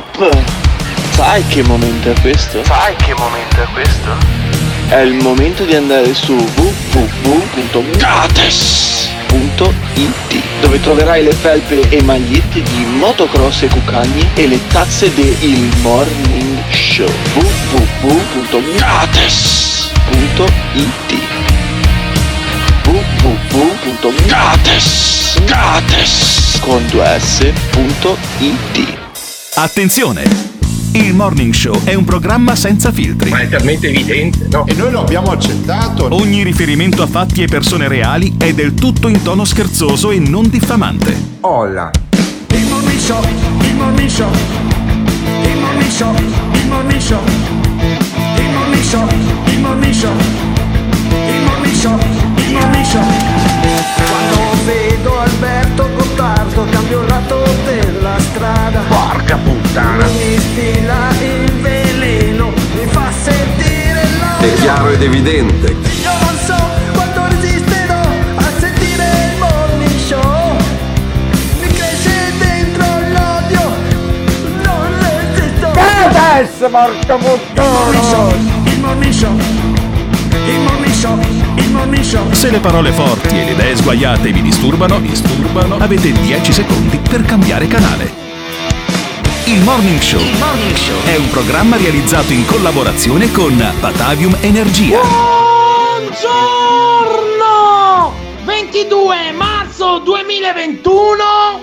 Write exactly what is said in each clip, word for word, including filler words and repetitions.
up! Sai che momento è questo? Sai che momento è questo? È il momento di andare su w w w punto gates punto i t, dove troverai le felpe e magliette di motocross e cucagni e le tazze del Morning Show. w w w punto gates punto i t w w w punto gates gates con due s punto i t. Attenzione! Il Morning Show è un programma senza filtri. Ma è talmente evidente, no? E noi lo abbiamo accettato. Ogni riferimento a fatti e persone reali è del tutto in tono scherzoso e non diffamante. Olla. Il Morning Show, il Morning Show, il Morning Show, il Morning Show, il Morning Show, il Morning Show, il Morning Show, il Morning Show. Quando vedo Alberto Gottardo cambio il lato della strada. Porca puttana. Mi stila il veleno, mi fa sentire la. È chiaro ed evidente. Io non so quanto resisterò a sentire il Morning Show. Mi cresce dentro l'odio, non resisto. Adesso, porca puttana! Il Morning Show, il Morning Show, il Morning Show. Se le parole forti e le idee sguaiate vi disturbano, vi disturbano, avete dieci secondi per cambiare canale. Il Morning Show, il Morning Show è un programma realizzato in collaborazione con Batavium Energia. Buongiorno! ventidue marzo duemilaventuno,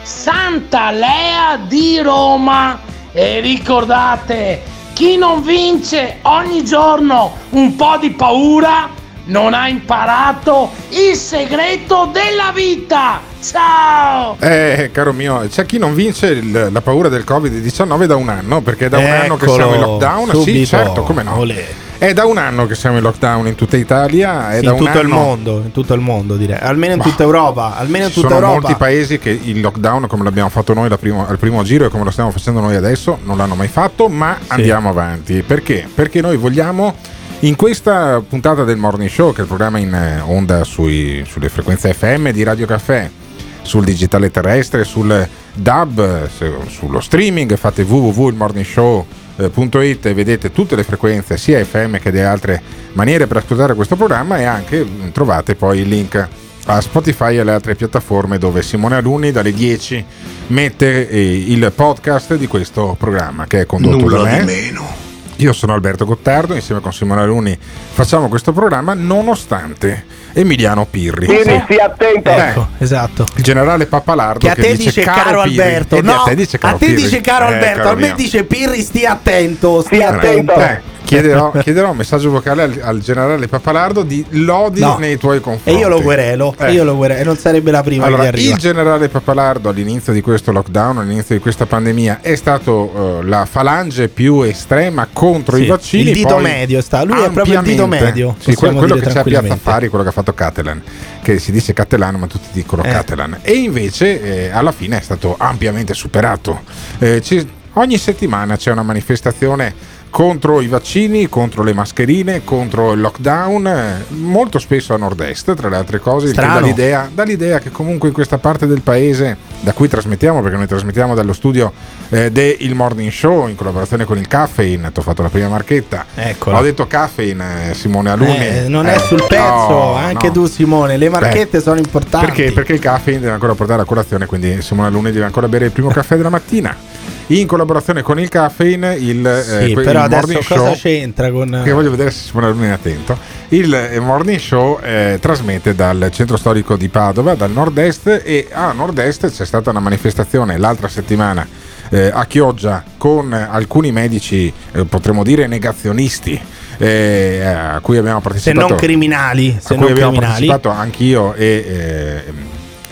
Santa Lea di Roma. E ricordate, chi non vince ogni giorno un po' di paura non ha imparato il segreto della vita. Ciao! Eh, caro mio, c'è chi non vince il, la paura del covid diciannove da un anno, perché è da un Eccolo, anno che siamo in lockdown. subito. Sì, certo, come no? Olè. È da un anno che siamo in lockdown in tutta Italia. È Sì, da in un tutto anno... il mondo, in tutto il mondo direi, almeno in Bah, tutta Europa, almeno in Ci tutta sono Europa. molti paesi che il lockdown, come l'abbiamo fatto noi la primo, al primo giro e come lo stiamo facendo noi adesso, non l'hanno mai fatto, ma andiamo avanti. Perché? Perché noi vogliamo, in questa puntata del Morning Show, che è il programma in onda sui, sulle frequenze F M di Radio Caffè, sul digitale terrestre, sul D A B, sullo streaming, fate w w w punto il morning show punto i t e vedete tutte le frequenze, sia F M che delle altre maniere per ascoltare questo programma, e anche trovate poi il link a Spotify e alle altre piattaforme dove Simone Alunni dalle dieci mette eh, il podcast di questo programma, che è condotto Nulla da me. di meno. Io sono Alberto Gottardo, insieme con Simone Alunni facciamo questo programma nonostante Emiliano Pirri. Pirri, stia attento. Ecco, esatto. Il generale Pappalardo Che a te dice caro Pirri. Alberto, E no, a te dice caro a te Pirri. dice caro Eh, Alberto, caro a me mio. dice Pirri stia attento, stia Stia attento. attento. Eh, chiederò, chiederò un messaggio vocale al, al generale Pappalardo di lodi No. nei tuoi E confronti. io lo querelo, Eh. io lo querelo, e non sarebbe la prima Allora, che arriva. il generale Pappalardo all'inizio di questo lockdown, all'inizio di questa pandemia, è stato uh, la falange più estrema contro Sì, i vaccini. il dito poi medio sta, lui è proprio il dito ampiamente- medio, Sì, possiamo quello, quello dire che c'è a Piazza tranquillamente. Affari, quello che ha fatto Catalan, che si dice Catalan ma tutti dicono Eh. Catalan, e invece eh, alla fine è stato ampiamente superato. Eh, ci- ogni settimana c'è una manifestazione contro i vaccini, contro le mascherine, contro il lockdown, eh, molto spesso a nord-est, tra le altre cose, il che dà Strano. l'idea, dà l'idea che comunque in questa parte del paese da cui trasmettiamo, perché noi trasmettiamo dallo studio eh, del Morning Show in collaborazione con il Caffeine, ti ho fatto la prima marchetta. Eccola. Ho detto Caffeine, eh, Simone Alunni. Eh, non è Eh, sul pezzo, no, anche no. tu Simone, le marchette Beh, sono importanti. Perché? Perché il Caffeine deve ancora portare a colazione, quindi Simone Alunni deve ancora bere il primo caffè della mattina. In collaborazione con il Caffeine, il, Sì, eh, que- però il adesso Morning cosa Show, c'entra con... che voglio vedere se Simone Alunni è attento. Il eh, Morning Show eh, trasmette dal centro storico di Padova, dal nord-est, e a nord-est c'è stata una manifestazione l'altra settimana eh, a Chioggia con alcuni medici, eh, potremmo dire negazionisti, eh, a cui abbiamo Se partecipato. non criminali, a se cui non abbiamo criminali. partecipato anch'io e, eh,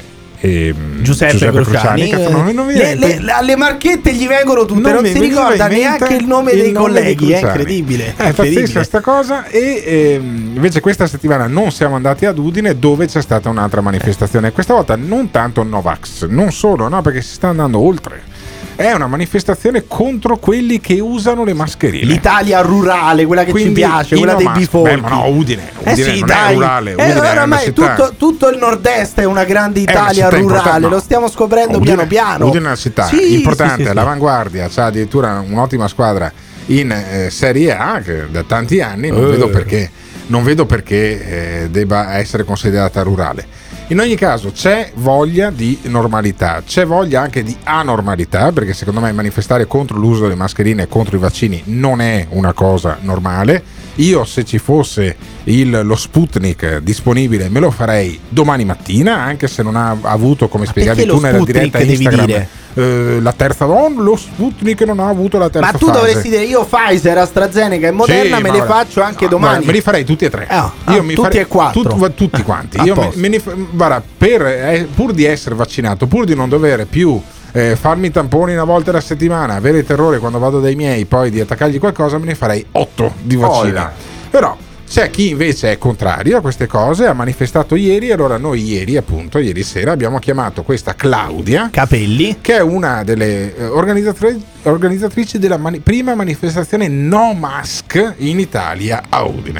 e Giuseppe, Cruciani, Cazzo, non, non mi le, viene- le, alle marchette gli vengono tutte, non, mi si veniva ricorda in mente neanche il nome il dei nome di colleghi, è Cruciani. incredibile. È incredibile. pazzesca sta cosa. E ehm, invece questa settimana non siamo andati ad Udine, dove c'è stata un'altra manifestazione, questa volta non tanto Novax, non solo, no, perché si sta andando oltre. è una manifestazione contro quelli che usano le mascherine. L'Italia rurale, quella che Quindi, ci piace, quella no dei mas- bifolchi. Beh, ma no, Udine, Udine eh sì, non dai. è rurale, Eh, Udine è una oramai città. tutto, tutto il nord-est è una grande una Italia città rurale, importante, lo no. stiamo scoprendo Udine, piano piano. Udine è una città Sì, importante, sì, sì, sì. all'avanguardia, c'ha addirittura un'ottima squadra in eh, Serie A che da tanti anni non Eh. vedo perché, non vedo perché eh, debba essere considerata rurale. In ogni caso c'è voglia di normalità, c'è voglia anche di anormalità, perché secondo me manifestare contro l'uso delle mascherine e contro i vaccini non è una cosa normale. Io, se ci fosse il, lo Sputnik disponibile, me lo farei domani mattina, anche se non ha avuto, come spiegavi perché tu lo nella Sputnik diretta devi Instagram, dire? eh, la terza donna, lo Sputnik non ha avuto la terza Ma tu fase. dovresti dire io Pfizer, AstraZeneca e Moderna Sì, me ma le ora- faccio anche no, domani. guarda, me li farei tutti e tre. Ah, Io ah, mi tutti farei- e quattro. tut- tutti quanti. A Io me, posto. me ne fa- guarda, per, eh, pur di essere vaccinato, pur di non dover più eh, farmi i tamponi una volta alla settimana, avere il terrore quando vado dai miei poi di attaccargli qualcosa, me ne farei otto di vaccini. Olla. Però c'è chi invece è contrario a queste cose, ha manifestato ieri, allora noi ieri, appunto, ieri sera abbiamo chiamato questa Claudia Capelli, che è una delle eh, organizzatri- organizzatrici della mani- prima manifestazione no mask in Italia a Udine.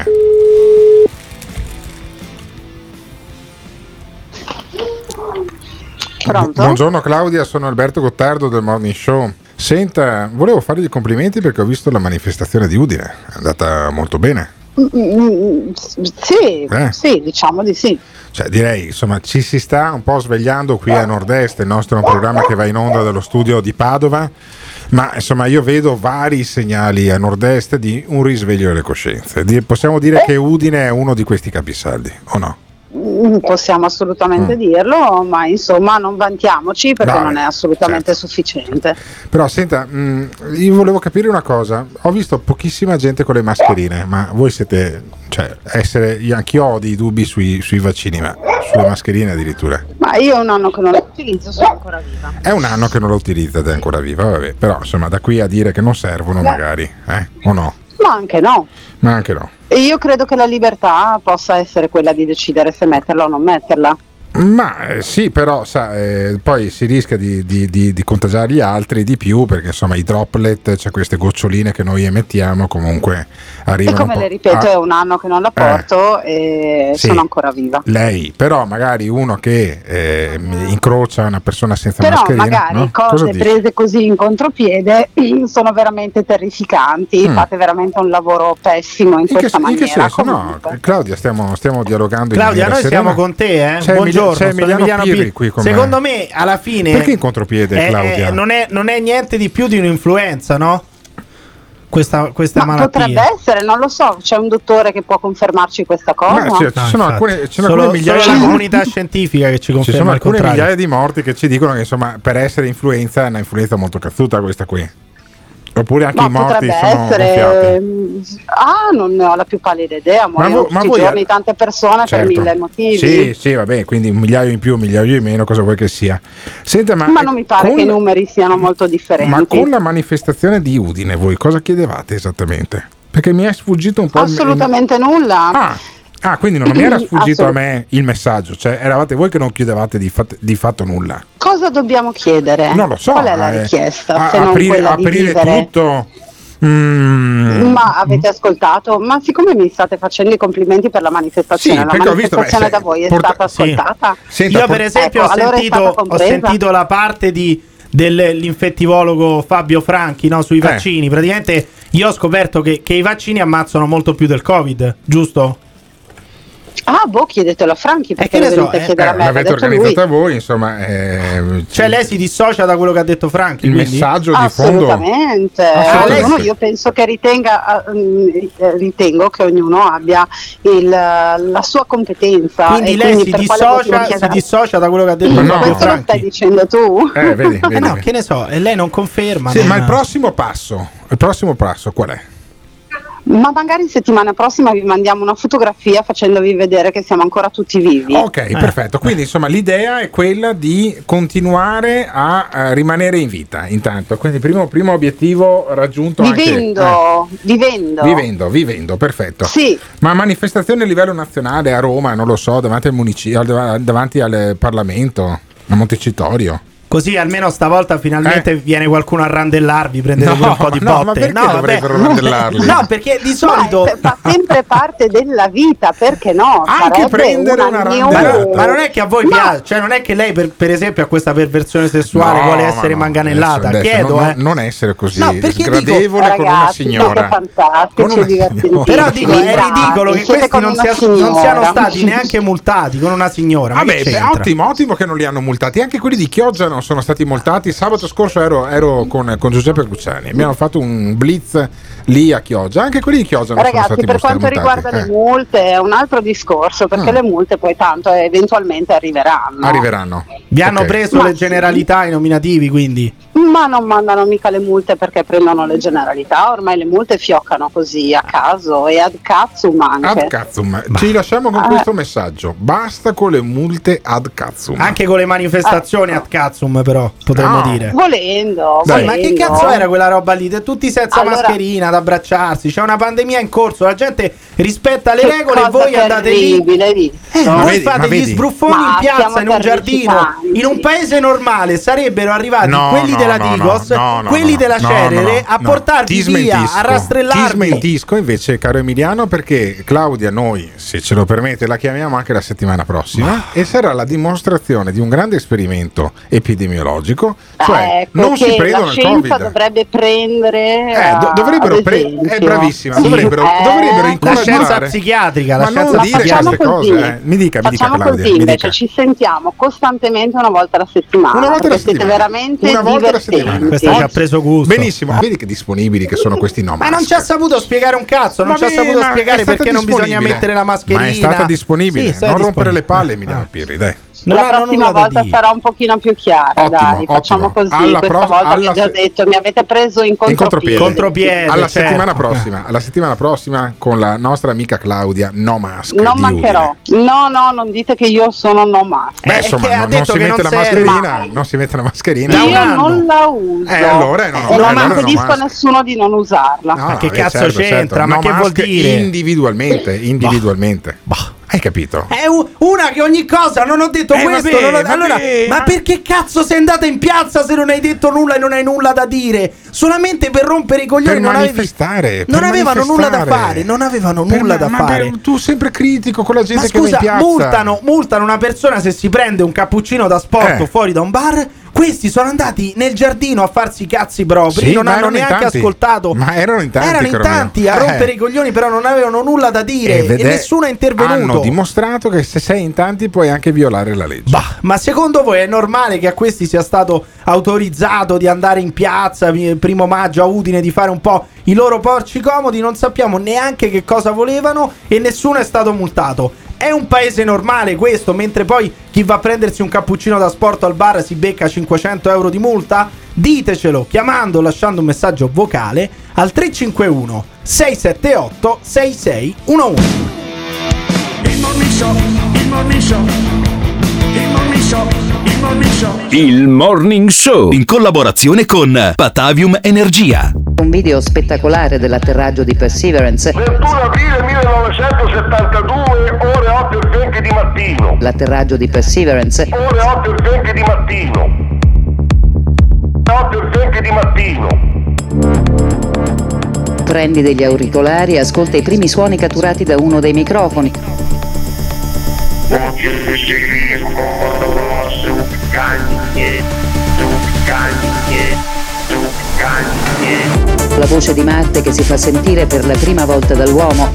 Pronto? Buongiorno Claudia, sono Alberto Gottardo del Morning Show. Senta, volevo fargli i complimenti perché ho visto la manifestazione di Udine, è andata molto bene. Mm, mm, sì, Eh. sì, diciamo di sì. Cioè, direi, insomma, ci si sta un po' svegliando qui a Nord-Est, il nostro è un programma che va in onda dallo studio di Padova, ma insomma io vedo vari segnali a Nord-Est di un risveglio delle coscienze. Di- Possiamo dire che Udine è uno di questi capisaldi, o no? Mm, Possiamo assolutamente Mm. dirlo, ma insomma non vantiamoci perché No, non è assolutamente certo. sufficiente. Però senta, mh, io volevo capire una cosa, ho visto pochissima gente con le mascherine, ma voi siete, cioè, essere, io anch'io ho dei dubbi sui, sui vaccini, ma sulle mascherine addirittura. Ma io un anno che non lo utilizzo, sono ancora viva. È un anno che non lo utilizza ed è ancora viva, vabbè, però insomma da qui a dire che non servono magari, eh? O no? Ma anche no. Ma anche no. E io credo che la libertà possa essere quella di decidere se metterla o non metterla. Ma eh, sì, però sa, eh, poi si rischia di, di, di, di contagiare gli altri di più perché insomma i droplet, cioè queste goccioline che noi emettiamo comunque E arrivano come un po'. le ripeto Ah, è un anno che non la porto e sì. sono ancora viva. lei, però magari uno che eh, mi incrocia una persona senza Però mascherina, magari no? Cosa cose dici? prese così in contropiede sono veramente terrificanti, Mm. fate veramente un lavoro pessimo in, In che, questa in che maniera. senso? No, Comunque. Claudia, stiamo, stiamo dialogando in Claudia, maniera noi serena. siamo con te, eh? C'è Buongiorno, Emili- c'è sono Emiliano Pirri Pirri. qui con me. Secondo me, alla fine, Perché in contropiede, eh, Claudia? eh, non, è, non è niente di più di un'influenza, no? Questa, questa Ma malattia. potrebbe essere, non lo so, c'è un dottore che può confermarci questa cosa? Ma sì, ci No, sono infatti. alcune, ci sono Solo- alcune migliaia solo la di comunità scientifica che ci Ci conferma sono il alcune contrario. migliaia di morti che ci dicono che insomma per essere influenza è una influenza molto cazzuta questa qui. Oppure anche Ma i morti potrebbe sono essere. gonfiati. Ah, non ne ho la più pallida idea. Muoiono vo- ma tutti voi- i giorni tante persone Certo. per mille motivi. Sì, sì, vabbè, quindi un migliaio in più, un migliaio in meno, cosa vuoi che sia. Senta, ma, Ma non mi pare con- che i numeri siano molto differenti. Ma con la manifestazione di Udine voi cosa chiedevate esattamente? Perché mi è sfuggito un po' il- Assolutamente nulla. Ah, ah, quindi non mi era sfuggito a Assolut- me il messaggio, cioè eravate voi che non chiedevate di, fat- di fatto nulla. Cosa dobbiamo chiedere? Non lo so. Qual è la eh, richiesta? a- se non aprire quella di aprire vivere? tutto. Mm. Ma avete ascoltato? Ma siccome mi state facendo i complimenti per la manifestazione, Sì, la perché ho visto, manifestazione beh, da voi è porta- stata sì. ascoltata? Senta, Io por- per esempio Ecco, ho, allora è sentito, stata ho compresa. sentito la parte di, dell'infettivologo Fabio Franchi, no, sui Eh. vaccini. Praticamente io ho scoperto che, che i vaccini ammazzano molto più del Covid, giusto? Ah, boh, chiedetelo a Franchi perché che ne lo so, venite a eh, chiedere Eh, a me, l'ha l'avete detto lui. organizzata voi, insomma. eh, Cioè lei si dissocia da quello che ha detto Franchi. il quindi? messaggio di fondo. Assolutamente. Assolutamente. Ognuno, io penso che ritenga, eh, ritengo che ognuno abbia il, la sua competenza. Quindi e lei quindi si per quale motivo dissocia, si chiedere- dissocia da quello che ha detto Ma no. Fabio Questo lo stai Franchi. dicendo tu? Eh, vedi, vedi, Eh no, vedi. che ne so, e lei non conferma. Sì, non- ma il prossimo passo, il prossimo passo qual è? Ma magari settimana prossima vi mandiamo una fotografia facendovi vedere che siamo ancora tutti vivi. Ok, perfetto. Quindi insomma l'idea è quella di continuare a eh, rimanere in vita intanto. Quindi primo, primo obiettivo raggiunto Vivendo, anche, vivendo. eh, vivendo, vivendo, perfetto. Sì. Ma manifestazioni a livello nazionale a Roma, non lo so, davanti al municipio, davanti al Parlamento, a Montecitorio. Così almeno stavolta finalmente Eh. viene qualcuno a randellarvi, prendete No, pure un po' di no, botte. ma perché vabbè. dovrebbero randellarli? No, perché di solito Ma è- fa sempre parte della vita, perché no? Anche Sarebbe prendere una new- randellata. ma non è che a voi Ma- piace, cioè non è che lei per, per esempio ha questa perversione sessuale, No, vuole ma essere no, manganellata. adesso- adesso Chiedo, non, eh. non essere così No, perché sgradevole con una Ragazzi, signora. siete fantastici, Con una divertentissimi. signora. Però dico, è Bravi, ridicolo che siete questi con non, una sia- non siano signora. stati neanche multati con una signora. Ma Vabbè, che beh, c'entra? ottimo, ottimo che non li hanno multati. Anche quelli di Chioggia non sono stati multati. Sabato scorso ero, ero con, con Giuseppe Cruciani. Abbiamo fatto un blitz lì a Chioggia. Anche quelli di Chioggia non Ragazzi, sono stati per quanto multati. riguarda Eh, le multe è un altro discorso, perché Mm. le multe poi tanto eventualmente arriveranno. Arriveranno. Vi hanno Ok. preso Ma le sì. generalità, i nominativi, quindi. Ma non mandano mica le multe perché prendono le generalità, ormai le multe fioccano così a caso e ad cazzum anche. Ad cazzum. Ci lasciamo con Ah. questo messaggio. Basta con le multe ad cazzum. Anche con le manifestazioni Ah. ad cazzum, però, potremmo No. dire. Volendo, Sì, volendo. ma che cazzo era quella roba lì? De- Tutti senza Allora- mascherina, ad abbracciarsi. C'è una pandemia in corso, la gente rispetta le Che regole e cosa voi andate lì. terribile, hai visto? Eh, Ma voi vedi- fate ma gli vedi? sbruffoni Ma in piazza, siamo in un giardino. terrificanti. In un paese normale sarebbero arrivati No, quelli no, della no, Digos, no, no, quelli no, della no, Cerere, no, no, a no. portarvi Ti via, smentisco, a Ti rastrellarvi. smentisco invece, caro Emiliano, perché Claudia, noi, se ce lo permette, la chiamiamo anche la settimana prossima e sarà la dimostrazione di un grande esperimento epidemiologico. Cioè, Ecco non che si prendono la il scienza Covid. dovrebbe prendere Eh, do- eh, dovrebbero ad pre- esempio. eh, bravissima, Sì, dovrebbero, eh, dovrebbero La scienza incoraggiare. psichiatrica, la Ma scienza non Ma dire facciamo queste così, cose, eh. Mi dica, mi dica facciamo Claudia, così mi invece, dica. ci sentiamo costantemente una volta alla settimana, Una volta alla perché siete settimana. veramente Una volta alla settimana. divertenti. Questa ci ha preso gusto. Benissimo, vedi che disponibili che sono questi no Ma non mask. ci ha saputo spiegare un cazzo, non Vabbè, ci ha saputo ma è spiegare stata perché non bisogna disponibile. mettere la mascherina. Ma è stata disponibile, Sì, è stata non rompere le disponibile. palle, Emiliano Pirri, dai. Non La hanno prossima nulla da volta dire. sarà un pochino più chiara, Ottimo, dai, facciamo ottimo. così. Alla Questa pro- volta vi alla ho già se- detto, mi avete preso in In contropiede. contropiede. Contropiede, alla certo. settimana prossima, alla settimana prossima con la nostra amica Claudia No Mask Non di mancherò. Udine. No, no, non dite che io sono no mask. Beh, Eh, insomma, che ha non, non detto si che mette non la serve. mascherina, non si mette la mascherina. Da un Io anno. non la uso. Eh, allora, no, E no, non allora no impedisco a mask. nessuno di non usarla. No, Ma che eh, cazzo certo, c'entra? certo. Ma No che vuol mask dire? Individualmente, individualmente. Hai capito? È u- una che ogni cosa, non ho detto Eh, questo. vabbè, non ho- vabbè, allora, ma ma- perché cazzo sei andata in piazza se non hai detto nulla e non hai nulla da dire? Solamente per rompere i coglioni. Per non avevi- manifestare, non per avevano nulla da manifestare. fare. Non avevano Per- nulla da ma fare. per- tu sempre critico con la gente Ma che va in scusa, piazza. multano, multano una persona se si prende un cappuccino da sport Eh. fuori da un bar. Questi sono andati nel giardino a farsi i cazzi propri. Sì, non ma hanno erano in neanche tanti. ascoltato. Ma erano in tanti, Erano in caro tanti mio. a Eh. rompere i coglioni, però non avevano nulla da dire. Eh, E, vedè, nessuno è intervenuto. Hanno dimostrato che se sei in tanti puoi anche violare la legge. Bah, ma secondo voi è normale che a questi sia stato autorizzato di andare in piazza il primo maggio a Udine, di fare un po' i loro porci comodi? Non sappiamo neanche che cosa volevano e nessuno è stato multato. È un paese normale questo, mentre poi chi va a prendersi un cappuccino da sport al bar si becca cinquecento euro di multa? Ditecelo chiamando o lasciando un messaggio vocale al tre cinque uno sei sette otto sei sei uno uno. Il Morning Show, il Morning Show, il Morning Show, il Morning Show. Il Morning Show in collaborazione con Patavium Energia. Un video spettacolare dell'atterraggio di Perseverance. ventuno aprile millenovecentosettantadue, ore otto e venti di mattino. L'atterraggio di Perseverance. Ore otto e venti di mattino. otto e venti di mattino. Prendi degli auricolari e ascolta i primi suoni catturati da uno dei microfoni. La voce di Marte che si fa sentire per la prima volta dall'uomo.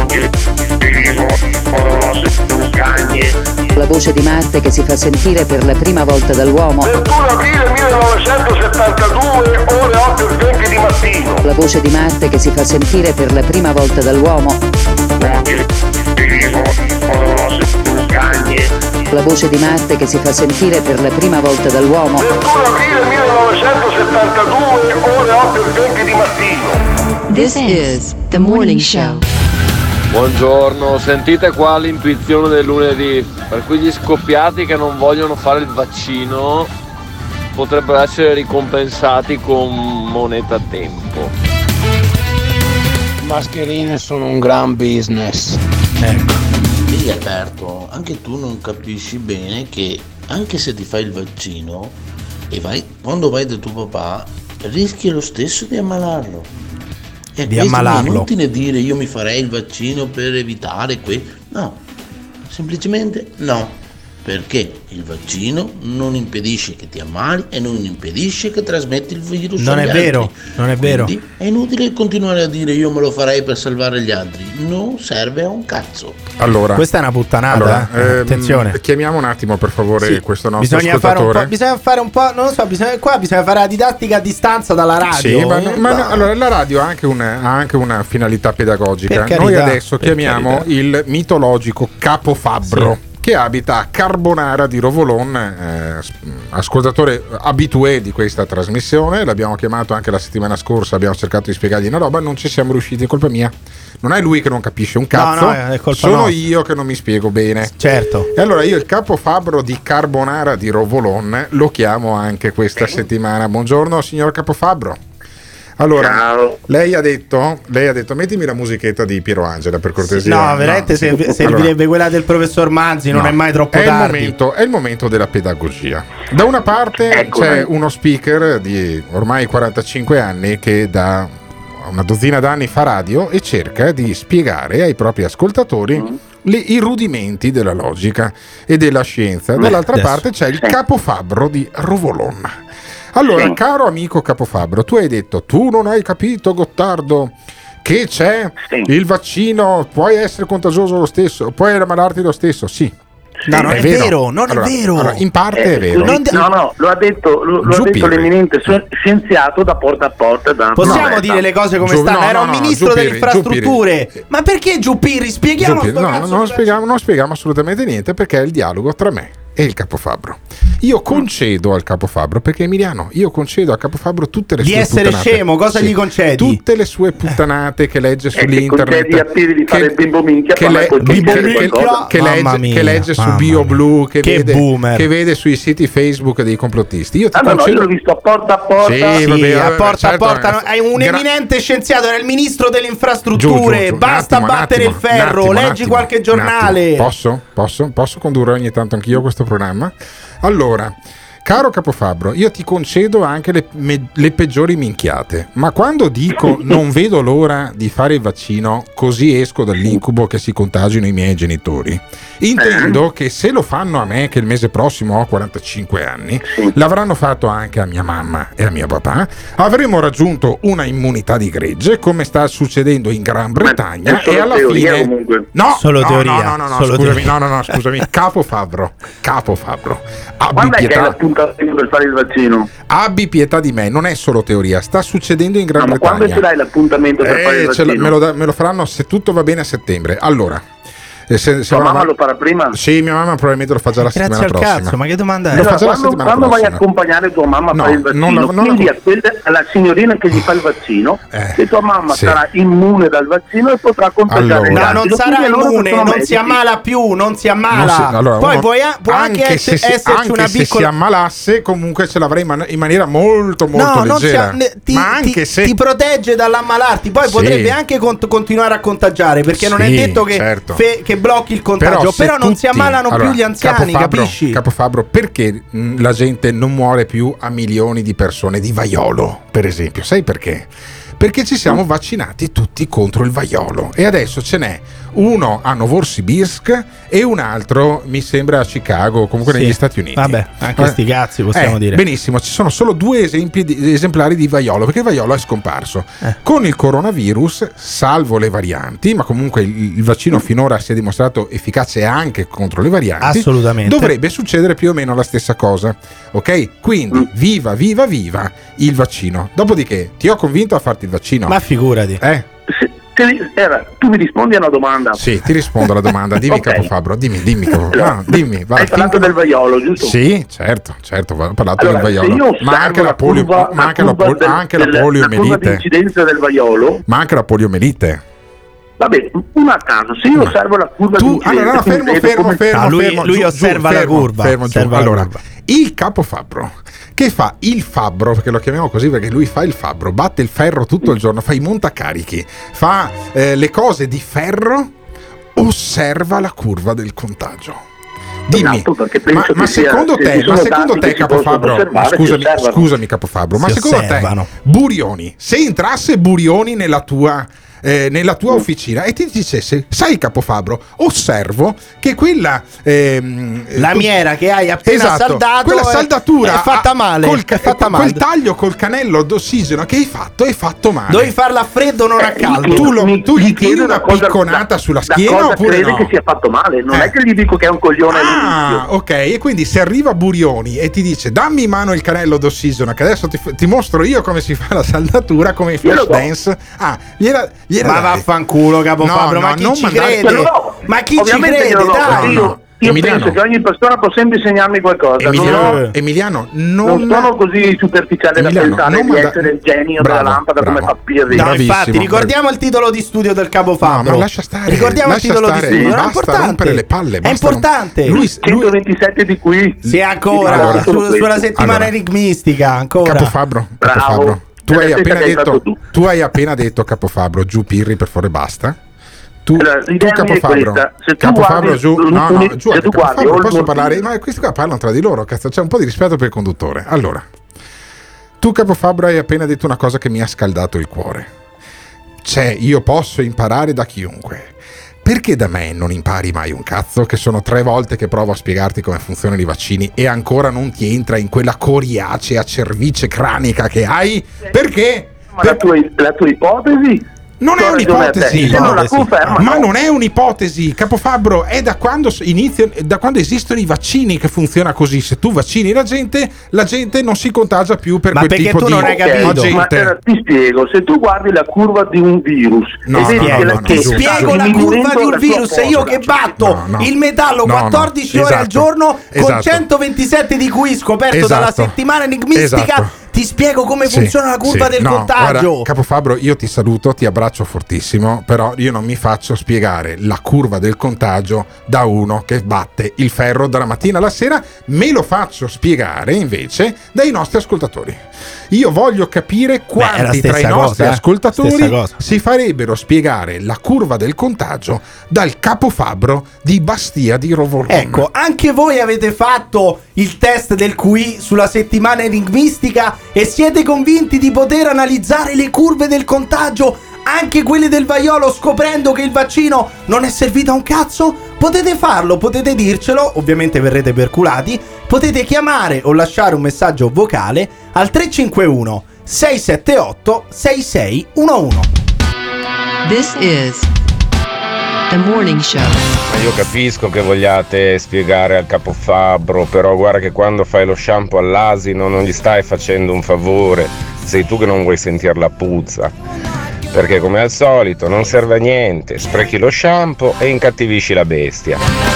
La voce di Marte che si fa sentire per la prima volta dall'uomo. ventuno aprile millenovecentosettantadue, ore otto e venti di mattino. La voce di Marte che si fa sentire per la prima volta dall'uomo. La voce di Marte che si fa sentire per la prima volta dall'uomo. ventuno aprile millenovecentosettantadue, ore otto e venti di mattino. This is the morning show. Buongiorno, sentite qua l'intuizione del lunedì, per cui gli scoppiati che non vogliono fare il vaccino potrebbero essere ricompensati con moneta a tempo. Mascherine sono un gran business. Ecco. Ehi Alberto, anche tu non capisci bene che anche se ti fai il vaccino e vai, quando vai da tuo papà rischi lo stesso di ammalarlo. E Di questo ammalarlo. è inutile dire io mi farei il vaccino per evitare questo. No, semplicemente no. Perché il vaccino non impedisce che ti ammali e non impedisce che trasmetti il virus Non agli è vero, altri. non è vero. Quindi è inutile continuare a dire io me lo farei per salvare gli altri. Non serve a un cazzo. Allora, Questa è una puttanata, allora, eh. ehm, Attenzione. Chiamiamo un attimo per favore Sì, questo nostro bisogna fare, un ascoltatore. po', bisogna fare un po', non lo so, bisogna, qua bisogna fare la didattica a distanza dalla radio. Sì, ma, no- eh, ma no, no. allora la radio ha anche, un- ha anche una finalità pedagogica. Per Noi carità, adesso per chiamiamo carità. il mitologico Capo Fabbro. Sì. Che abita a Carbonara di Rovolon, eh, ascoltatore abitué di questa trasmissione. L'abbiamo chiamato anche la settimana scorsa, abbiamo cercato di spiegargli una roba, non ci siamo riusciti, è colpa mia. Non è lui che non capisce un cazzo, No, no, è colpa sono nostra. io che non mi spiego bene. Certo. E allora io il Capo Fabbro di Carbonara di Rovolon lo chiamo anche questa settimana. Buongiorno signor Capo Fabbro. Allora, Ciao. lei ha detto, lei ha detto, mettimi la musichetta di Piero Angela per cortesia. No, veramente sì. serv- servirebbe Allora, quella del professor Manzi, non no, è mai troppo è il tardi. momento, è il momento della pedagogia. Da una parte Ecco, c'è eh. uno speaker di ormai quarantacinque anni che da una dozzina d'anni fa radio e cerca di spiegare ai propri ascoltatori Mm. le- i rudimenti della logica e della scienza. Beh, Dall'altra adesso- parte c'è il sì. Capo Fabbro di Rovolon. Allora, Sì. caro amico Capo Fabbro, tu hai detto, tu non hai capito, Gottardo, che c'è Sì. il vaccino, puoi essere contagioso lo stesso, puoi ammalarti lo stesso, sì. No, non è vero, non è Allora- vero. allora, in parte Eh, è vero. scusi, Non di- no, no, lo ha detto, lo, lo ha Giù detto Pirri. l'eminente sci- scienziato da porta a porta. Da Possiamo no, dire no. le cose come Giù- stanno? no, Era no, un no, ministro Giù delle Pirri, Giù infrastrutture. Pirri. Ma perché Giù Pirri? Spieghiamo Giù, sto no, cazzo non di spieghiamo, non spieghiamo assolutamente niente perché è il dialogo tra me e il Capo Fabbro. Io concedo al Capo Fabbro, perché Emiliano, io concedo al Capo Fabbro tutte le Di sue essere puttanate. scemo, cosa gli concedi? Tutte le sue puttanate che legge E che sull'internet. concedi a Pirri di fare il bimbo minchia, che, poi le- puoi che- concedere che- qualcosa? che Mamma legge, mia, che legge su mamma BioBlue, che, Che vede, boomer. che vede sui siti Facebook dei complottisti. Io ti Ah, no, no, concedo. io l'ho visto a porta a porta. Sì, Sì, vabbè, a vabbè, porta certo, a porta, eh, è un gra- eminente scienziato, era il ministro delle Giù, infrastrutture. giù, giù, un Basta attimo, un battere attimo, il ferro, un attimo, un leggi attimo, qualche un giornale. attimo. Posso? Posso? Posso condurre ogni tanto anch'io questo programma? Allora, caro Capo Fabbro, io ti concedo anche le, me- le peggiori minchiate, ma quando dico non vedo l'ora di fare il vaccino così esco dall'incubo che si contagino i miei genitori, intendo che se lo fanno a me, che il mese prossimo ho quarantacinque anni, l'avranno fatto anche a mia mamma e a mio papà, avremo raggiunto una immunità di gregge come sta succedendo in Gran Bretagna è solo e alla teoria, fine comunque. no, Solo no, teoria, no, no, no, no, solo scusami, teoria. no, no, no, scusami, Capo Fabbro, Capo Fabbro, abbi Quando è che è pietà, l'appuntamento per fare il vaccino? abbi pietà di me, non è solo teoria, sta succedendo in Gran No, ma quando Bretagna. ce l'hai l'appuntamento per fare il Eh, ce vaccino? la- me, lo da- me lo faranno se tutto va bene a settembre. Allora, eh, se, se Tua va mamma avanti- lo farà prima? Sì, mia mamma probabilmente lo fa già la Grazie settimana al prossima. cazzo, ma che domanda è? Lo fa già la quando settimana quando vai a prossima. accompagnare tua mamma a No, fare il vaccino, non la- non la- quindi a quella- alla signorina che gli fa il vaccino, Eh, se tua mamma sì. sarà immune dal vaccino e potrà contagiare Allora. gli No, altri. non sarà Quindi loro immune, sono non medici. si ammala più, non si ammala. Non si- allora, Poi uno- puoi a- può anche, anche esse- se, si, esserci anche una se piccola. si ammalasse, comunque ce l'avrei in, man- in maniera molto molto No, non si leggera. a- ne- ti, Ma anche ti- se ti protegge dall'ammalarti. Poi Sì. potrebbe anche cont- continuare a contagiare, perché non è Sì, detto che, certo. fe- che blocchi il contagio. se Però, non si tutti- ammalano allora, più gli anziani, Capo Fabbro, capisci? Capo Fabbro, perché mh, la gente non muore più a milioni di persone di vaiolo, per esempio? Sai perché? Perché ci siamo vaccinati tutti contro il vaiolo e adesso ce n'è uno a Novosibirsk e un altro mi sembra a Chicago, comunque Sì. negli Stati Uniti. Vabbè, anche Eh, sti cazzi possiamo eh, dire. Benissimo, ci sono solo due esempi di, esemplari di vaiolo, perché il vaiolo è scomparso. Eh. Con il coronavirus, salvo le varianti, ma comunque il, il vaccino finora si è dimostrato efficace anche contro le varianti, Assolutamente. dovrebbe succedere più o meno la stessa cosa. Ok? Quindi viva, viva, viva il vaccino. Dopodiché ti ho convinto a farti il vaccino. Ma figurati. Eh? Se- te- era, tu mi rispondi a una domanda. Sì, ti rispondo alla domanda. Dimmi, Ok. Capo Fabbro, dimmi, dimmi, Capo. No, dimmi. va, Hai parlato finché- del vaiolo, giusto? Sì, certo, certo, ho parlato Allora, del se vaiolo. io osservo Ma anche la polio, curva- ma anche la, curva pol- del- anche la del- la curva di poliomelite. incidenza del vaiolo, Ma anche la poliomelite. vabbè, una a caso, se io Ma- osservo la curva di Tu, incidenza, allora, no, fermo, quindi vedo fermo, come- fermo, Ah, lui- fermo, lui giù, osserva giù, la fermo, curva, fermo, giù. osserva la Allora, curva. il Capo Fabbro che fa il fabbro, perché lo chiamiamo così perché lui fa il fabbro, batte il ferro tutto il giorno, fa i montacarichi, fa eh, le cose di ferro, osserva la curva del contagio. Dimmi, Esatto, perché ma, penso ma che sia- secondo se te, ci ma sono secondo dati te che si Capofabbro, possono osservare, si scusami, osservano. scusami Capofabbro, ma Si secondo osservano. te Burioni, se entrasse Burioni nella tua eh, nella tua officina e ti dicesse, sai Capofabbro, osservo che quella ehm, lamiera che hai appena esatto, saldato quella è- saldatura è fatta a- male, col, è fatta quel male. taglio col canello d'ossigeno che hai fatto è fatto male. Dovevi farla a freddo, non a caldo. tu, lo- tu gli Mi tiri chiedo una da cosa- picconata da- sulla da schiena cosa oppure crede no? che sia fatto male, non Eh. è che gli dico che è un coglione Ah, all'inizio. ok. E quindi se arriva Burioni e ti dice dammi in mano il canello d'ossigeno, che adesso ti, ti mostro io come si fa la saldatura, come i Glielo flash do. dance. Ah, gliela, gliela Ma dai. vaffanculo Capofabbro, No, ma no, chi non ci mandare- crede? No, Ma chi ci ovviamente crede? glielo do, Dai. perché io, io Emiliano. penso che ogni persona può sempre insegnarmi qualcosa. Emiliano, non, Emiliano, non non, sono così superficiale Emiliano, da pensare non di manda- essere il genio Bravo, della lampada come bravo. fa Pirri. No, Bravissimo, infatti, ricordiamo il titolo di studio del No, Capofabbro. ma lascia stare, Ricordiamo lascia il titolo stare, di studio, ma è basta importante. rompere le palle, È basta rom- importante. Lui- centoventisette di qui. Sì, ancora Allora, su- questo. sulla settimana Allora. enigmistica, ancora. Capofabbro, Bravo. Capofabbro, tu È la hai stessa appena che hai detto, fatto tu. tu hai appena detto Capofabbro, giù Pirri per favore basta. Tu, Allora, tu l'idea mia è Capofabbro, questa. Se tu Capofabbro guardi giù, l- no, no, l- giù se tu guardi Capofabbro, Old posso Moor- parlare? Ma questi qua parlano tra di loro, cazzo, c'è un po' di rispetto per il conduttore. Allora, tu Capofabbro hai appena detto una cosa che mi ha scaldato il cuore. C'è, io posso imparare da chiunque. Perché da me non impari mai un cazzo? Che sono tre volte che provo a spiegarti come funzionano i vaccini e ancora non ti entra in quella coriacea cervice cranica che hai? Perché? Ma la tua, la tua ipotesi? Non è Do ragione a te. un'ipotesi, Se non la conferma, ma no. non è un'ipotesi, Capofabbro, è da quando s- inizia, da quando esistono i vaccini che funziona così. Se tu vaccini la gente, la gente non si contagia più per Ma quel perché tipo tu di non hai capito? Ma agente. eh, ti spiego, se tu guardi la curva di un virus No, e vedi no, che no, la no, che no, Ti giù, sta spiego la diminuendo curva di un la sua virus e io che forza. batto No, no. il metallo No, no. quattordici ore al Esatto. giorno con Esatto. centoventisette di cui scoperto Esatto. dalla settimana enigmistica. Esatto. Ti spiego come Sì, funziona la curva sì. del No, contagio. guarda, Capofabbro, io ti saluto, ti abbraccio fortissimo, però io non mi faccio spiegare la curva del contagio da uno che batte il ferro dalla mattina alla sera, me lo faccio spiegare invece dai nostri ascoltatori. Io voglio capire è la quanti tra i stessa nostri cosa, eh? Stessa ascoltatori cosa. si farebbero spiegare la curva del contagio dal Capofabbro di Bastia di Rovolon. Ecco, anche voi avete fatto il test del Q I sulla settimana enigmistica e siete convinti di poter analizzare le curve del contagio, anche quelle del vaiolo, scoprendo che il vaccino non è servito a un cazzo? Potete farlo, potete dircelo, ovviamente verrete perculati, potete chiamare o lasciare un messaggio vocale al tre cinque uno sei sette otto sei sei uno uno. This is The Morning Show. Ma io capisco che vogliate spiegare al Capofabbro, però guarda che quando fai lo shampoo all'asino non gli stai facendo un favore, sei tu che non vuoi sentire la puzza. Perché come al solito non serve a niente, sprechi lo shampoo e incattivisci la bestia.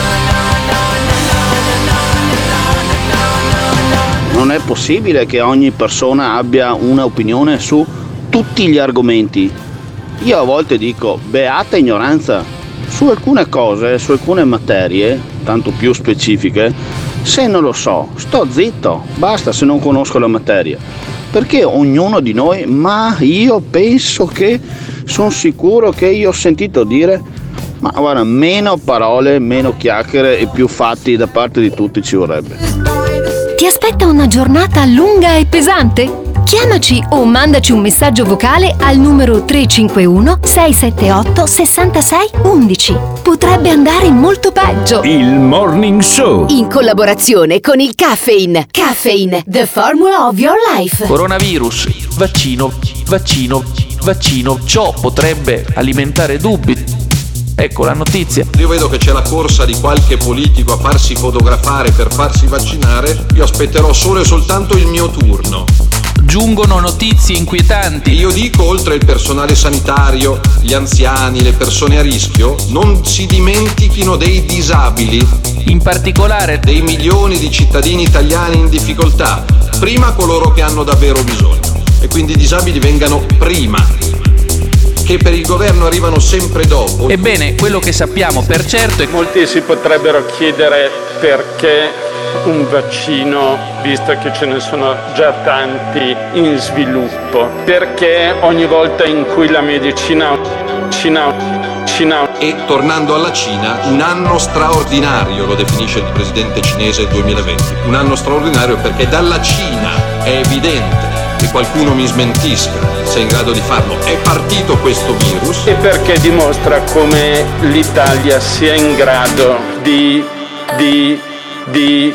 Non è possibile che ogni persona abbia un'opinione su tutti gli argomenti. Io a volte dico beata ignoranza. Su alcune cose, su alcune materie, tanto più specifiche, se non lo so, sto zitto, basta se non conosco la materia. Perché ognuno di noi, ma io penso che, sono sicuro che io ho sentito dire, ma guarda, meno parole, meno chiacchiere e più fatti da parte di tutti ci vorrebbe. Ti aspetta una giornata lunga e pesante? Chiamaci o mandaci un messaggio vocale al numero tre cinque uno sei sette otto sei sei uno uno. Potrebbe andare molto peggio. Il Morning Show. In collaborazione con il Caffeine. Caffeine, the formula of your life. Coronavirus, vaccino, vaccino, vaccino. Ciò potrebbe alimentare dubbi. Ecco la notizia. Io vedo che c'è la corsa di qualche politico a farsi fotografare per farsi vaccinare. Io aspetterò solo e soltanto il mio turno. Giungono notizie inquietanti. Io dico, oltre il personale sanitario, gli anziani, le persone a rischio, non si dimentichino dei disabili, in particolare dei milioni di cittadini italiani in difficoltà, prima coloro che hanno davvero bisogno, e quindi i disabili vengano prima, che per il governo arrivano sempre dopo. Ebbene, quello che sappiamo per certo è che molti si potrebbero chiedere perché un vaccino, visto che ce ne sono già tanti in sviluppo, perché ogni volta in cui la medicina Cina, Cina. E tornando alla Cina, un anno straordinario lo definisce il presidente cinese il duemilaventi. Un anno straordinario perché dalla Cina è evidente, che qualcuno mi smentisca se è in grado di farlo, è partito questo virus. E perché dimostra come l'Italia sia in grado di, di, di,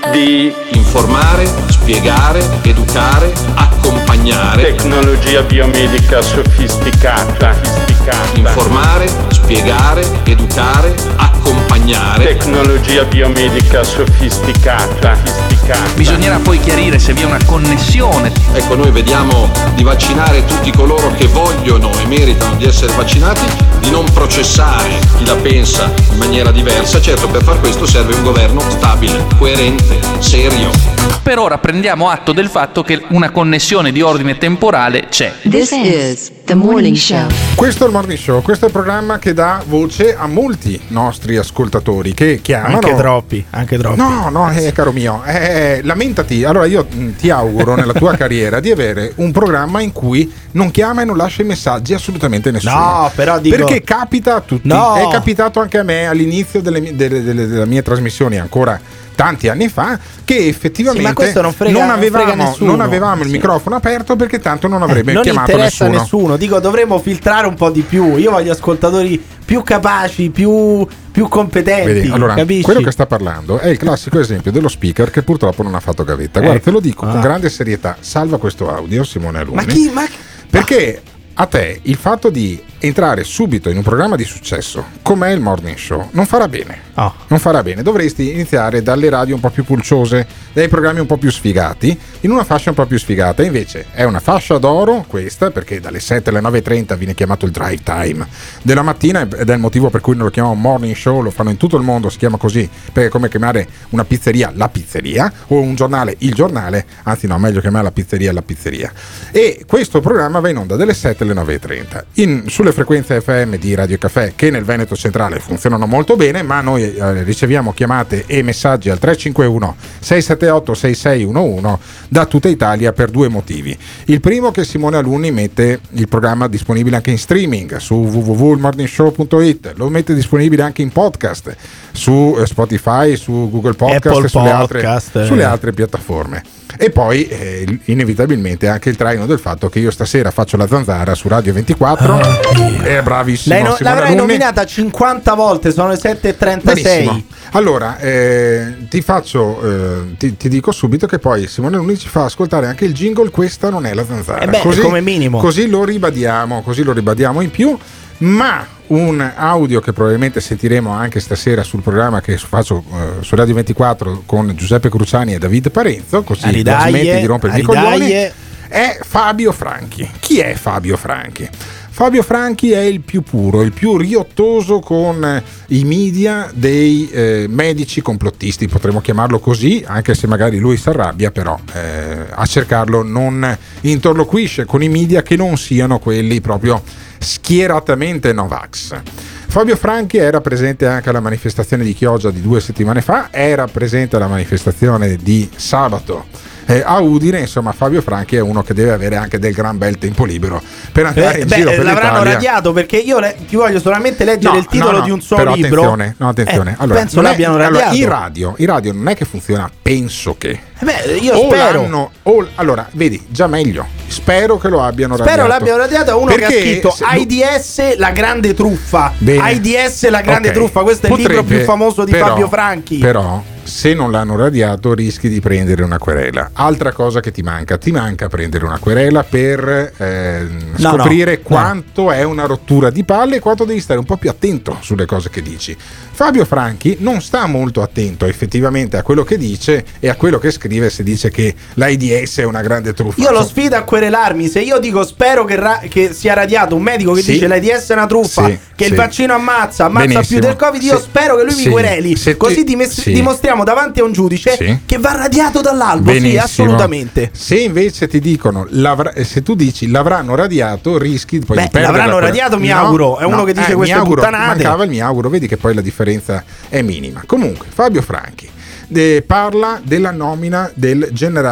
di informare, spiegare, educare, accompagnare. Tecnologia biomedica sofisticata. sofisticata. Informare, spiegare, educare, accompagnare. Tecnologia biomedica sofisticata. sofisticata. Bisognerà poi chiarire se vi è una connessione. Ecco, noi vediamo di vaccinare tutti coloro che vogliono e meritano di essere vaccinati, di non processare chi la pensa in maniera diversa. Certo, per far questo serve un governo stabile, coerente, serio. Per ora prendiamo atto del fatto che una connessione di ordine temporale c'è. This is The Morning Show. Questo è il Morning Show, questo è il programma che dà voce a molti nostri ascoltatori che chiamano. Anche troppi, anche troppi. No, no, eh, caro mio, eh, lamentati. Allora io mh, ti auguro nella tua carriera di avere un programma in cui non chiama e non lascia i messaggi assolutamente nessuno. No, però dico... Perché capita a tutti. No. È capitato anche a me all'inizio delle, mie- delle, delle, delle mie trasmissioni ancora tanti anni fa, che effettivamente sì, ma questo non frega, non avevamo, non frega nessuno. non avevamo il Sì. microfono aperto perché tanto non avrebbe eh, non chiamato interessa nessuno. nessuno. Dico, dovremmo filtrare un po' di più. Io voglio ascoltatori più capaci, più, più competenti. Vedi, allora, capisci? quello che sta parlando è il classico esempio dello speaker che purtroppo non ha fatto gavetta. Guarda, Eh. te lo dico Ah. con grande serietà. Salva questo audio, Simone Alunni. Ma chi? Ma... Perché a te il fatto di entrare subito in un programma di successo come il Morning Show non farà bene. Oh. Non farà bene. Dovresti iniziare dalle radio un po' più pulciose, dai programmi un po' più sfigati, in una fascia un po' più sfigata. Invece è una fascia d'oro questa, perché dalle sette alle nove e trenta viene chiamato il drive time della mattina, ed è il motivo per cui noi lo chiamiamo Morning Show. Lo fanno in tutto il mondo, si chiama così, perché è come chiamare una pizzeria la pizzeria o un giornale il giornale, anzi no, meglio chiamare la pizzeria la pizzeria. E questo programma va in onda dalle sette alle nove e trenta in, sulle frequenze F M di Radio Caffè, che nel Veneto centrale funzionano molto bene, ma noi eh, riceviamo chiamate e messaggi al tre cinque uno sei sette otto sei sei uno uno da tutta Italia per due motivi. Il primo, che Simone Alunni mette il programma disponibile anche in streaming su w w w punto il morning show punto i t, lo mette disponibile anche in podcast su Spotify, su Google Podcast Apple e sulle, Podcast, altre, eh. sulle altre piattaforme. E poi eh, inevitabilmente anche il traino del fatto che io stasera faccio la zanzara su Radio ventiquattro. Oh, è bravissimo. Lei no, Simone l'avrai Alunni. nominata cinquanta volte, sono le sette e trentasei. Benissimo. Allora, eh, ti faccio, eh, ti, ti dico subito che poi Simone Alunni ci fa ascoltare anche il jingle "Questa non è la zanzara". Eh beh, così, come minimo. Così lo ribadiamo, così lo ribadiamo in più. Ma un audio che probabilmente sentiremo anche stasera sul programma che faccio eh, su Radio ventiquattro con Giuseppe Cruciani e David Parenzo, così Aridaglie, smetti di rompermi i aridaglie. coglioni, è Fabio Franchi. Chi è Fabio Franchi? Fabio Franchi è il più puro, il più riottoso con eh, i media dei eh, medici complottisti, potremmo chiamarlo così, anche se magari lui si arrabbia, però eh, a cercarlo non interloquisce con i media che non siano quelli proprio schieratamente Novax. Fabio Franchi era presente anche alla manifestazione di Chioggia di due settimane fa, era presente alla manifestazione di sabato eh, a Udine. Insomma, Fabio Franchi è uno che deve avere anche del gran bel tempo libero per andare Eh, in beh, giro per l'avranno l'Italia. radiato, perché io le- ti voglio solamente leggere No, il titolo no, no, di un suo però libro. attenzione, no, attenzione. Eh, Allora, penso non è- l'abbiano allora, radiato. in radio, in radio non è che funziona, penso che. Eh beh, io o spero. l'hanno- o- allora, vedi, già meglio. Spero che lo abbiano Spero radiato. l'abbiano radiato a uno che ha Perché scritto se- AIDS la grande truffa. Bene. AIDS la grande Ok. truffa, questo è il libro Potrebbe, più famoso di però- Fabio Franchi. Però, se non l'hanno radiato, rischi di prendere una querela. Altra cosa che ti manca, ti manca prendere una querela per eh, No, scoprire no, quanto è una rottura di palle e quanto devi stare un po' più attento sulle cose che dici. Fabio Franchi non sta molto attento effettivamente a quello che dice e a quello che scrive, se dice che l'AIDS è una grande truffa. Io lo sfido a querelarmi. Se io dico spero che, ra- che sia radiato un medico che Sì. dice l'AIDS è una truffa, Sì, che sì. il vaccino ammazza, ammazza Benissimo. più del Covid, io Sì. spero che lui Sì. mi quereli. Se ti- Così dimes- sì. dimostriamo davanti a un giudice Sì. che va radiato dall'albo. Sì, Benissimo. assolutamente. Se invece ti dicono l'avra- se tu dici l'avranno radiato, rischi poi Beh, di perdere l'avranno la querela. radiato, mi No, auguro. È no, uno che dice eh, queste mi auguro, puttanate. mancava il mi auguro, vedi che poi la differenza è minima. Comunque, Fabio Franchi eh, parla della nomina del generale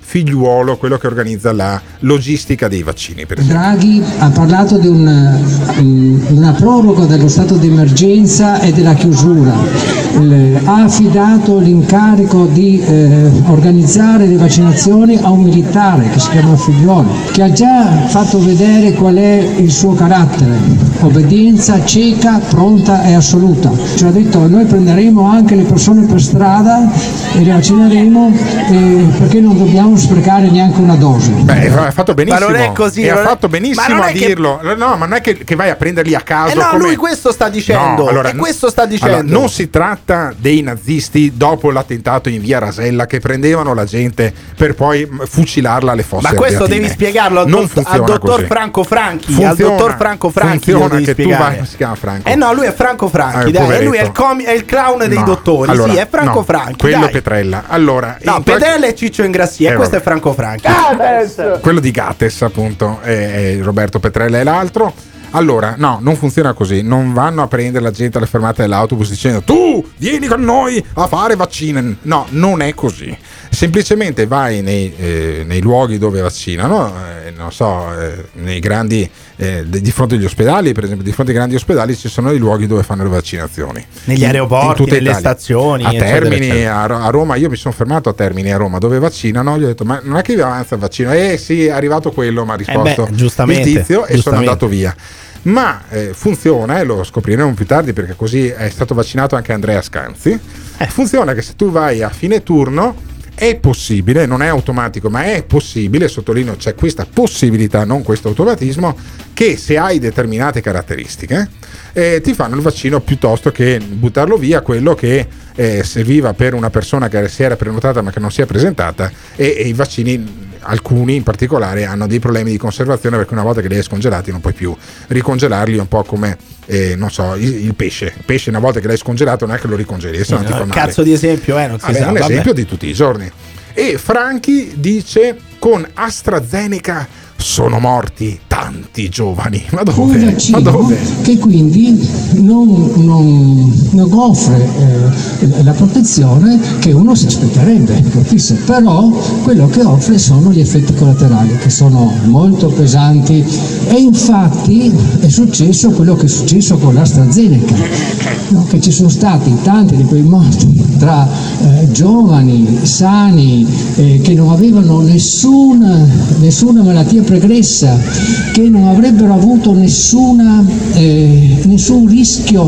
Figliuolo, quello che organizza la logistica dei vaccini, per esempio. Draghi ha parlato di una, una proroga dello stato di emergenza e della chiusura, Le, ha affidato l'incarico di eh, organizzare le vaccinazioni a un militare che si chiama Figliuolo, che ha già fatto vedere qual è il suo carattere: obbedienza cieca, pronta e assoluta. Ci ha detto: noi prenderemo anche le persone per strada e le vaccineremo, eh, perché non dobbiamo sprecare neanche una dose. Beh, ha fatto benissimo. Ma non è così, e ha non è- fatto ma benissimo non a è che- dirlo. No, ma non è che, che vai a prenderli a caso. Eh no, come- lui questo sta dicendo. No, allora, e questo sta dicendo. allora, non si tratta dei nazisti dopo l'attentato in via Rasella che prendevano la gente per poi m- fucilarla alle fosse Ma questo ardeatine. devi spiegarlo al, Non dott- al funziona dottor così. Franco Franchi. Funziona, al dottor Franco Franchi lo funziona devi che tu spiegare. vai, si chiama Franco. Eh no, lui è Franco Franchi, Ah, dai, e poveretto. lui è il, comi- è il clown dei No, dottori. allora, sì, è Franco no, Franchi. quello dai. Petrella. Allora, No, in qualche- Petrella è Ciccio Ingrassia, Eh, e questo vabbè. è Franco Franchi. quello di Gates, appunto, e, e Roberto Petrella è l'altro. Allora, no, non funziona così. Non vanno a prendere la gente alle fermate dell'autobus dicendo: tu vieni con noi a fare vaccine. No, non è così. Semplicemente vai nei, eh, nei luoghi dove vaccinano, eh, non so, eh, nei grandi, eh, di fronte agli ospedali, per esempio, di fronte ai grandi ospedali ci sono i luoghi dove fanno le vaccinazioni. Negli In- aeroporti, in tutta nelle Italia. stazioni, a eccetera, Termini, eccetera. a, Ro- a Roma. Io mi sono fermato a Termini, a Roma, dove vaccinano. Gli ho detto: ma non è che vi avanza il vaccino? Eh sì, è arrivato quello, mi ha risposto beh, giustamente, il tizio, e sono giustamente. andato via. Ma eh, funziona, e lo scopriremo più tardi perché così è stato vaccinato anche Andrea Scanzi. Eh. Funziona che se tu vai a fine turno è possibile, non è automatico, ma è possibile, sottolineo, c'è questa possibilità, non questo automatismo, che se hai determinate caratteristiche eh, ti fanno il vaccino piuttosto che buttarlo via quello che eh, serviva per una persona che si era prenotata ma che non si è presentata, e, e i vaccini, alcuni in particolare, hanno dei problemi di conservazione perché una volta che li hai scongelati non puoi più ricongelarli, un po' come eh, non so, il, il pesce il pesce una volta che l'hai scongelato non è che lo ricongeli, e se no ti fa male. Cazzo di esempio, eh, non si Vabbè, sa. è un vabbè. esempio di tutti i giorni. E Franchi dice: con AstraZeneca sono morti tanti giovani. Ma Un dove? Ma vaccino dove? che quindi non, non- non offre eh, la protezione che uno si aspetterebbe, capisse? Però quello che offre sono gli effetti collaterali, che sono molto pesanti, e infatti è successo quello che è successo con l'AstraZeneca, no? Che ci sono stati tanti di quei morti tra eh, giovani, sani, eh, che non avevano nessuna, nessuna malattia pregressa, che non avrebbero avuto nessuna, eh, nessun rischio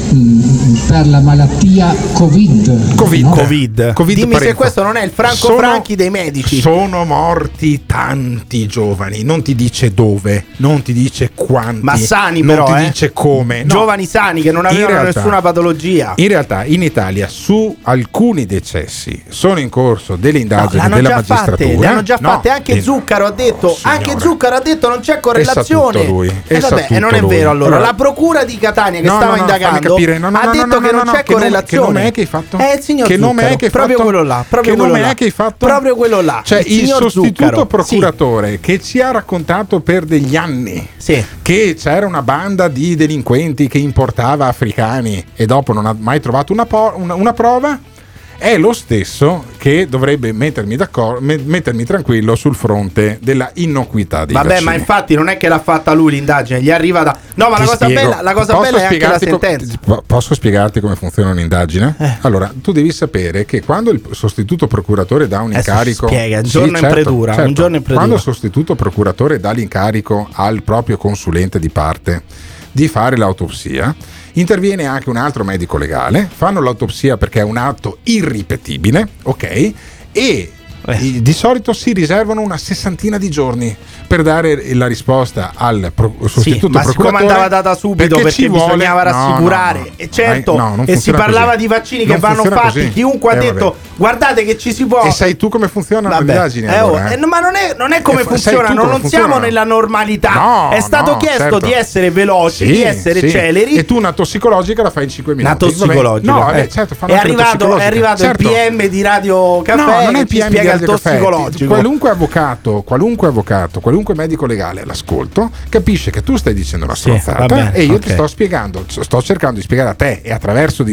mh, per la malattia Covid. Covid, no? Covid. Covid Dimmi parenzo. se questo non è il Franco Sono- Franchi dei medici. Sono morti tanti giovani, non ti dice dove, non ti dice quanti, Ma sani non però, ti eh. dice come. No. Giovani sani che non In avevano realtà- nessuna patologia. In realtà in Italia su alcuni decessi sono in corso delle No, indagini l'hanno della già magistratura. fatte, le hanno già No, fatte anche eh, Zuccaro ha detto, signora. anche Zuccaro ha detto non c'è E correlazione. sa tutto lui, E e sa vabbè, e non è tutto lui. vero allora. Allora- La procura di Catania che No, stava no, no, fammi indagando capire. No, no, ha no, detto no, che no, non no, c'è che nome- correlazione. che nome è che hai fatto? Eh, il signor Che nome Zuccaro, è che hai proprio fatto? quello là, proprio Che quello nome là. è che hai fatto? Proprio quello là. Cioè il, signor sostituto Zuccaro. procuratore che ci ha raccontato per degli anni Sì. che c'era una banda di delinquenti che importava africani e dopo non ha mai trovato una, po- una- una prova, è lo stesso che dovrebbe mettermi, d'accordo, me- mettermi tranquillo sul fronte della innocuità dei Vabbè, vaccini. ma infatti non è che l'ha fatta lui l'indagine, gli arriva da. No, ma Ti la cosa spiego. bella, la cosa Posso bella è anche la spiegarti com- sentenza. po- posso spiegarti come funziona un'indagine? Eh. Allora, tu devi sapere che quando il sostituto procuratore dà un Adesso incarico, si spiega, un Sì, giorno in certo, predura, certo. un giorno in predura. Quando il sostituto procuratore dà l'incarico al proprio consulente di parte di fare l'autopsia, interviene anche un altro medico legale, fanno l'autopsia perché è un atto irripetibile, ok? E Eh. di solito si riservano una sessantina di giorni per dare la risposta al pro- sostituto Sì, ma siccome procuratore, andava data subito perché, ci vuole- bisognava no, rassicurare, no, no. e certo, No, non e si funziona parlava così. di vaccini Non che vanno funziona fatti, così. chiunque ha Eh, detto vabbè. guardate che ci si può. E sai tu come funzionano le Vabbè, indagini? eh, allora, oh, eh? eh, no, ma non è, non è come Eh, sai funziona, tu non, come non siamo funziona? nella normalità. No, è stato no, chiesto certo. di essere veloci, Sì, di essere sì. celeri. E tu una tossicologica la fai in cinque minuti. Una tossicologica. Vabbè. No, eh. eh, certo, fanno è, anche la arrivato, è tossicologica. arrivato Certo. il P M di Radio Caffè No, non è che il ci P M di spiega il Radio Caffè. tossicologico. Qualunque avvocato, qualunque avvocato, qualunque medico legale all'ascolto capisce che tu stai dicendo una Sì, stronzata va bene, e io ok. ti sto spiegando, sto cercando di spiegare a te e attraverso di te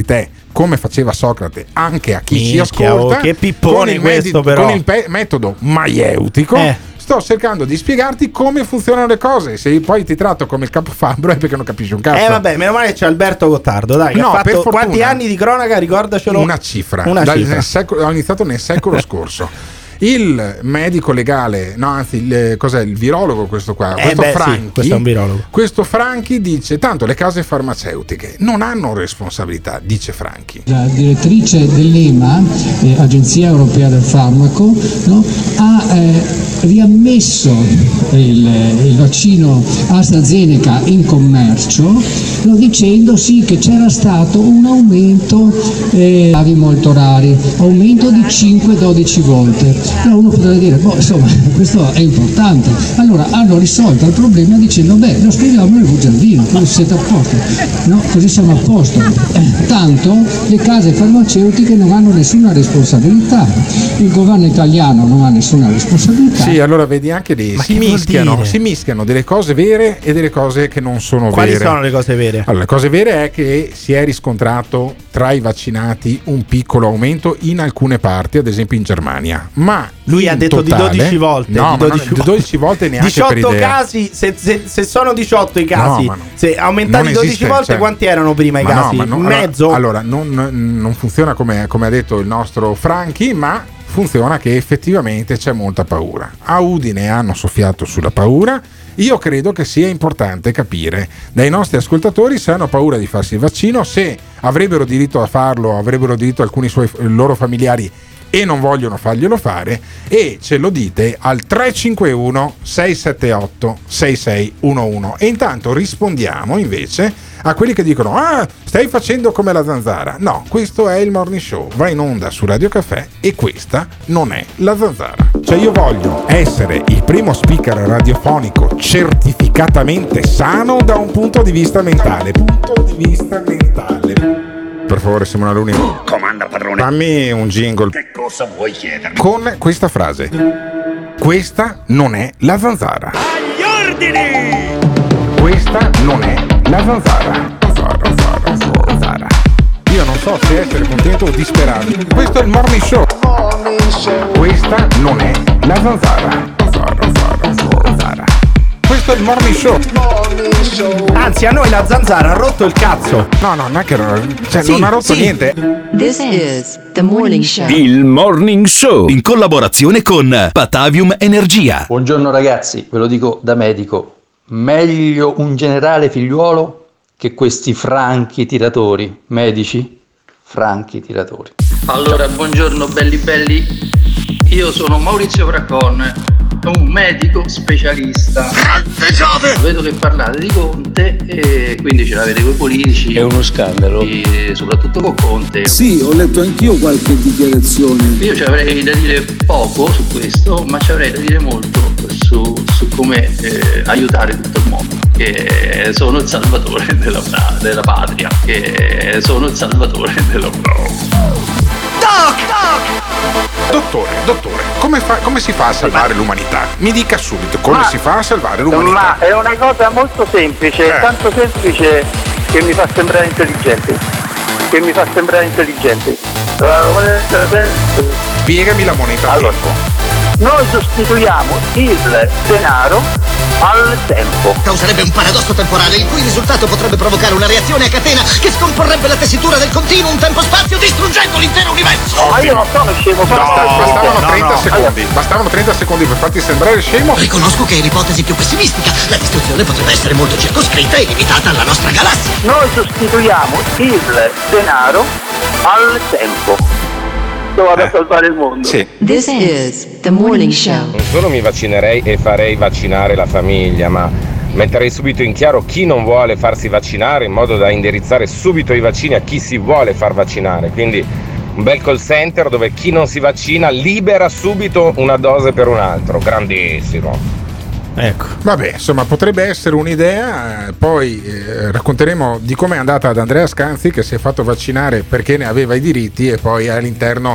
come faceva Socrate anche a chi Minchia, ci ascolta, oh, che pippone con il, questo, medi- però. con il pe- metodo maieutico. Eh. Sto cercando di spiegarti come funzionano le cose. Se poi ti tratto come il capofabbro è perché non capisci un cazzo. Eh vabbè, meno male che c'è Alberto Gottardo, dai, che No, ha fatto per fortuna. quanti anni di cronaca, ricordacelo? Una cifra. Una Dal- cifra. nel secolo- ho iniziato nel secolo scorso. Il medico legale, no, anzi, il, cos'è il virologo questo qua? Eh questo beh, Franchi, sì, questo è un virologo. Questo Franchi dice: tanto le case farmaceutiche non hanno responsabilità, dice Franchi. La direttrice dell'E M A, eh, Agenzia Europea del Farmaco, no, ha eh, riammesso il, il vaccino AstraZeneca in commercio, no, dicendo sì che c'era stato un aumento eh, molto rari, aumento di cinque dodici volte. Allora uno potrebbe dire, boh, insomma, questo è importante. Allora hanno risolto il problema dicendo, beh, lo scriviamo nel bugiardino, così siete a posto, no? Così siamo a posto. Eh, tanto le case farmaceutiche non hanno nessuna responsabilità, il governo italiano non ha nessuna responsabilità. Sì, allora vedi anche lì, Ma si che vuol mischiano, dire? si mischiano delle cose vere e delle cose che non sono Quali vere. sono le cose vere? Allora, le cose vere è che si è riscontrato tra i vaccinati un piccolo aumento in alcune parti, ad esempio in Germania, ma Lui in ha detto totale, di dodici volte. no, di ma dodici, non- di dodici volte neanche diciotto per idea. casi, se, se- se sono diciotto i casi, No, ma no. se aumentati Non dodici esiste, volte, cioè- quanti erano prima i Ma no, casi? ma no, Mezzo? Allora, allora, non, non funziona come, come ha detto il nostro Franchi, ma funziona che effettivamente c'è molta paura. A Udine hanno soffiato sulla paura. Io credo che sia importante capire dai nostri ascoltatori se hanno paura di farsi il vaccino, se avrebbero diritto a farlo, avrebbero diritto alcuni suoi loro familiari e non vogliono farglielo fare, e ce lo dite al tre cinque uno sei sette otto sei sei uno uno. E intanto rispondiamo invece a quelli che dicono: ah, stai facendo come la zanzara. No, questo è il Morning Show, va in onda su Radio Caffè e questa non è la zanzara. Cioè io voglio essere il primo speaker radiofonico certificatamente sano da un punto di vista mentale. Punto di vista mentale. Per favore, Simona Luni, Comanda, padrone. fammi un jingle Che cosa vuoi chiedermi? con questa frase: questa non è la zanzara. Agli ordini! Questa non è la zanzara. Zanzara, zanzara, zanzara. Io non so se essere contento o disperato. Questo è il Morning Show. Questa non è la zanzara. Zanzara, zanzara, zanzara. Questo è il Morning Show. Anzi, a noi la zanzara ha rotto il cazzo. No, no, non è che cioè, Sì, non ha rotto sì. niente. This is the morning show. Il Morning Show in collaborazione con Patavium Energia. Buongiorno ragazzi, ve lo dico da medico, meglio un generale figliuolo che questi franchi tiratori, medici, franchi tiratori. Allora, buongiorno belli belli, io sono Maurizio Braccon, un medico specialista. Vedo che parlate di Conte e quindi ce l'avete con i politici. È uno scandalo. E soprattutto con Conte. Sì, ho letto anch'io qualche dichiarazione. Io ci avrei da dire poco su questo, ma ci avrei da dire molto su, su come eh, aiutare tutto il mondo. Che sono il salvatore della, della patria. Che sono il salvatore della Dottore, dottore, come, fa- come si fa a salvare l'umanità? Mi dica subito come Ma- si fa a salvare l'umanità. Ma è una cosa molto semplice, Eh. tanto semplice che mi fa sembrare intelligente. Che mi fa sembrare intelligente. Spiegami la moneta. Allora, noi sostituiamo il denaro al tempo. Causerebbe un paradosso temporale, il cui risultato potrebbe provocare una reazione a catena che scomporrebbe la tessitura del continuum tempo-spazio, distruggendo l'intero universo. No, ma io non sono scemo, No, bastavano no, trenta no. secondi. Bastavano trenta secondi per farti sembrare scemo. Riconosco che è l'ipotesi più pessimistica. La distruzione potrebbe essere molto circoscritta e limitata alla nostra galassia. Noi sostituiamo il denaro al tempo. Vado a salvare il mondo. Sì. This is the morning show. Non solo mi vaccinerei e farei vaccinare la famiglia, ma metterei subito in chiaro chi non vuole farsi vaccinare, in modo da indirizzare subito i vaccini a chi si vuole far vaccinare. Quindi un bel call center dove chi non si vaccina libera subito una dose per un altro. Grandissimo. Ecco. Vabbè, insomma, potrebbe essere un'idea. eh, Poi eh, racconteremo di com'è andata ad Andrea Scanzi, che si è fatto vaccinare perché ne aveva i diritti e poi all'interno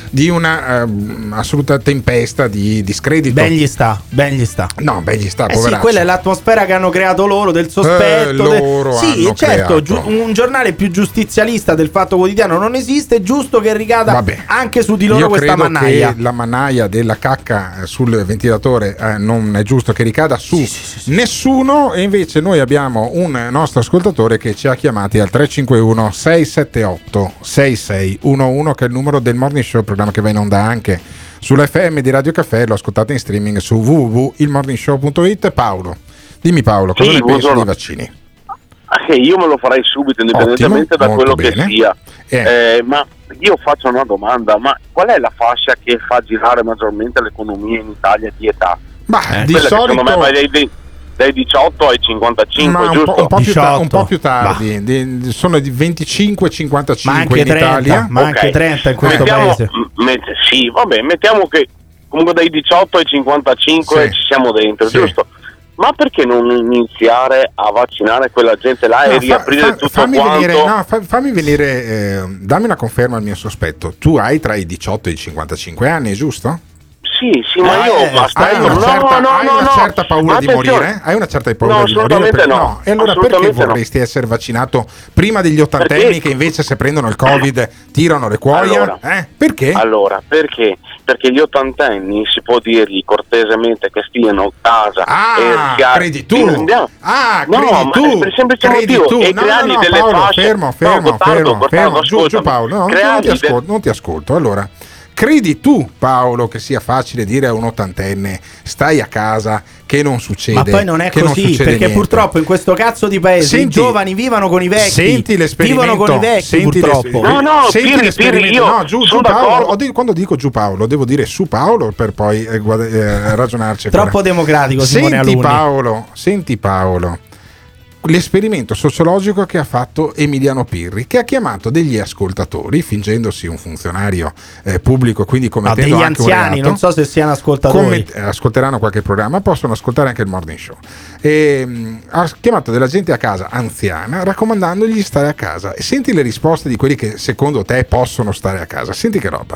di una uh, assoluta tempesta di discredito. Ben gli sta, ben gli sta. No, ben gli sta, eh poveraccio. sì, quella è l'atmosfera che hanno creato loro, del sospetto. Eh, loro de... Sì, hanno certo, creato. giu- un giornale più giustizialista del Fatto Quotidiano non esiste, è giusto che ricada Vabbè. anche su di loro Io questa credo mannaia. che la mannaia della cacca sul ventilatore eh, non è giusto che ricada su sì, sì, sì, nessuno, e invece noi abbiamo un nostro ascoltatore che ci ha chiamati al tre cinque uno sei sette otto sei sei uno uno, che è il numero del Morning Show, programma che va in onda anche sull'F M di Radio Caffè. Lo ascoltate in streaming su w w w punto il morning show punto it. Paolo, dimmi Paolo, cosa sì, ne pensi buongiorno. dei vaccini? Eh, io me lo farei subito, indipendentemente Ottimo, da quello molto che bene. sia. Eh. Eh, ma io faccio una domanda: ma qual è la fascia che fa girare maggiormente l'economia in Italia di età? Bah, Eh, di quella che solito secondo me va dai, dai, dai diciotto ai cinquantacinque, Ma un giusto? po', un, po più ta- un po' più tardi, di- sono di venticinque cinquantacinque Ma anche in trenta, Italia. ma anche Ok. trenta in questo mettiamo, paese. m- met- sì, vabbè, mettiamo che comunque dai diciotto ai cinquantacinque Sì. ci siamo dentro, Sì. giusto? Ma perché non iniziare a vaccinare quella gente là No, e fa- riaprire fa- tutto fammi quanto? venire, no, fa- fammi venire eh, dammi una conferma al mio sospetto. Tu hai tra i diciotto e i cinquantacinque anni, giusto? Sì, sì, ma io Eh, basta. hai io- una no, certa, no, hai no, una no. certa paura di Attenzione. morire? Hai una certa paura No, di morire? assolutamente Per- no. E allora perché Assolutamente no. vorresti essere vaccinato prima degli ottantenni Perché? che invece se prendono il Covid tirano le cuoia? Allora, eh? Perché? Allora, perché? Perché gli ottantenni si può dirgli cortesemente che stiano a casa Ah, e rischiare- credi tu? Andiamo. Ah, no, credi ma tu? è per il semplice Credi motivo tu? e No, creargli no, no, delle Paolo, fasce. fermo, fermo, no, Gottardo, fermo, Gottardo, fermo. Giù, giù ascoltami. Paolo, no, non ti, Creargli de- ascolto, non ti ascolto. Allora, credi tu, Paolo, che sia facile dire a un ottantenne stai a casa, che non succede? Ma poi non è che così, succede perché niente? purtroppo in questo cazzo di paese Senti- i giovani vivono con i vecchi. Senti l'esperimento. Vivono con i vecchi, senti purtroppo. l'esper- No, no, senti Pirri, l'esperimento. Pirri, io no, giù, giù sono Paolo. d'accordo. Ho di- quando dico giù Paolo, devo dire su Paolo per poi eh, guada- eh, ragionarci. Troppo ancora. democratico, Simone Senti Alunni. Paolo, senti Paolo. L'esperimento sociologico che ha fatto Emiliano Pirri, che ha chiamato degli ascoltatori, fingendosi un funzionario eh, pubblico, quindi No, commettendo degli anche anziani, un reato. non so se siano ascoltatori. Commet- eh, ascolteranno qualche programma, possono ascoltare anche il Morning Show. E, mh, ha chiamato della gente a casa anziana raccomandandogli di stare a casa, e senti le risposte di quelli che secondo te possono stare a casa. Senti che roba.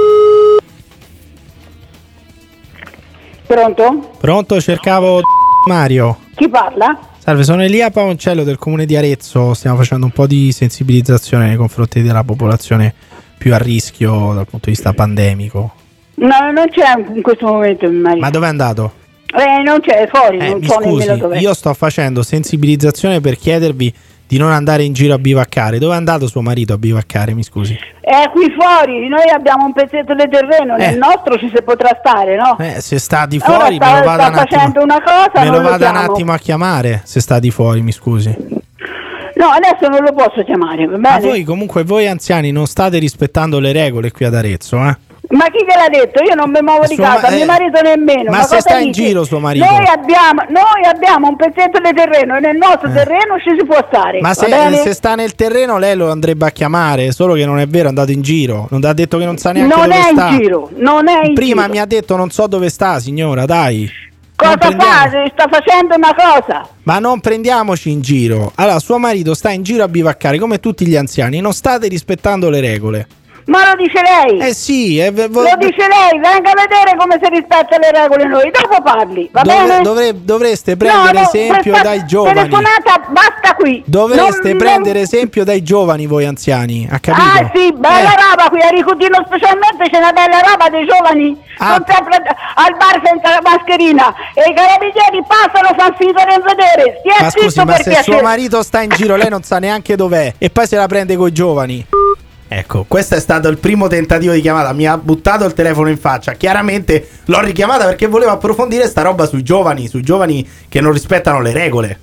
Pronto? Pronto, cercavo Mario. Chi parla? Salve, sono Elia Paoncello del comune di Arezzo. Stiamo facendo un po' di sensibilizzazione nei confronti della popolazione più a rischio dal punto di vista pandemico. No, non c'è in questo momento mio marito. Ma dov'è andato? Eh, non c'è, è fuori, Eh, non mi so scusi, nemmeno dov'è. io sto facendo sensibilizzazione per chiedervi di non andare in giro a bivaccare. Dove è andato suo marito a bivaccare, mi scusi? È qui fuori, noi abbiamo un pezzetto di terreno, Eh. nel nostro ci si potrà stare, no? Eh, se sta di Ora fuori sta, me lo vada sta un attimo, facendo una cosa, me non lo lo vada un chiamo. attimo a chiamare, se sta di fuori, mi scusi. No, adesso non lo posso chiamare, va Ma bene? voi comunque, voi anziani, non state rispettando le regole qui ad Arezzo, eh? Ma chi te l'ha detto? Io non mi muovo di Suo casa, ma- mio eh, marito nemmeno. ma se cosa sta in dici? giro suo marito? Noi abbiamo, noi abbiamo un pezzetto di terreno e nel nostro terreno ci si può stare. Ma va se, bene? se sta nel terreno lei lo andrebbe a chiamare, solo che non è vero, è andato in giro. Non ha detto che non sa neanche Non dove è in sta. giro, non è in Prima giro. mi ha detto non so dove sta, signora, dai. Cosa Non prendiamo- fa? Sta facendo una cosa. Ma non prendiamoci in giro. Allora, suo marito sta in giro a bivaccare come tutti gli anziani, non state rispettando le regole. Ma lo dice lei? Eh sì, eh, vo- Lo dice lei, venga a vedere come si rispetta le regole noi, dopo parli, va dove- bene? dovre- dovreste prendere No, no, esempio questa dai giovani. telefonata basta qui. Dovreste Non- prendere esempio dai giovani voi anziani, ha capito? Ah sì, bella Eh. roba qui a Ricutino, specialmente c'è una bella roba dei giovani, Ah. sono sempre al bar senza mascherina e i carabinieri passano, fanno finta di non vedere. Stia Ma zitto scusi, ma per se piacere. suo marito sta in giro, lei non sa neanche dov'è e poi se la prende coi giovani. Ecco, questo è stato il primo tentativo di chiamata. Mi ha buttato il telefono in faccia. Chiaramente l'ho richiamata perché volevo approfondire sta roba sui giovani, sui giovani che non rispettano le regole.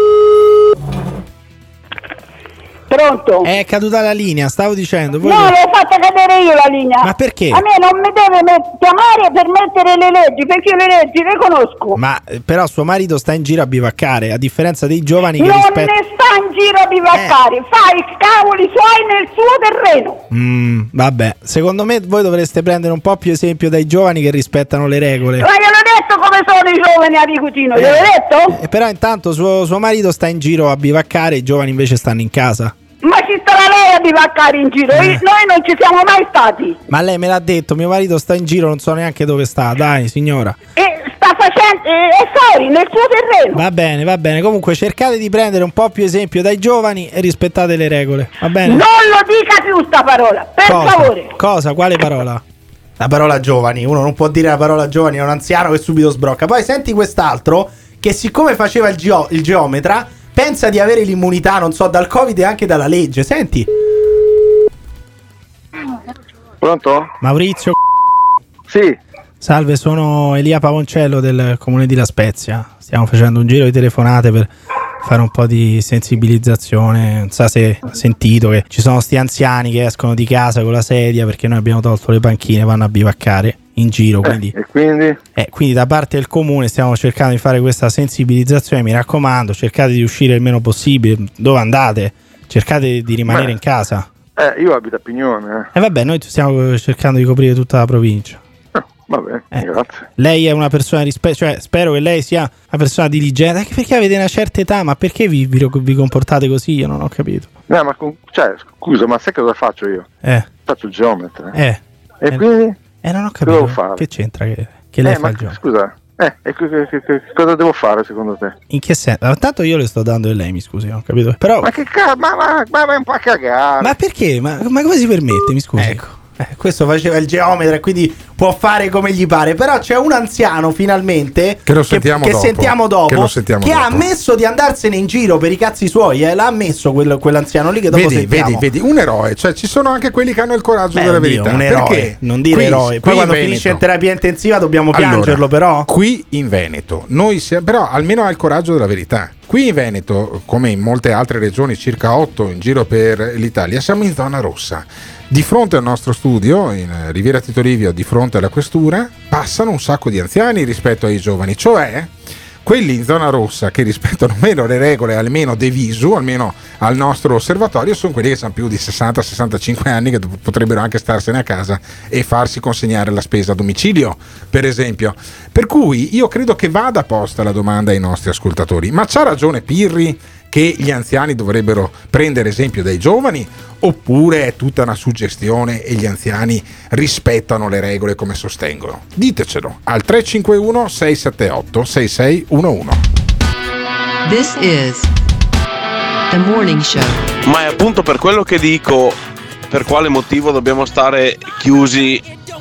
Pronto? È caduta la linea, stavo dicendo. voi- No, l'ho fatta cadere io la linea. Ma perché? A me non mi deve met- chiamare per mettere le leggi, perché io le leggi le conosco. Ma eh, però suo marito sta in giro a bivaccare, a differenza dei giovani che Non rispettano. ne sta in giro a bivaccare, fa i cavoli suoi nel suo terreno. Mm, vabbè, secondo me voi dovreste prendere un po' più esempio dai giovani che rispettano le regole. Ma gliel'ho detto come sono i giovani a Ricutino, gliel'ho detto? E però intanto suo, suo marito sta in giro a bivaccare, i giovani invece stanno in casa. Ma ci starà lei a bivaccare in giro, Io- noi non ci siamo mai stati. Ma lei me l'ha detto, mio marito sta in giro, non so neanche dove sta. Dai, signora. E sta facendo, eh, è fuori, nel suo terreno. Va bene, va bene. Comunque cercate di prendere un po' più esempio dai giovani e rispettate le regole. Va bene? Non lo dica più sta parola, per Cosa? favore. Cosa? Quale parola? La parola giovani. Uno non può dire la parola giovani a un anziano che subito sbrocca. Poi senti quest'altro che siccome faceva il, geo- il geometra pensa di avere l'immunità, non so, dal Covid e anche dalla legge. Senti. Pronto? Maurizio. Sì. Salve, sono Elia Pavoncello del comune di La Spezia. Stiamo facendo un giro di telefonate per fare un po' di sensibilizzazione. Non so se ha sentito che ci sono sti anziani che escono di casa con la sedia perché noi abbiamo tolto le panchine, vanno a bivaccare in giro, quindi, eh, e quindi? Eh, quindi da parte del comune stiamo cercando di fare questa sensibilizzazione. Mi raccomando, cercate di uscire il meno possibile. Dove andate? Cercate di rimanere Beh, in casa. Eh, io abito a Pignone. E eh. vabbè, noi stiamo cercando di coprire tutta la provincia. Eh. Vabbè, Eh. grazie. Lei è una persona rispetto, cioè spero che lei sia una persona diligente, anche perché avete una certa età, ma perché vi, vi, vi comportate così? Io non ho capito. No, ma con- cioè, scusa, ma sai cosa faccio io? Eh. Faccio il geometra. Eh. E Eh. quindi? Eh, non ho Cosa devo capito. fare? Che c'entra che, che lei eh, fa ma il gioco? scusa, eh, e che, che- che- che cosa devo fare secondo te? In che senso? Ah, tanto io le sto dando e lei, mi scusi, non ho capito. Però Ma che cazzo, ma, ma, ma vai un po' a cagare. Ma perché? Ma, ma come si permette, mi scusi? Ecco. Eh, questo faceva il geometra e quindi può fare come gli pare. Però c'è un anziano finalmente Che lo sentiamo che, dopo. sentiamo dopo Che lo sentiamo che ha dopo. ammesso di andarsene in giro per i cazzi suoi. Eh, l'ha ammesso quel- quell'anziano lì che dopo Vedi, sentiamo. vedi, vedi, un eroe, cioè ci sono anche quelli che hanno il coraggio Beh, della oddio, verità. un eroe, Perché? non dire Qui- eroe. qui Poi quando in finisce in Veneto- terapia intensiva dobbiamo Allora, piangerlo, però. Qui in Veneto, noi siamo, però almeno ha il coraggio della verità. Qui in Veneto, come in molte altre regioni, circa otto in giro per l'Italia, siamo in zona rossa. Di fronte al nostro studio, in Riviera Tito Livio, di fronte alla questura, passano un sacco di anziani rispetto ai giovani, cioè quelli in zona rossa che rispettano meno le regole, almeno de visu, almeno al nostro osservatorio, sono quelli che hanno più di sessanta sessantacinque anni, che potrebbero anche starsene a casa e farsi consegnare la spesa a domicilio, per esempio. Per cui io credo che vada posta la domanda ai nostri ascoltatori: ma c'ha ragione Pirri che gli anziani dovrebbero prendere esempio dai giovani, oppure è tutta una suggestione e gli anziani rispettano le regole come sostengono? Ditecelo al tre cinque uno sei sette otto sei sei uno uno. This is The Morning Show. Ma è appunto per quello che dico, per quale motivo dobbiamo stare chiusi,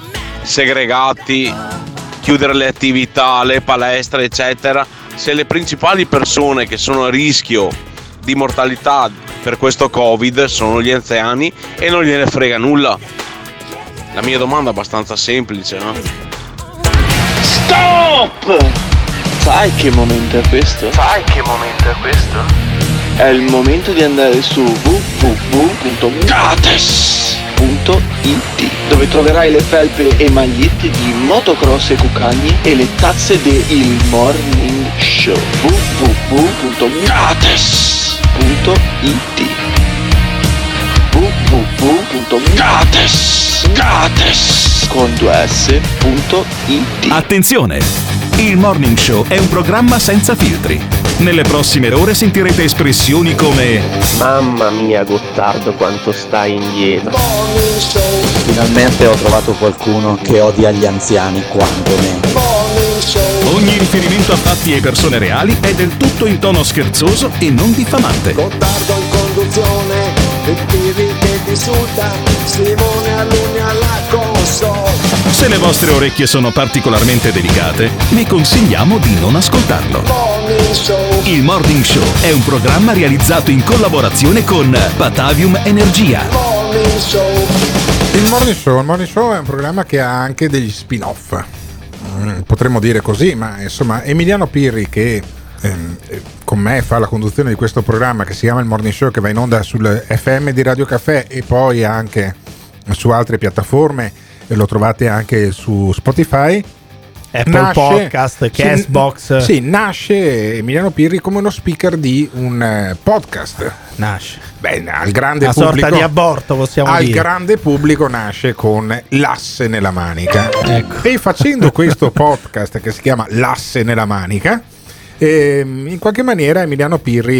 segregati, chiudere le attività, le palestre, eccetera, se le principali persone che sono a rischio di mortalità per questo Covid sono gli anziani e non gliene frega nulla. La mia domanda è abbastanza semplice, no? Stop! Sai che momento è questo? Sai che momento è questo? È il momento di andare su w w w punto gates punto i t, dove troverai le felpe e magliette di motocross e cucagni e le tazze de Il Morning Show. w w w punto gates punto i t w w w punto gates gates con due s punto i t. Attenzione! Il Morning Show è un programma senza filtri. Nelle prossime ore sentirete espressioni come: mamma mia Gottardo quanto stai indietro. Finalmente ho trovato qualcuno che odia gli anziani quanto me. ogni riferimento a fatti e persone reali è del tutto in tono scherzoso e non diffamante. Gottardo in conduzione, il Pirri che ti insulta, Simone Alunni alla console. Se le vostre orecchie sono particolarmente delicate, vi consigliamo di non ascoltarlo. Morning Show. Il Morning Show è un programma realizzato in collaborazione con Batavium Energia. Morning Show. Il Morning Show, il Morning Show è un programma che ha anche degli spin-off, mm, potremmo dire così, ma insomma Emiliano Pirri, che ehm, con me fa la conduzione di questo programma che si chiama il Morning Show, che va in onda sul F M di Radio Caffè e poi anche su altre piattaforme, e lo trovate anche su Spotify, Apple nasce, Podcast, Castbox. Sì, sì, nasce Emiliano Pirri come uno speaker di un eh, podcast. Nasce. Beh, al grande una pubblico, sorta di aborto, possiamo al dire. Al grande pubblico nasce con l'asse nella manica. Ecco. E facendo questo podcast che si chiama L'asse nella manica, eh, in qualche maniera Emiliano Pirri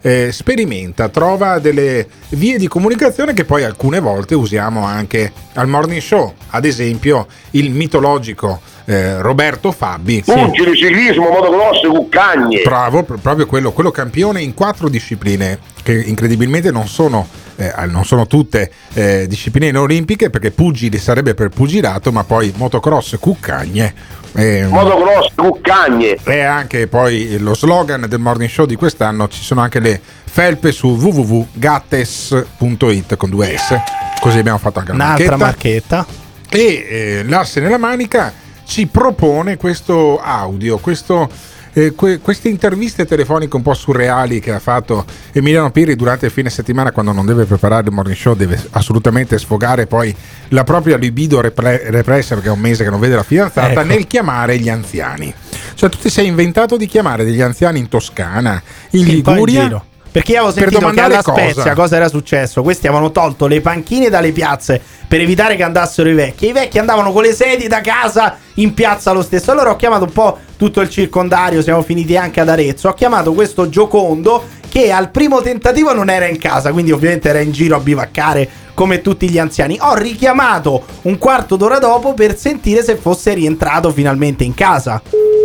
eh, sperimenta, trova delle vie di comunicazione che poi alcune volte usiamo anche al Morning Show, ad esempio il mitologico eh, Roberto Fabi, pugili, ciclismo, motocross, cuccagne. Bravo, proprio quello, quello campione in quattro discipline che incredibilmente non sono Eh, non sono tutte eh, discipline olimpiche, perché pugili sarebbe per pugilato, ma poi motocross, cuccagne. Eh, motocross, cuccagne. E anche poi lo slogan del Morning Show di quest'anno, ci sono anche le felpe su w w w punto gattes punto it con due S, così abbiamo fatto anche la un'altra marchetta. marchetta. E eh, l'asse nella manica ci propone questo audio, questo Eh, que- queste interviste telefoniche un po' surreali che ha fatto Emiliano Pirri durante il fine settimana, quando non deve preparare il Morning Show, deve assolutamente sfogare poi la propria libido repre- repressa, perché è un mese che non vede la fidanzata, ecco, nel chiamare gli anziani. Cioè tu ti sei inventato di chiamare degli anziani in Toscana, in sì, Liguria, in perché avevo sentito che alla Spezia cosa? cosa era successo? Questi avevano tolto le panchine dalle piazze per evitare che andassero i vecchi. I vecchi andavano con le sedie da casa in piazza lo stesso. Allora ho chiamato un po' tutto il circondario, siamo finiti anche ad Arezzo. Ho chiamato questo Giocondo che al primo tentativo non era in casa, quindi ovviamente era in giro a bivaccare come tutti gli anziani. Ho richiamato un quarto d'ora dopo per sentire se fosse rientrato finalmente in casa.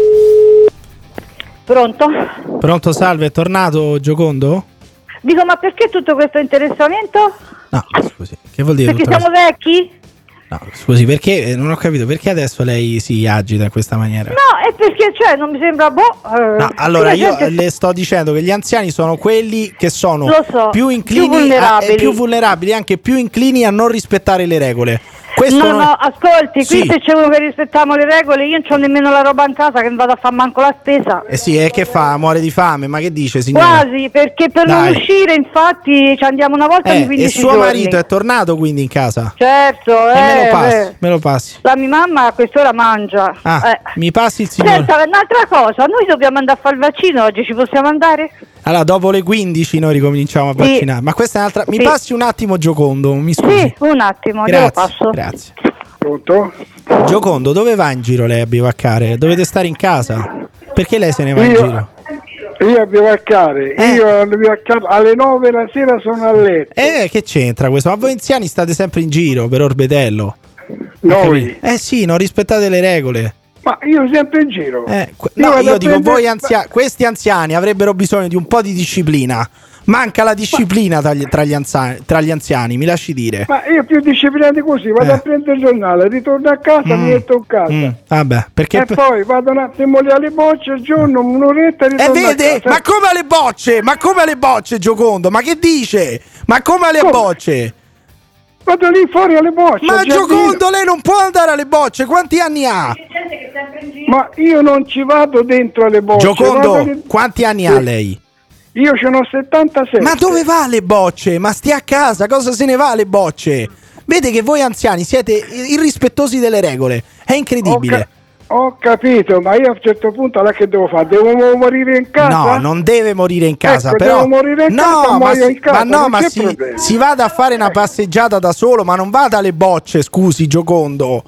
Pronto? Pronto, salve, è tornato Giocondo? Dico, ma perché tutto questo interessamento? No, scusi, che vuol dire? Perché tutto siamo questo? vecchi? No, scusi, perché non ho capito, perché adesso lei si agita in questa maniera? No, è perché, cioè, non mi sembra boh. Eh, No, allora io gente... le sto dicendo che gli anziani sono quelli che sono Lo so, più inclini più a, vulnerabili. e più vulnerabili, anche più inclini a non rispettare le regole. Questo no, non... no, ascolti, Sì. qui se c'è uno che rispettavamo le regole, io non c'ho nemmeno la roba in casa che mi vado a far manco la spesa. Eh sì, e che fa? Muore di fame, ma che dice, signora? Quasi, perché per Dai. non uscire, infatti, ci andiamo una volta Eh, ogni e quindici suo giorni. marito è tornato quindi in casa? Certo, E eh, me lo passi, eh. me lo passi. La mia mamma a quest'ora mangia. Ah, Eh. mi passi il signore? Senta, un'altra cosa, noi dobbiamo andare a fare il vaccino oggi, ci possiamo andare? Allora, dopo le quindici noi ricominciamo a Sì. vaccinare. Ma questa è un'altra... Mi Sì. passi un attimo Giocondo, mi scusi? Sì, un attimo, glielo Grazie, passo. grazie. Pronto? Giocondo, dove va in giro lei a bivaccare? Dovete stare in casa? Perché lei se ne va in Io- giro? Io a bivaccare, Eh. io a bivaccare alle nove la sera sono a letto. Eh, che c'entra questo? Ma voi anziani state sempre in giro per Orbetello. Noi? Eh sì, non rispettate le regole. Ma io sempre in giro. Eh, que- Io no, vado io a dico, prendere- voi anzia- questi anziani avrebbero bisogno di un po' di disciplina. Manca la disciplina tra gli, tra gli anza- tra gli anziani, mi lasci dire. Ma io più disciplinato così, vado Eh. a prendere il giornale, ritorno a casa, Mm. mi metto in casa. Mm, vabbè, perché... E poi vado un attimo lì alle bocce al giorno, un'oretta e E ritorno a vede? casa. Ma come alle bocce? Ma come alle bocce, Giocondo? Ma che dice? Ma come alle Come? bocce? Vado lì fuori alle bocce. Ma al giardino. Giocondo, lei non può andare alle bocce. Quanti anni ha? Ma io non ci vado dentro alle bocce. vado Giocondo, lì- quanti anni ha lei? Io ce n'ho settantasei. Ma dove va alle bocce? Ma stia a casa, cosa se ne va alle bocce? Vede che voi anziani siete irrispettosi delle regole. È incredibile. Ho capito, ma io a un certo punto allora che devo fare? Devo mo- morire in casa? No, non deve morire in casa, Ecco, però. devo morire in no, casa, ma, muoio si, in casa, ma no, non ma c'è si, problema. si vada a fare una passeggiata da solo, ma non vada alle bocce, scusi, Giocondo.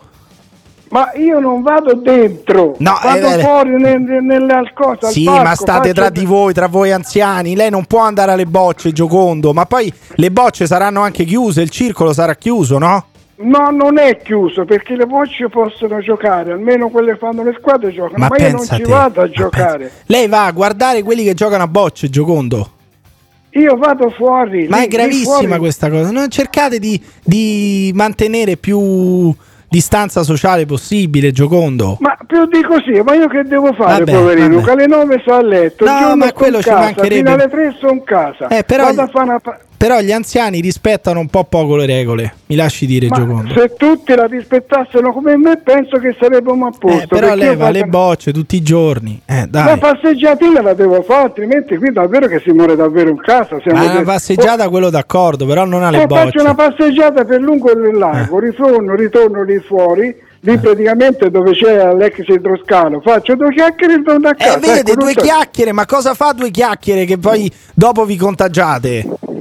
Ma io non vado dentro, No, vado eh, fuori nel, nelle cose. al Sì, parco, ma state faccio- tra di voi, tra voi anziani. Lei non può andare alle bocce, Giocondo. Ma poi le bocce saranno anche chiuse, il circolo sarà chiuso, no? No, non è chiuso perché le bocce possono giocare, almeno quelle che fanno le squadre giocano, Ma ma, io non pensa ci te, vado a ma giocare. Lei va a guardare quelli che giocano a bocce, Giocondo. Io vado fuori. Ma lì- è lì gravissima fuori. questa cosa. Non cercate di, di mantenere più distanza sociale possibile, Giocondo. Ma più di così, ma io che devo fare, Vabbè, poverino? vabbè. Che alle nove sto a letto, No, il giorno ma sto quello in ci casa, mancherebbe. fino alle tre sono in casa. Eh, però Vado gli- a fare una pa- Però gli anziani rispettano un po' poco le regole. Mi lasci dire, Ma Giocondo. se tutti la rispettassero come me, penso che saremmo a posto. Eh, però perché lei io va alle vado- bocce tutti i giorni. Eh, La dai. passeggiatina la devo fare, altrimenti qui davvero che si muore davvero in casa. Siamo Ma una de- passeggiata, quello d'accordo, però non alle Eh, bocce. faccio una passeggiata per lungo il lago, ritorno, ritorno lì fuori, lì praticamente dove c'è l'ex idroscalo, faccio due chiacchiere e ritorno a casa. Eh, vede, ecco, due tutto- chiacchiere, ma cosa fa due chiacchiere che poi dopo vi contagiate?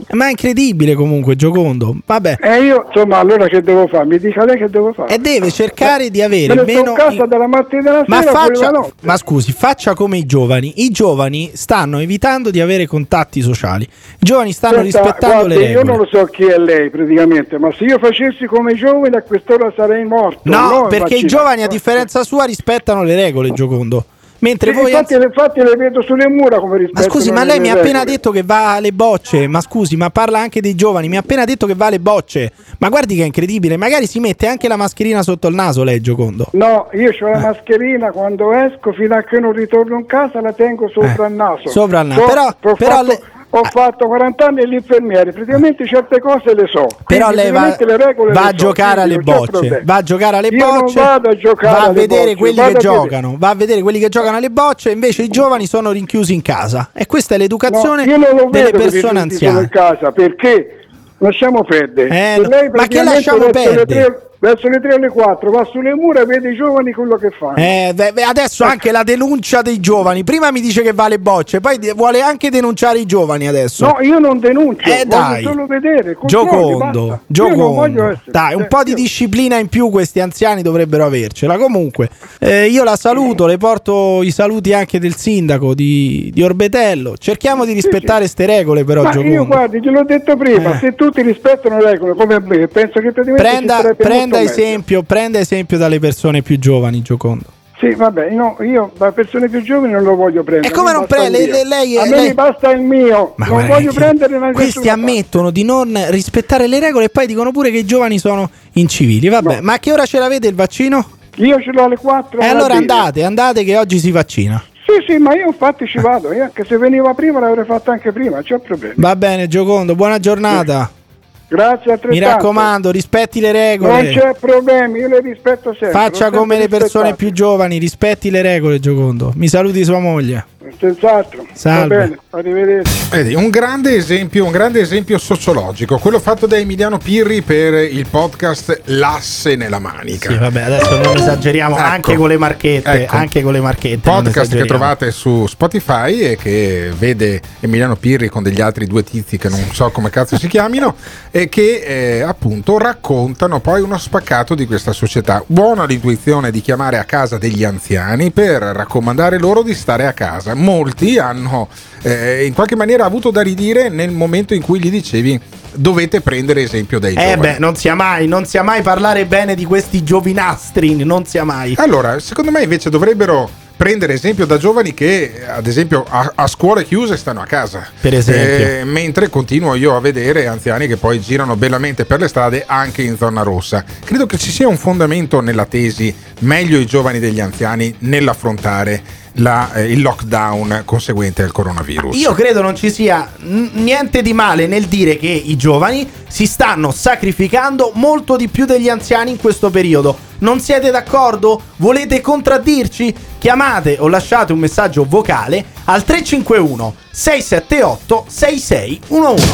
Ma è incredibile comunque, Giocondo. Vabbè. E eh io, insomma, allora che devo fare? Mi dica lei che devo fare? E deve cercare Beh, di avere me ne meno. sto a casa dalla mattina alla Ma, sera, faccia, notte. ma scusi, faccia come i giovani. I giovani stanno evitando di avere contatti sociali. I giovani stanno Senta, rispettando guardi, le regole. io non lo so chi è lei praticamente, ma se io facessi come i giovani a quest'ora sarei morto. No, no perché i giovani, a differenza sua, rispettano le regole, Giocondo. Mentre Sì, voi infatti, infatti le vedo sulle mura come rispetto. Ma scusi, ma lei mi ha appena detto che va alle bocce. Ma scusi, ma parla anche dei giovani. Mi ha appena detto che va alle bocce. Ma guardi che è incredibile. Magari si mette anche la mascherina sotto il naso, lei, Giocondo. No, io ho la mascherina quando esco, fino a che non ritorno in casa la tengo sopra Eh, il naso. sopra il naso. So- Però- ho però fatto, le- ho fatto quaranta anni all'infermiere, praticamente certe cose le so. Però Quindi lei va, praticamente le regole va le a so, giocare quindi alle non c'è bocce. problema. Va a giocare alle Io non bocce. vado a giocare Va a alle vedere bocce, quelli vado che a vedere. giocano. Va a vedere quelli che giocano alle bocce. Invece i giovani sono rinchiusi in casa. E questa è l'educazione No, io non lo delle vedo che persone risulti solo anziane. in casa, perché lasciamo perdere. Eh, Se no, lei ma che praticamente lasciamo verso le perdere? tre- verso le tre o le quattro va sulle mura e vede i giovani quello che fanno. Eh, beh, beh, adesso anche la denuncia dei giovani. Prima mi dice che va alle bocce, poi de- vuole anche denunciare i giovani adesso. No, io non denuncio, Eh, voglio dai. solo vedere. controlli, Giocondo, basta. Giocondo. Io non voglio essere- Dai, un eh, po' di disciplina in più questi anziani dovrebbero avercela. Comunque, eh, io la saluto, le porto i saluti anche del sindaco di, di Orbetello. Cerchiamo di rispettare ste regole, però, Ma Giocondo. io guardi, te l'ho detto prima, Eh. se tutti rispettano le regole come me, penso che praticamente ci Prenda, sarebbe prenda molto meglio. esempio, prenda esempio dalle persone più giovani, Giocondo. Sì, vabbè, no, io da persone più giovani non lo voglio prendere. E come a me non basta pre- il lei- mio. lei- A me lei- mi basta il mio, Ma non guarda voglio che prendere una questi ammettono di non rispettare le regole e poi dicono pure che i giovani sono incivili. Vabbè, ma a che ora ce l'avete il vaccino? Io ce l'ho alle quattro. E allora mattina. andate, andate che oggi si vaccina. Sì, sì, ma io infatti ci vado, io anche se veniva prima l'avrei fatto anche prima, c'è problema. Va bene, Giocondo, buona giornata. Grazie altrettanto. Mi raccomando, rispetti le regole. Non c'è problema, io le rispetto sempre. Faccia l'ho come le sempre persone rispettato. più giovani, rispetti le regole, Giocondo. Mi saluti sua moglie. Senz'altro. Salve. Va bene, arrivederci. Vedi, un grande esempio, un grande esempio sociologico, quello fatto da Emiliano Pirri per il podcast L'asse nella manica. Sì, vabbè, adesso non esageriamo, Ecco. anche con le marchette, Ecco. anche con le marchette. non Podcast che esageriamo. trovate su Spotify e che vede Emiliano Pirri con degli altri due tizi che non so come cazzo si chiamino e che eh, appunto raccontano poi uno spaccato di questa società. Buona l'intuizione di chiamare a casa degli anziani per raccomandare loro di stare a casa. Molti hanno eh, in qualche maniera avuto da ridire nel momento in cui gli dicevi dovete prendere esempio dai Eh giovani. beh, non sia mai, non sia mai parlare bene di questi giovinastri, non sia mai. Allora, secondo me invece dovrebbero prendere esempio da giovani che ad esempio a, a scuole chiuse stanno a casa, Per esempio. Eh, mentre continuo io a vedere anziani che poi girano bellamente per le strade anche in zona rossa. Credo che ci sia un fondamento nella tesi meglio i giovani degli anziani nell'affrontare la, eh, il lockdown conseguente al coronavirus. Io credo non ci sia n- niente di male nel dire che i giovani si stanno sacrificando molto di più degli anziani in questo periodo. Non siete d'accordo? Volete contraddirci? Chiamate o lasciate un messaggio vocale al tre cinque uno sei sette otto sei sei uno uno.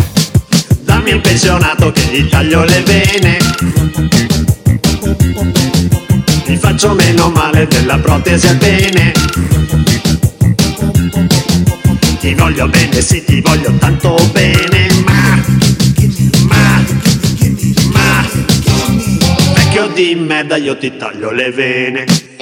Dammi un pensionato che gli taglio le vene. Mi faccio meno male della protesi al pene. Ti voglio bene, sì, ti voglio tanto bene. Ma, ma, ma vecchio di merda, io ti taglio le vene.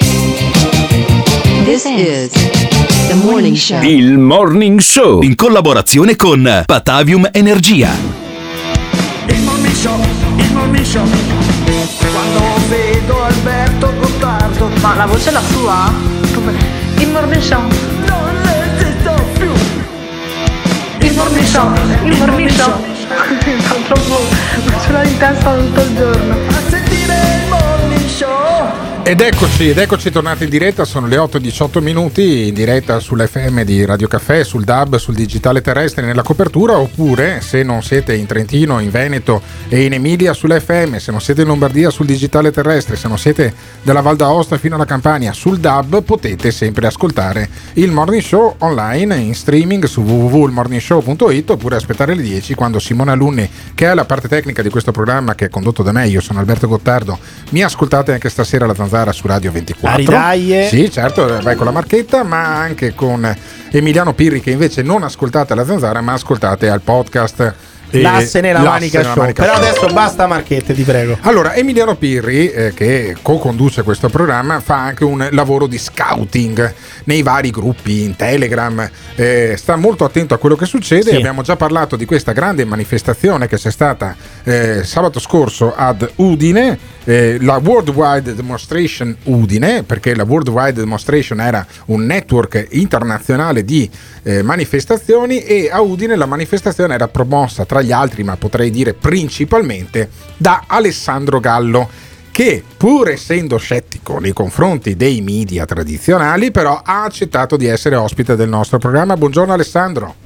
This is The Morning Show. Il Morning Show in collaborazione con Patavium Energia. Il Morning Show, il Morning Show. Quando vedo Alberto Gottardo. Ma la voce è la sua? Il Morning Show. Non esisto più. Il Morning Show, il Morning Show. Troppo, ce l'ho in testa tutto il giorno. A sentire il Morning Show. Ed eccoci, ed eccoci tornati in diretta, sono le otto e diciotto minuti, in diretta sull'F M di Radio Caffè, sul D A B, sul digitale terrestre nella copertura, oppure se non siete in Trentino, in Veneto e in Emilia sull'F M, se non siete in Lombardia sul digitale terrestre, se non siete dalla Val d'Aosta fino alla Campania sul D A B, potete sempre ascoltare il Morning Show online in streaming su w w w punto il morning show punto it oppure aspettare le dieci quando Simone Alunni, che è la parte tecnica di questo programma che è condotto da me, io sono Alberto Gottardo, mi ascoltate anche stasera alla Zanzara Zanzara su Radio ventiquattro. Aridaglie. Sì, certo, vai con la marchetta, ma anche con Emiliano Pirri, che invece non ascoltate la Zanzara ma ascoltate al podcast L'asse nella manica show. Manica Però show. Adesso basta marchette, ti prego. Allora, Emiliano Pirri, eh, che co-conduce questo programma, fa anche un lavoro di scouting nei vari gruppi in Telegram, eh, sta molto attento a quello che succede. Sì. Abbiamo già parlato di questa grande manifestazione che c'è stata eh, sabato scorso ad Udine, eh, la Worldwide Demonstration Udine, perché la Worldwide Demonstration era un network internazionale di eh, manifestazioni, e a Udine la manifestazione era promossa tra gli altri, ma potrei dire principalmente, da Alessandro Gallo, che pur essendo scettico nei confronti dei media tradizionali, però ha accettato di essere ospite del nostro programma. Buongiorno Alessandro.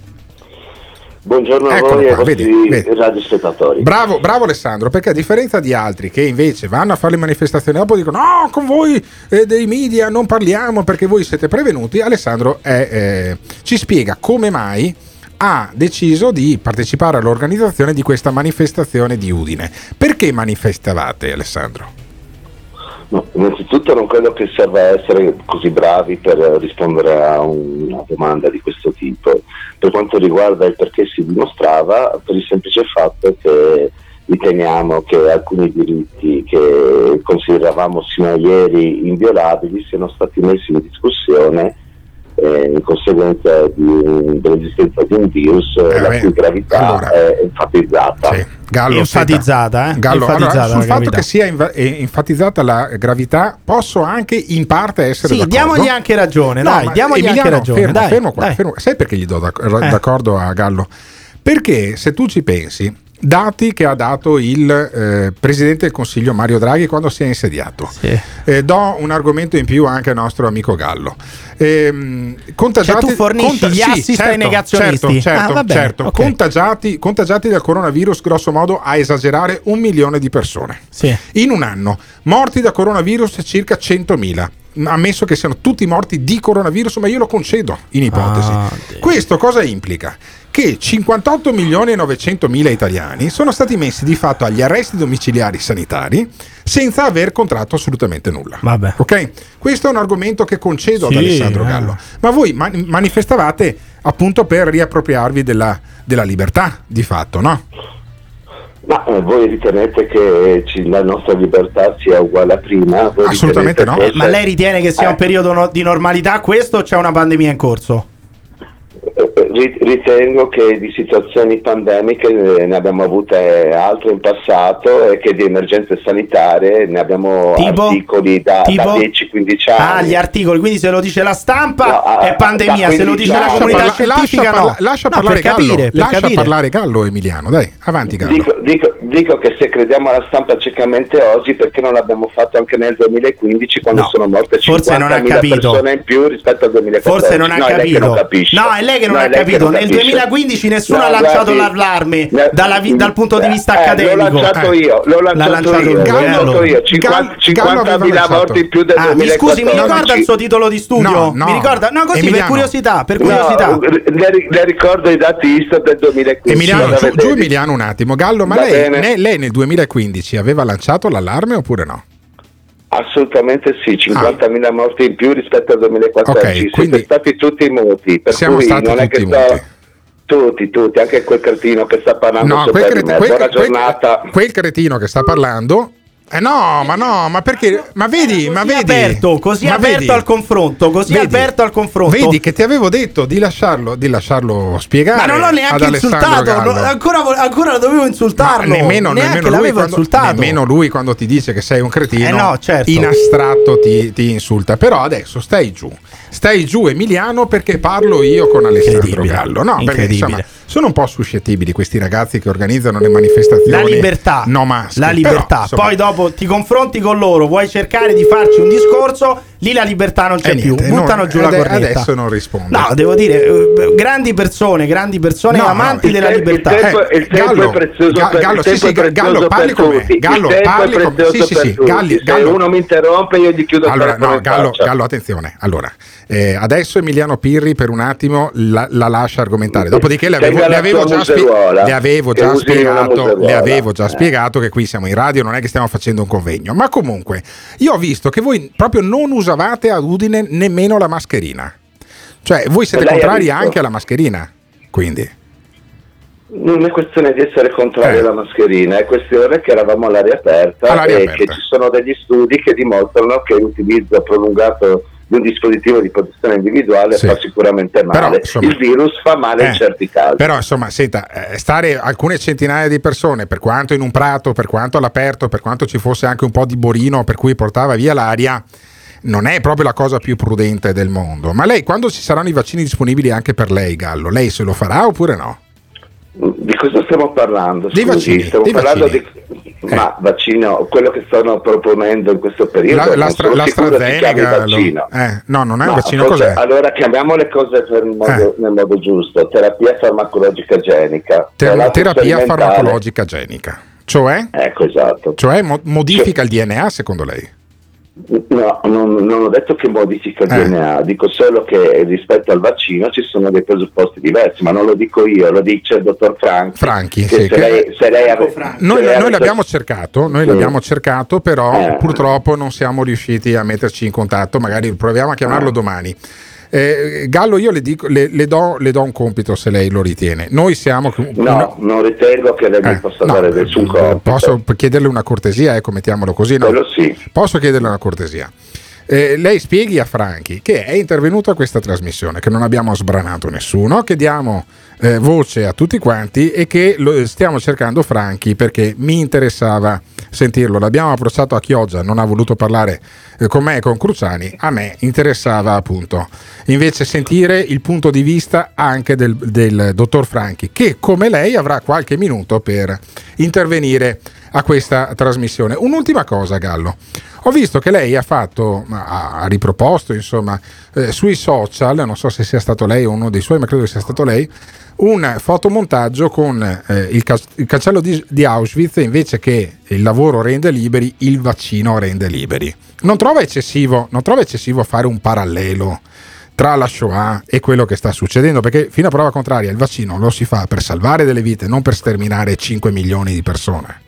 Buongiorno a voi e ai vostri radiospettatori. Bravo, bravo Alessandro, perché a differenza di altri che invece vanno a fare le manifestazioni e dopo dicono no, con voi eh, dei media non parliamo perché voi siete prevenuti, Alessandro è, eh, ci spiega come mai ha deciso di partecipare all'organizzazione di questa manifestazione di Udine. Perché manifestavate, Alessandro? No, innanzitutto non credo che serva essere così bravi per rispondere a una domanda di questo tipo. Per quanto riguarda il perché si dimostrava, per il semplice fatto che riteniamo che alcuni diritti che consideravamo sino a ieri inviolabili siano stati messi in discussione Eh, in conseguenza di, dell'esistenza di un virus eh, la cui gravità allora, è enfatizzata. Sì. Gallo, enfatizzata, eh? Gallo, enfatizzata allora, sul fatto che sia inv- enfatizzata la gravità posso anche in parte essere sì, d'accordo. Diamogli anche ragione, no, dai, diamogli Emiliano, anche ragione. Fermo, dai, fermo qua, dai. fermo. Sai perché gli do d'ac- eh. d'accordo a Gallo? Perché se tu ci pensi, dati che ha dato il eh, Presidente del Consiglio Mario Draghi quando si è insediato, sì. eh, do un argomento in più anche al nostro amico Gallo. Eh, contagiati, cioè tu fornisci conta- gli assist sì, certo, ai negazionisti. Certo, certo, ah, vabbè, certo. Okay. Contagiati, contagiati dal coronavirus grosso modo a esagerare un milione di persone sì. in un anno. Morti da coronavirus circa centomila. Ammesso che siano tutti morti di coronavirus, ma io lo concedo in ipotesi. Ah, questo cosa implica? Che cinquantotto milioni e novecentomila italiani sono stati messi di fatto agli arresti domiciliari sanitari senza aver contratto assolutamente nulla. Vabbè. Ok? Questo è un argomento che concedo sì, ad Alessandro eh. Gallo. Ma voi man- manifestavate appunto per riappropriarvi della, della libertà, di fatto, no? Ma eh, voi ritenete che ci, la nostra libertà sia uguale a prima? Voi assolutamente no. Forse... Ma lei ritiene che sia eh. un periodo no, di normalità questo o c'è una pandemia in corso? Ritengo che di situazioni pandemiche ne abbiamo avute altre in passato e che di emergenze sanitarie ne abbiamo tipo? articoli da, da dieci quindici anni. Ah, gli articoli, quindi se lo dice la stampa no, è pandemia, se lo dice la comunità parla- scientifica lascia, no. parla- lascia no, parlare per Gallo, capire, per lascia capire. parlare Gallo Emiliano, dai, avanti Gallo. Dico, dico, dico che se crediamo alla stampa ciecamente oggi, perché non l'abbiamo fatto anche nel duemilaquindici quando no, sono morte cinquantamila persone in più rispetto al duemilaquattordici? Forse non ha no, capito. No, è lei che non no, ha capito. Nel duemilaquindici nessuno no, ha lanciato guardi, l'allarme dalla, dal punto di vista eh, accademico. L'ho lanciato io, l'ho lanciato, lanciato io, Gallo, l'ho lanciato io. cinquantamila morti in più del ah, duemilaquattordici. Mi scusi, mi ricorda il suo titolo di studio? No, no. Mi ricorda? No, così Emiliano. per curiosità, per curiosità. No, le, le ricordo i dati Istat del duemilaquindici. Emiliano, giù, giù Emiliano un attimo. Gallo, ma lei, ne, lei nel duemilaquindici aveva lanciato l'allarme oppure no? Assolutamente sì, cinquantamila ah. morti in più rispetto al duemilaquattordici. Okay, quindi siete stati tutti muti, per siamo cui stati non tutti è che muti. sto... Tutti, tutti, anche quel cretino che sta parlando no, sopra quel, di cret- me. quel, Buona quel, giornata. Quel cretino che sta parlando. Eh no, ma no, ma perché? Ma vedi, così ma vedi, aperto, così ma aperto vedi, al confronto, così vedi, aperto al confronto. Vedi che ti avevo detto di lasciarlo, di lasciarlo spiegare. Ma non l'ho neanche insultato, no, ancora, ancora dovevo insultarlo. Ma nemmeno, nemmeno, lui quando, nemmeno lui quando ti dice che sei un cretino, eh no, certo. in astratto ti, ti insulta. Però adesso stai giù, stai giù Emiliano, perché parlo io con Alessandro Gallo. No, perché insomma sono un po' suscettibili questi ragazzi che organizzano le manifestazioni. La libertà, no maschi, la libertà. Però, insomma, poi dopo ti confronti con loro, vuoi cercare di farci un discorso, lì la libertà non c'è Eh, più, niente, buttano non- giù la ade- cornetta. adesso non risponde. No, devo dire, eh, grandi persone, grandi persone No, no, amanti il della te- libertà. il tempo- il tempo Gallo, è prezioso Ga- per- Gallo, il sì, tempo sì, è prezioso Gallo, per parli con me. tutti. Gallo, Il tempo è parli con me. prezioso Sì, sì, per sì, tutti. Galli, Se Gallo. uno mi interrompe io gli chiudo il Allora, telefono no, in Gallo, faccia. Gallo, attenzione. Allora, eh, adesso Emiliano Pirri per un attimo la, la lascia argomentare. Dopodiché le avevo, Tenga le la avevo sua già, spie- museruola, le avevo che già usi una spiegato, le museruola. avevo già Eh. spiegato che qui siamo in radio, non è che stiamo facendo un convegno. Ma comunque, io ho visto che voi proprio non usavate a Udine nemmeno la mascherina. Cioè, voi siete Lei ha contrari visto? anche alla mascherina. Quindi. Non è questione di essere contrari Eh. alla mascherina, è questione che eravamo all'aria aperta All'aria e aperta. che ci sono degli studi che dimostrano che l'utilizzo prolungato di un dispositivo di protezione individuale Sì. fa sicuramente male. Però, insomma, il virus fa male in Eh, certi casi. Però insomma, senta, eh, stare alcune centinaia di persone, per quanto in un prato, per quanto all'aperto, per quanto ci fosse anche un po' di borino per cui portava via l'aria, non è proprio la cosa più prudente del mondo. Ma lei, quando ci saranno i vaccini disponibili anche per lei, Gallo, lei se lo farà oppure no? Di cosa stiamo parlando? Dei Scusi, vaccini, stiamo dei parlando vaccini. di ma vaccino, quello che stanno proponendo in questo periodo La, la, non stra- sono la sicuro si chiami AstraZeneca, lo- vaccino. eh, no, non è un Ma vaccino, forse- cos'è? Allora chiamiamo le cose per il modo- nel modo giusto: terapia farmacologica genica. Ter- Tra l'altro terapia sperimentale. farmacologica genica. Cioè? Ecco, esatto. Cioè mo- modifica il D N A secondo lei? No, non, non ho detto che modifica il Eh. D N A, dico solo che rispetto al vaccino ci sono dei presupposti diversi, ma non lo dico io, lo dice il dottor Franchi. Franchi, che sì, se, che- lei, se lei ave- se Noi, lei noi ave- l'abbiamo cercato, noi Sì. l'abbiamo cercato, però Eh. purtroppo non siamo riusciti a metterci in contatto. Magari proviamo a chiamarlo domani. Eh, Gallo, io le, dico, le, le do, le do un compito se lei lo ritiene. Noi siamo. No, non ritengo che lei mi Eh, possa no, dare nessun compito. Posso chiederle una cortesia, ecco, mettiamolo così. No? Quello sì. Posso chiederle una cortesia. Eh, lei spieghi a Franchi che è intervenuto a questa trasmissione, che non abbiamo sbranato nessuno, che diamo eh, voce a tutti quanti e che lo, stiamo cercando Franchi perché mi interessava sentirlo. L'abbiamo approcciato a Chioggia, non ha voluto parlare eh, con me e con Cruciani, a me interessava appunto invece sentire il punto di vista anche del, del dottor Franchi, che come lei avrà qualche minuto per intervenire a questa trasmissione. Un'ultima cosa, Gallo. Ho visto che lei ha fatto, ha, ha riproposto insomma eh, sui social, non so se sia stato lei o uno dei suoi, ma credo che sia stato lei, un fotomontaggio con eh, il, ca- il cancello di, di Auschwitz, invece che il lavoro rende liberi, il vaccino rende liberi. Non trova eccessivo, non trova eccessivo fare un parallelo tra la Shoah e quello che sta succedendo? Perché fino a prova contraria il vaccino lo si fa per salvare delle vite, non per sterminare cinque milioni di persone.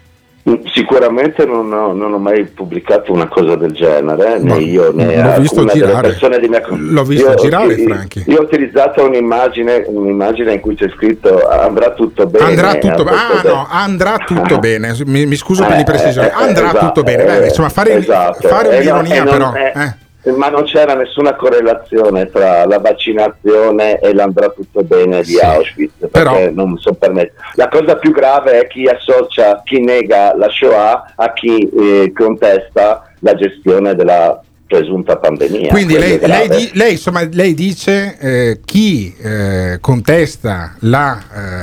Sicuramente non ho, non ho mai pubblicato una cosa del genere, né Ma io né l'ho visto alcuna delle girare. persone di mia L'ho visto io, girare, io- Franchi. Io ho utilizzato un'immagine, un'immagine in cui c'è scritto andrà tutto bene. Andrà tutto, andrà ah, tutto no, andrà tutto Ah. bene. Mi, mi scuso per Eh, l'imprecisione. eh, Andrà esatto, tutto bene. eh, Beh, insomma, fare, esatto. fare E no- un'ironia, e non- però. eh, eh. Ma non c'era nessuna correlazione tra la vaccinazione e l'andrà tutto bene di Sì, Auschwitz, perché però- non mi so permettere. La cosa più grave è chi associa, chi nega la Shoah a chi eh, contesta la gestione della presunta pandemia. Quindi Quello lei, è lei, grave. di- lei, insomma, lei dice eh, chi eh, contesta la,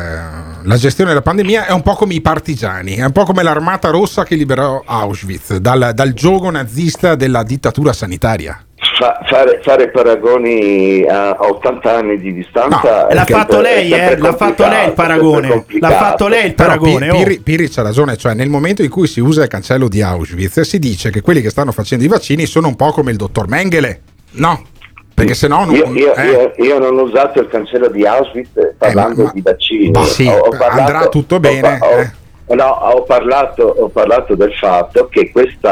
eh, la gestione della pandemia è un po' come i partigiani, è un po' come l'Armata Rossa che liberò Auschwitz dal, dal giogo nazista della dittatura sanitaria. Fa- fare, fare paragoni a, a ottanta anni di distanza è L'ha sempre- fatto lei, è sempre eh? L'ha fatto lei il complicato, paragone. sempre L'ha complicato. fatto lei il Però paragone. Pi- oh. Pirri, Pirri c'ha ragione, cioè nel momento in cui si usa il cancello di Auschwitz si dice che quelli che stanno facendo i vaccini sono un po' come il dottor Mengele, no? Perché se no non, Io, io- eh. io- io non ho usato il cancello di Auschwitz parlando ma- di vaccini. ma sì, Ho- ho parlato- andrà tutto ho- bene, ho- eh. no, ho parlato, ho parlato del fatto che questo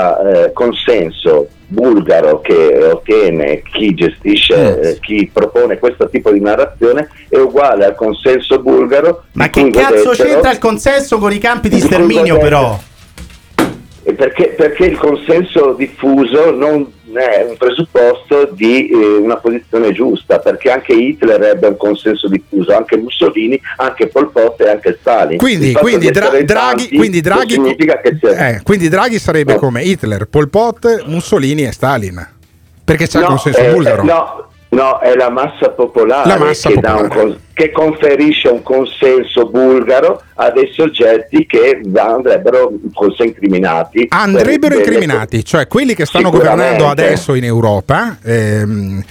consenso bulgaro che ottiene chi gestisce, eh, chi propone questo tipo di narrazione è uguale al consenso bulgaro. Ma di che cui cazzo godettero- c'entra il consenso con i campi di di cui sterminio, godettero- però? E Perché, perché il consenso diffuso non è un presupposto di eh, una posizione giusta, perché anche Hitler ebbe un consenso diffuso, anche Mussolini, anche Pol Pot e anche Stalin. Quindi, Il fatto quindi, di Dra- essere Draghi, tanti quindi, non Draghi, significa che sia... eh, quindi Draghi sarebbe come Hitler, Pol Pot, Mussolini e Stalin. Perché c'è il No, consenso eh, bulgaro. no, No, è la massa popolare, la massa che, popolare. Dà un cons- che conferisce un consenso bulgaro a dei soggetti che andrebbero forse incriminati. Andrebbero per- incriminati, cioè quelli che stanno governando adesso in Europa, ehm,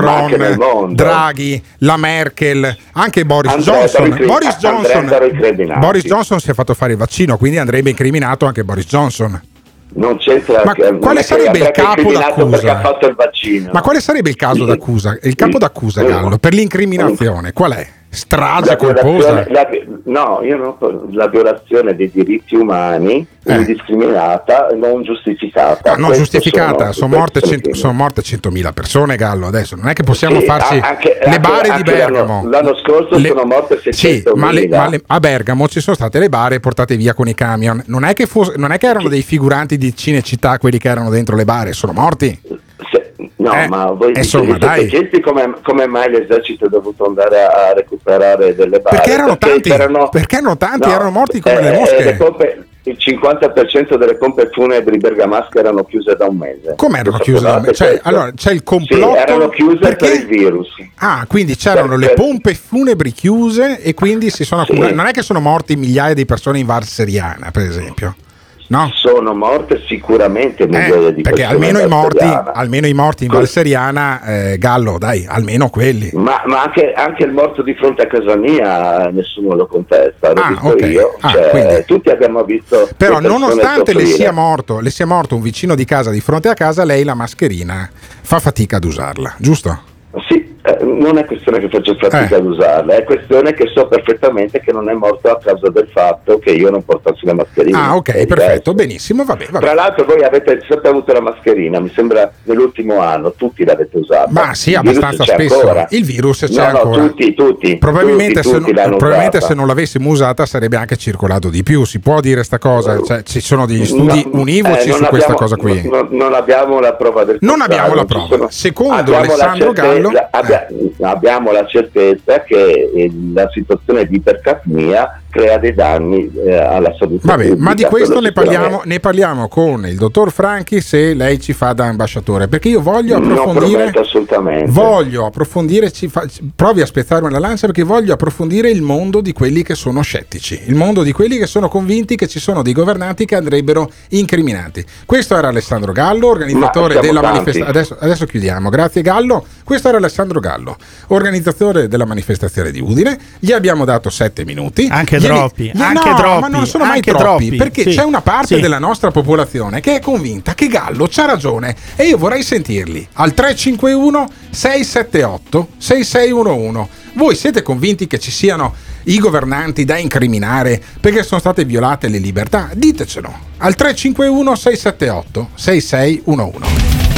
Macron, Draghi, la Merkel, anche Boris Andrebbero Johnson. incrim- Boris Johnson, andrebbero incriminati. Boris Johnson si è fatto fare il vaccino, quindi andrebbe incriminato anche Boris Johnson. Non c'entra. Ma che, quale sarebbe il capo incriminato perché ha d'accusa? fatto il vaccino. Ma quale sarebbe il caso d'accusa? Il capo d'accusa, Gallo, per l'incriminazione, qual è? Strage La colposa? violazione- la- no, io non, la violazione dei diritti umani indiscriminata, non giustificata. No, non Questo giustificata, sono, morte, questo cento, sono morte centomila persone, Gallo. Adesso non è che possiamo Sì, farci anche- le anche- bare di anche Bergamo. L'anno, l'anno scorso Le- sono morte Sì, seicentomila. ma, le- ma le- a Bergamo ci sono state le bare portate via con i camion. Non è che, fos- non è che erano dei figuranti di Cinecittà quelli che erano dentro le bare, sono morti. No, Eh, ma voi insomma, vi siete dai. chiesti come, come mai l'esercito è dovuto andare a, a recuperare delle bare? Perché erano tanti, c'erano- perché erano tanti, No, erano morti come le eh, mosche. le pompe- il cinquanta per cento delle pompe funebri bergamasche erano chiuse da un mese. Come erano Lo chiuse? sapevate Cioè, questo? allora, c'è il complotto. Sì, erano chiuse perché? per il virus. Ah, quindi c'erano Per- le per- pompe funebri chiuse e quindi si sono accumulate. Non è che sono morti migliaia di persone in Val Seriana, per esempio. No? Sono morte sicuramente migliaia Eh, di perché persone almeno in i, morti, Valseriana. almeno i morti in Cos- Val Seriana, eh, Gallo, dai, almeno quelli. Ma, ma anche, anche il morto di fronte a casa mia nessuno lo contesta, l'ho Ah, visto ok. io. Ah, Cioè, quindi- tutti abbiamo visto. Però le persone nonostante le soffrire. sia morto, le sia morto un vicino di casa di fronte a casa, lei la mascherina fa fatica ad usarla, giusto? Sì, eh, non è questione che faccio fatica Eh. ad usarla, è questione che so perfettamente che non è morto a causa del fatto che io non portassi la mascherina. Ah, ok, È perfetto, diverso. benissimo, vabbè, vabbè. Tra l'altro voi avete sempre avuto la mascherina, mi sembra nell'ultimo anno, tutti l'avete usata. Ma sì, Il virus abbastanza c'è spesso. ancora. Il virus c'è No, no, ancora. tutti, tutti. Probabilmente, tutti, se, tutti non, l'hanno probabilmente usata. se non l'avessimo usata sarebbe anche circolato di più. Si può dire sta cosa? Cioè, ci sono degli studi No, univoci eh, su non questa abbiamo- cosa qui. Non, non abbiamo la prova del Non contrario, abbiamo la ci prova. sono- Secondo abbiamo la Alessandro certezza- Gallo, abbia- abbiamo la certezza che eh, la situazione di ipercapnia crea dei danni eh, alla salute Vabbè, pubblica, ma di questo quello ne parliamo, sicuramente. ne parliamo con il dottor Franchi se lei ci fa da ambasciatore, perché io voglio Non approfondire. prometto assolutamente. Voglio approfondire, ci fa- provi a spezzarmi la lancia perché voglio approfondire il mondo di quelli che sono scettici, il mondo di quelli che sono convinti che ci sono dei governanti che andrebbero incriminati. Questo era Alessandro Gallo, organizzatore Ma siamo della tanti. manifestazione. Adesso, adesso chiudiamo, grazie Gallo. Questo era Alessandro Gallo, organizzatore della manifestazione di Udine. Gli abbiamo dato sette minuti. Anche Glieli- troppi, gli- anche no, troppi, ma non sono mai anche troppi, troppi, perché sì, c'è una parte sì. della nostra popolazione che è convinta che Gallo c'ha ragione e io vorrei sentirli al tre cinque uno sei sette otto sei sei uno uno. Voi siete convinti che ci siano i governanti da incriminare perché sono state violate le libertà? Ditecelo al tre cinque uno sei sette otto sei sei uno uno.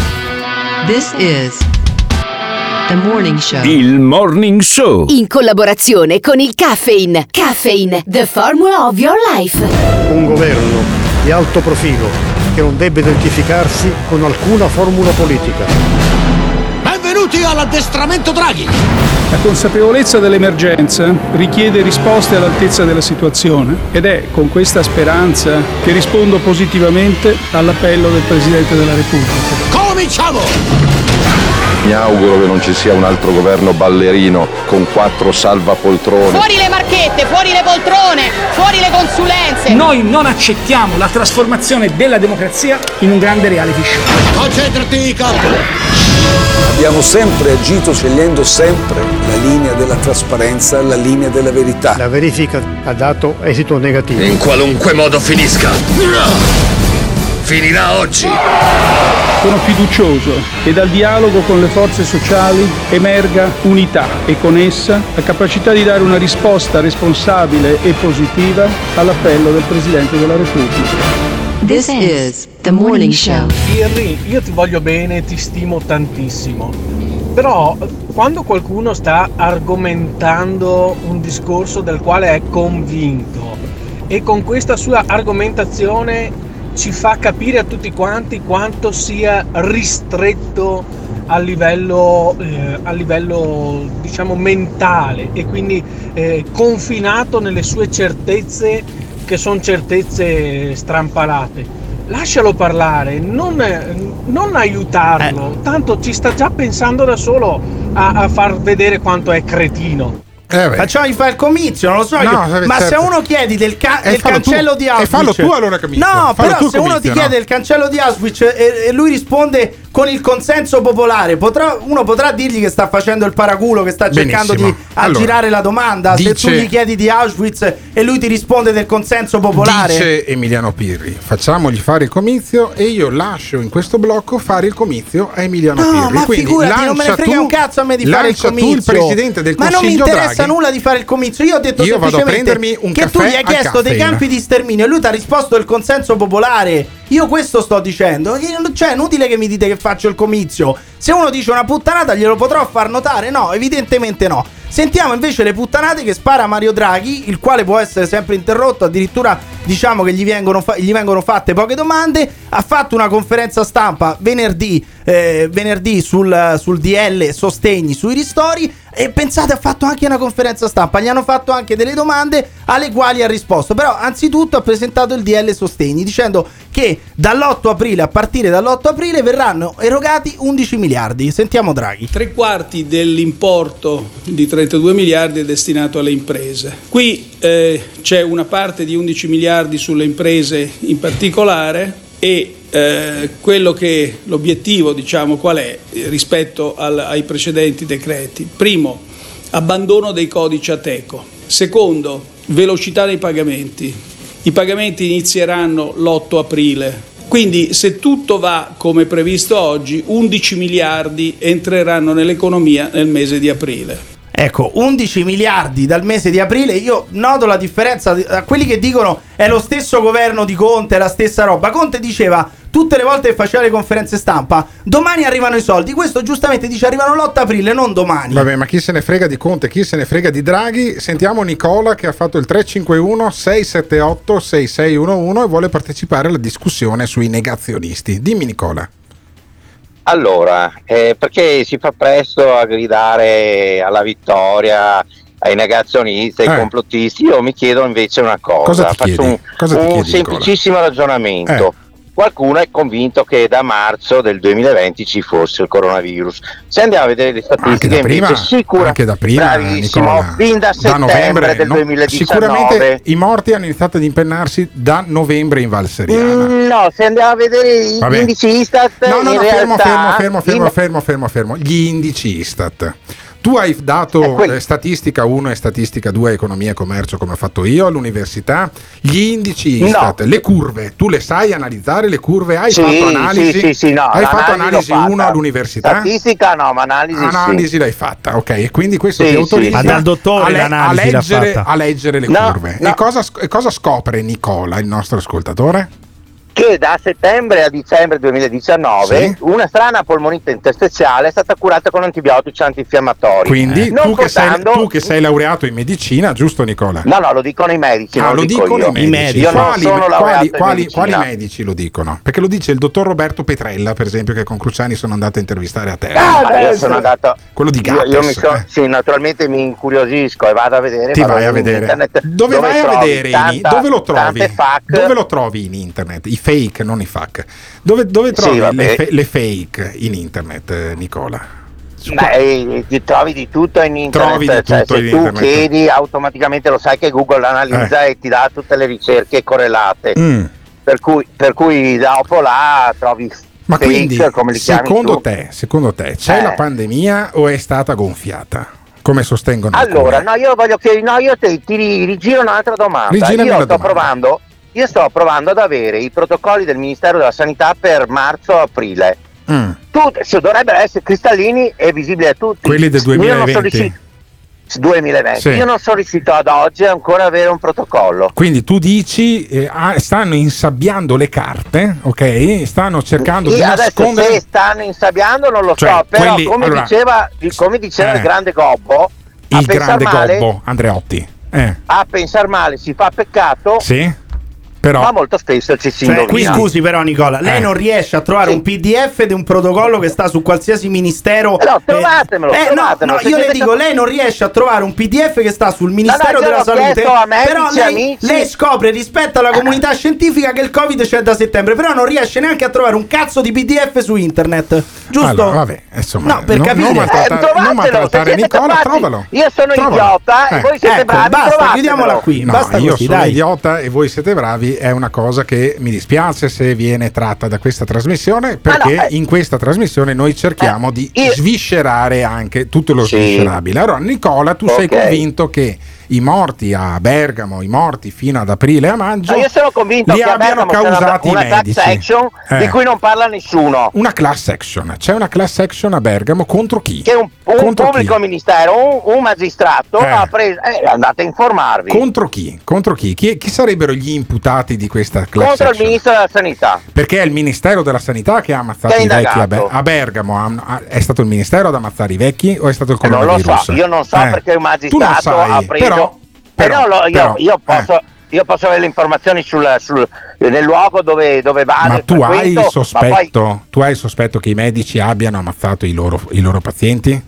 This is The Morning Show. Il Morning Show. In collaborazione con il Caffeine. Caffeine, the formula of your life. Un governo di alto profilo che non debba identificarsi con alcuna formula politica. Benvenuti all'addestramento Draghi! La consapevolezza dell'emergenza richiede risposte all'altezza della situazione ed è con questa speranza che rispondo positivamente all'appello del Presidente della Repubblica. Cominciamo! Mi auguro che non ci sia un altro governo ballerino con quattro salvapoltrone. Fuori le marchette, fuori le poltrone, fuori le consulenze. Noi non accettiamo la trasformazione della democrazia in un grande reality show. Concentrati, capo! Abbiamo sempre agito scegliendo sempre la linea della trasparenza, la linea della verità. La verifica ha dato esito negativo. In qualunque modo finisca, finirà oggi. Sono fiducioso che dal dialogo con le forze sociali emerga unità e con essa la capacità di dare una risposta responsabile e positiva all'appello del Presidente della Repubblica. This is The Morning Show. Irri, io ti voglio bene, ti stimo tantissimo, però quando qualcuno sta argomentando un discorso del quale è convinto e con questa sua argomentazione ci fa capire a tutti quanti quanto sia ristretto a livello, eh, a livello diciamo mentale e quindi eh, confinato nelle sue certezze che sono certezze strampalate. Lascialo parlare, non, non aiutarlo, tanto ci sta già pensando da solo. a, a far vedere quanto è cretino. Eh Facciamogli fare il comizio, non lo so no, io. Ma certo. se uno chiedi del, ca- Eh, del fallo cancello tu. di Auschwitz, E fallo tu allora comizio. No, Fallo però tu se uno comizio, ti chiede no? il cancello di Auschwitz e, e lui risponde con il consenso popolare, potrà, uno potrà dirgli che sta facendo il paraculo, che sta cercando Benissimo. di aggirare Allora, la domanda. dice- Se tu gli chiedi di Auschwitz e lui ti risponde del consenso popolare, Dice Emiliano Pirri, facciamogli fare il comizio e io lascio in questo blocco fare il comizio a Emiliano no, Pirri. ma Quindi figurati, non me ne lancia frega tu- un cazzo a me di fare il lancia comizio. tu il presidente del ma non mi Consiglio interessa Draghi. nulla di fare il comizio. Io ho detto Io vado a semplicemente prendermi un che tu caffè gli hai al chiesto dei caffè. campi di sterminio e lui ti ha risposto il consenso popolare. Io questo sto dicendo. Cioè, è inutile che mi dite che faccio il comizio. Se uno dice una puttanata, glielo potrò far notare? No, evidentemente no. Sentiamo invece le puttanate che spara Mario Draghi, il quale può essere sempre interrotto. Addirittura diciamo che gli vengono, fa- gli vengono fatte poche domande. Ha fatto una conferenza stampa venerdì, eh, venerdì sul, sul D L sostegni sui ristori. E pensate, ha fatto anche una conferenza stampa. Gli hanno fatto anche delle domande alle quali ha risposto. Però anzitutto ha presentato il D L sostegni dicendo che dall'otto aprile, a partire dall'otto aprile, verranno erogati undici miliardi. Sentiamo Draghi. Tre quarti dell'importo di trentadue miliardi è destinato alle imprese. Qui eh, c'è una parte di undici miliardi sulle imprese in particolare e eh, quello che l'obiettivo, diciamo, qual è eh, rispetto al, ai precedenti decreti. Primo, abbandono dei codici Ateco. Secondo, velocità dei pagamenti. I pagamenti inizieranno l'otto aprile. Quindi se tutto va come previsto oggi, undici miliardi entreranno nell'economia nel mese di aprile. Ecco, undici miliardi dal mese di aprile. Io noto la differenza a quelli che dicono è lo stesso governo di Conte, è la stessa roba. Conte diceva tutte le volte che faceva le conferenze stampa, domani arrivano i soldi. Questo giustamente dice arrivano l'otto aprile, non domani. Vabbè, ma chi se ne frega di Conte, chi se ne frega di Draghi? Sentiamo Nicola che ha fatto il tre cinque uno sei sette otto sei sei uno uno e vuole partecipare alla discussione sui negazionisti. Dimmi Nicola. Allora, eh, perché si fa presto a gridare alla vittoria ai negazionisti, ai Eh. complottisti? Io mi chiedo invece una cosa, Cosa ti faccio chiedi? un, Cosa ti un chiedi, semplicissimo Nicola? ragionamento. Eh. Qualcuno è convinto che da marzo del duemilaventi ci fosse il coronavirus. Se andiamo a vedere le statistiche, Anche da prima, invece sicura, anche da prima, bravissimo, Nicola. fin da settembre del no, duemiladiciannove. sicuramente i morti hanno iniziato ad impennarsi da novembre in Val Seriana. Mm, no, se andiamo a vedere i- Vabbè. gli indici Istat, No, no, in no, fermo, realtà, fermo, fermo, fermo, in- fermo, fermo, fermo. Gli indici Istat. Tu hai dato eh, statistica uno e statistica due a economia e commercio come ho fatto io all'università. Gli indici Istat, le curve, tu le sai analizzare le curve? Hai Sì, fatto analisi? sì, sì, sì, no, hai fatto l'analisi analisi l'ho fatta. uno all'università? Statistica no, ma analisi, Analisi sì. l'hai fatta, ok, e quindi questo Sì, ti sì, autorizza sì. Ma dal dottore a, le- a l'analisi l'ha leggere, fatta. a leggere le No, curve. no. E, cosa, sc- e cosa scopre Nicola, il nostro ascoltatore? Che da settembre a dicembre duemiladiciannove Sì. una strana polmonite interstiziale è stata curata con antibiotici antinfiammatori. Quindi non tu, che sei, portando- tu che sei laureato in medicina, giusto Nicola? No, no, lo dicono i medici, Ah, non lo dico dicono io. i medici. Io non Quali, sono laureato quali, in quali, medicina. quali medici lo dicono? Perché lo dice il dottor Roberto Petrella, per esempio, che con Cruciani sono andato a intervistare a te. Ah, io sono andato Quello di io, Gattes. io mi so- eh. sì, naturalmente mi incuriosisco e vado a vedere. Ti vado vai a in vedere. internet, Dove, vai a trovi vedere? in- tanta- dove lo trovi? tante fac. Dove lo trovi in internet? I fake, non i fac. Dove, dove trovi vabbè. le, fe- le fake in internet, eh, Nicola? Beh, eh, ti trovi di tutto in internet, Trovi di cioè, tutto se in tu internet. chiedi automaticamente lo sai che Google analizza e ti dà tutte le ricerche correlate, Mm. per, cui, per cui dopo là trovi Ma fake, quindi, come li chiami secondo tu. te, secondo te, c'è Eh. la pandemia o è stata gonfiata? Come sostengono Allora, alcuni? no, io voglio che no, io ti, ti rigiro un'altra domanda. Rigirami Io la sto domanda. provando, io sto provando ad avere i protocolli del Ministero della Sanità per marzo-aprile. Mm. Tutti, se dovrebbero essere cristallini e visibili a tutti. Quelli del Io non sono duemilaventi. riuscito- duemilaventi. Sì. Io non sono riuscito ad oggi ancora avere un protocollo. Quindi tu dici eh, ah, stanno insabbiando le carte, ok? Stanno cercando Io di adesso nascondere. se stanno insabbiando non lo Cioè, so, però quelli- come, allora- diceva, come diceva Eh. il grande Gobbo, a il pensar grande male, gobbo Andreotti. Eh, a pensare male si fa peccato, sì? Però ma molto spesso ci si Cioè, indovina. qui scusi però Nicola, lei Eh. non riesce a trovare un P D F di un protocollo che sta su qualsiasi ministero. No, trovatemelo, Eh, no, trovatemelo. no, Se io le siete dico, cap- lei non riesce a trovare un P D F che sta sul Ministero No, no, io della l'ho Salute. chiesto a medici, Però lei, amici. lei scopre rispetto alla comunità scientifica che il Covid c'è da settembre, però non riesce neanche a trovare un cazzo di P D F su internet. Giusto? Allora, vabbè, insomma, no, per non, capire. non maltrattare, Eh, non maltrattare Nicola, capaci. trovalo. Io sono Trovalo. idiota Eh. e voi siete Ecco, bravi. basta, trovatelo. chiudiamola qui. No, basta io così, sono dai. idiota e voi siete bravi, è una cosa che mi dispiace se viene tratta da questa trasmissione, perché no, eh. in questa trasmissione noi cerchiamo Eh, di io- sviscerare anche tutto lo Sì. sviscerabile. Allora Nicola, tu sei Ok. convinto che i morti a Bergamo, i morti fino ad aprile e a maggio, No, io sono convinto li che a abbiano Bergamo c'è una, causati i una class medici. action Eh. di cui non parla nessuno. Una class action, c'è una class action a Bergamo contro chi? Che un, un Contro pubblico chi? ministero, un, un magistrato Eh. ha preso. Eh, andate a informarvi. Contro chi? Contro chi? Chi, chi sarebbero gli imputati di questa class Contro il action? ministro della sanità. Perché è il Ministero della Sanità che ha ammazzato Che i ha vecchi a, Be- indagato. a Bergamo. Ha- ha- è stato il Ministero ad ammazzare i vecchi o è stato il Eh, non lo coronavirus? so, io non so Eh, perché un tu non magistrato sai, ha preso. Però, Eh, però, no, lo- io, però, io eh. posso. Io posso avere le informazioni sul, sul- nel luogo dove, dove vado. Ma e tu hai frequento, il ma sospetto, poi- tu hai il sospetto che i medici abbiano ammazzato i loro, i loro pazienti?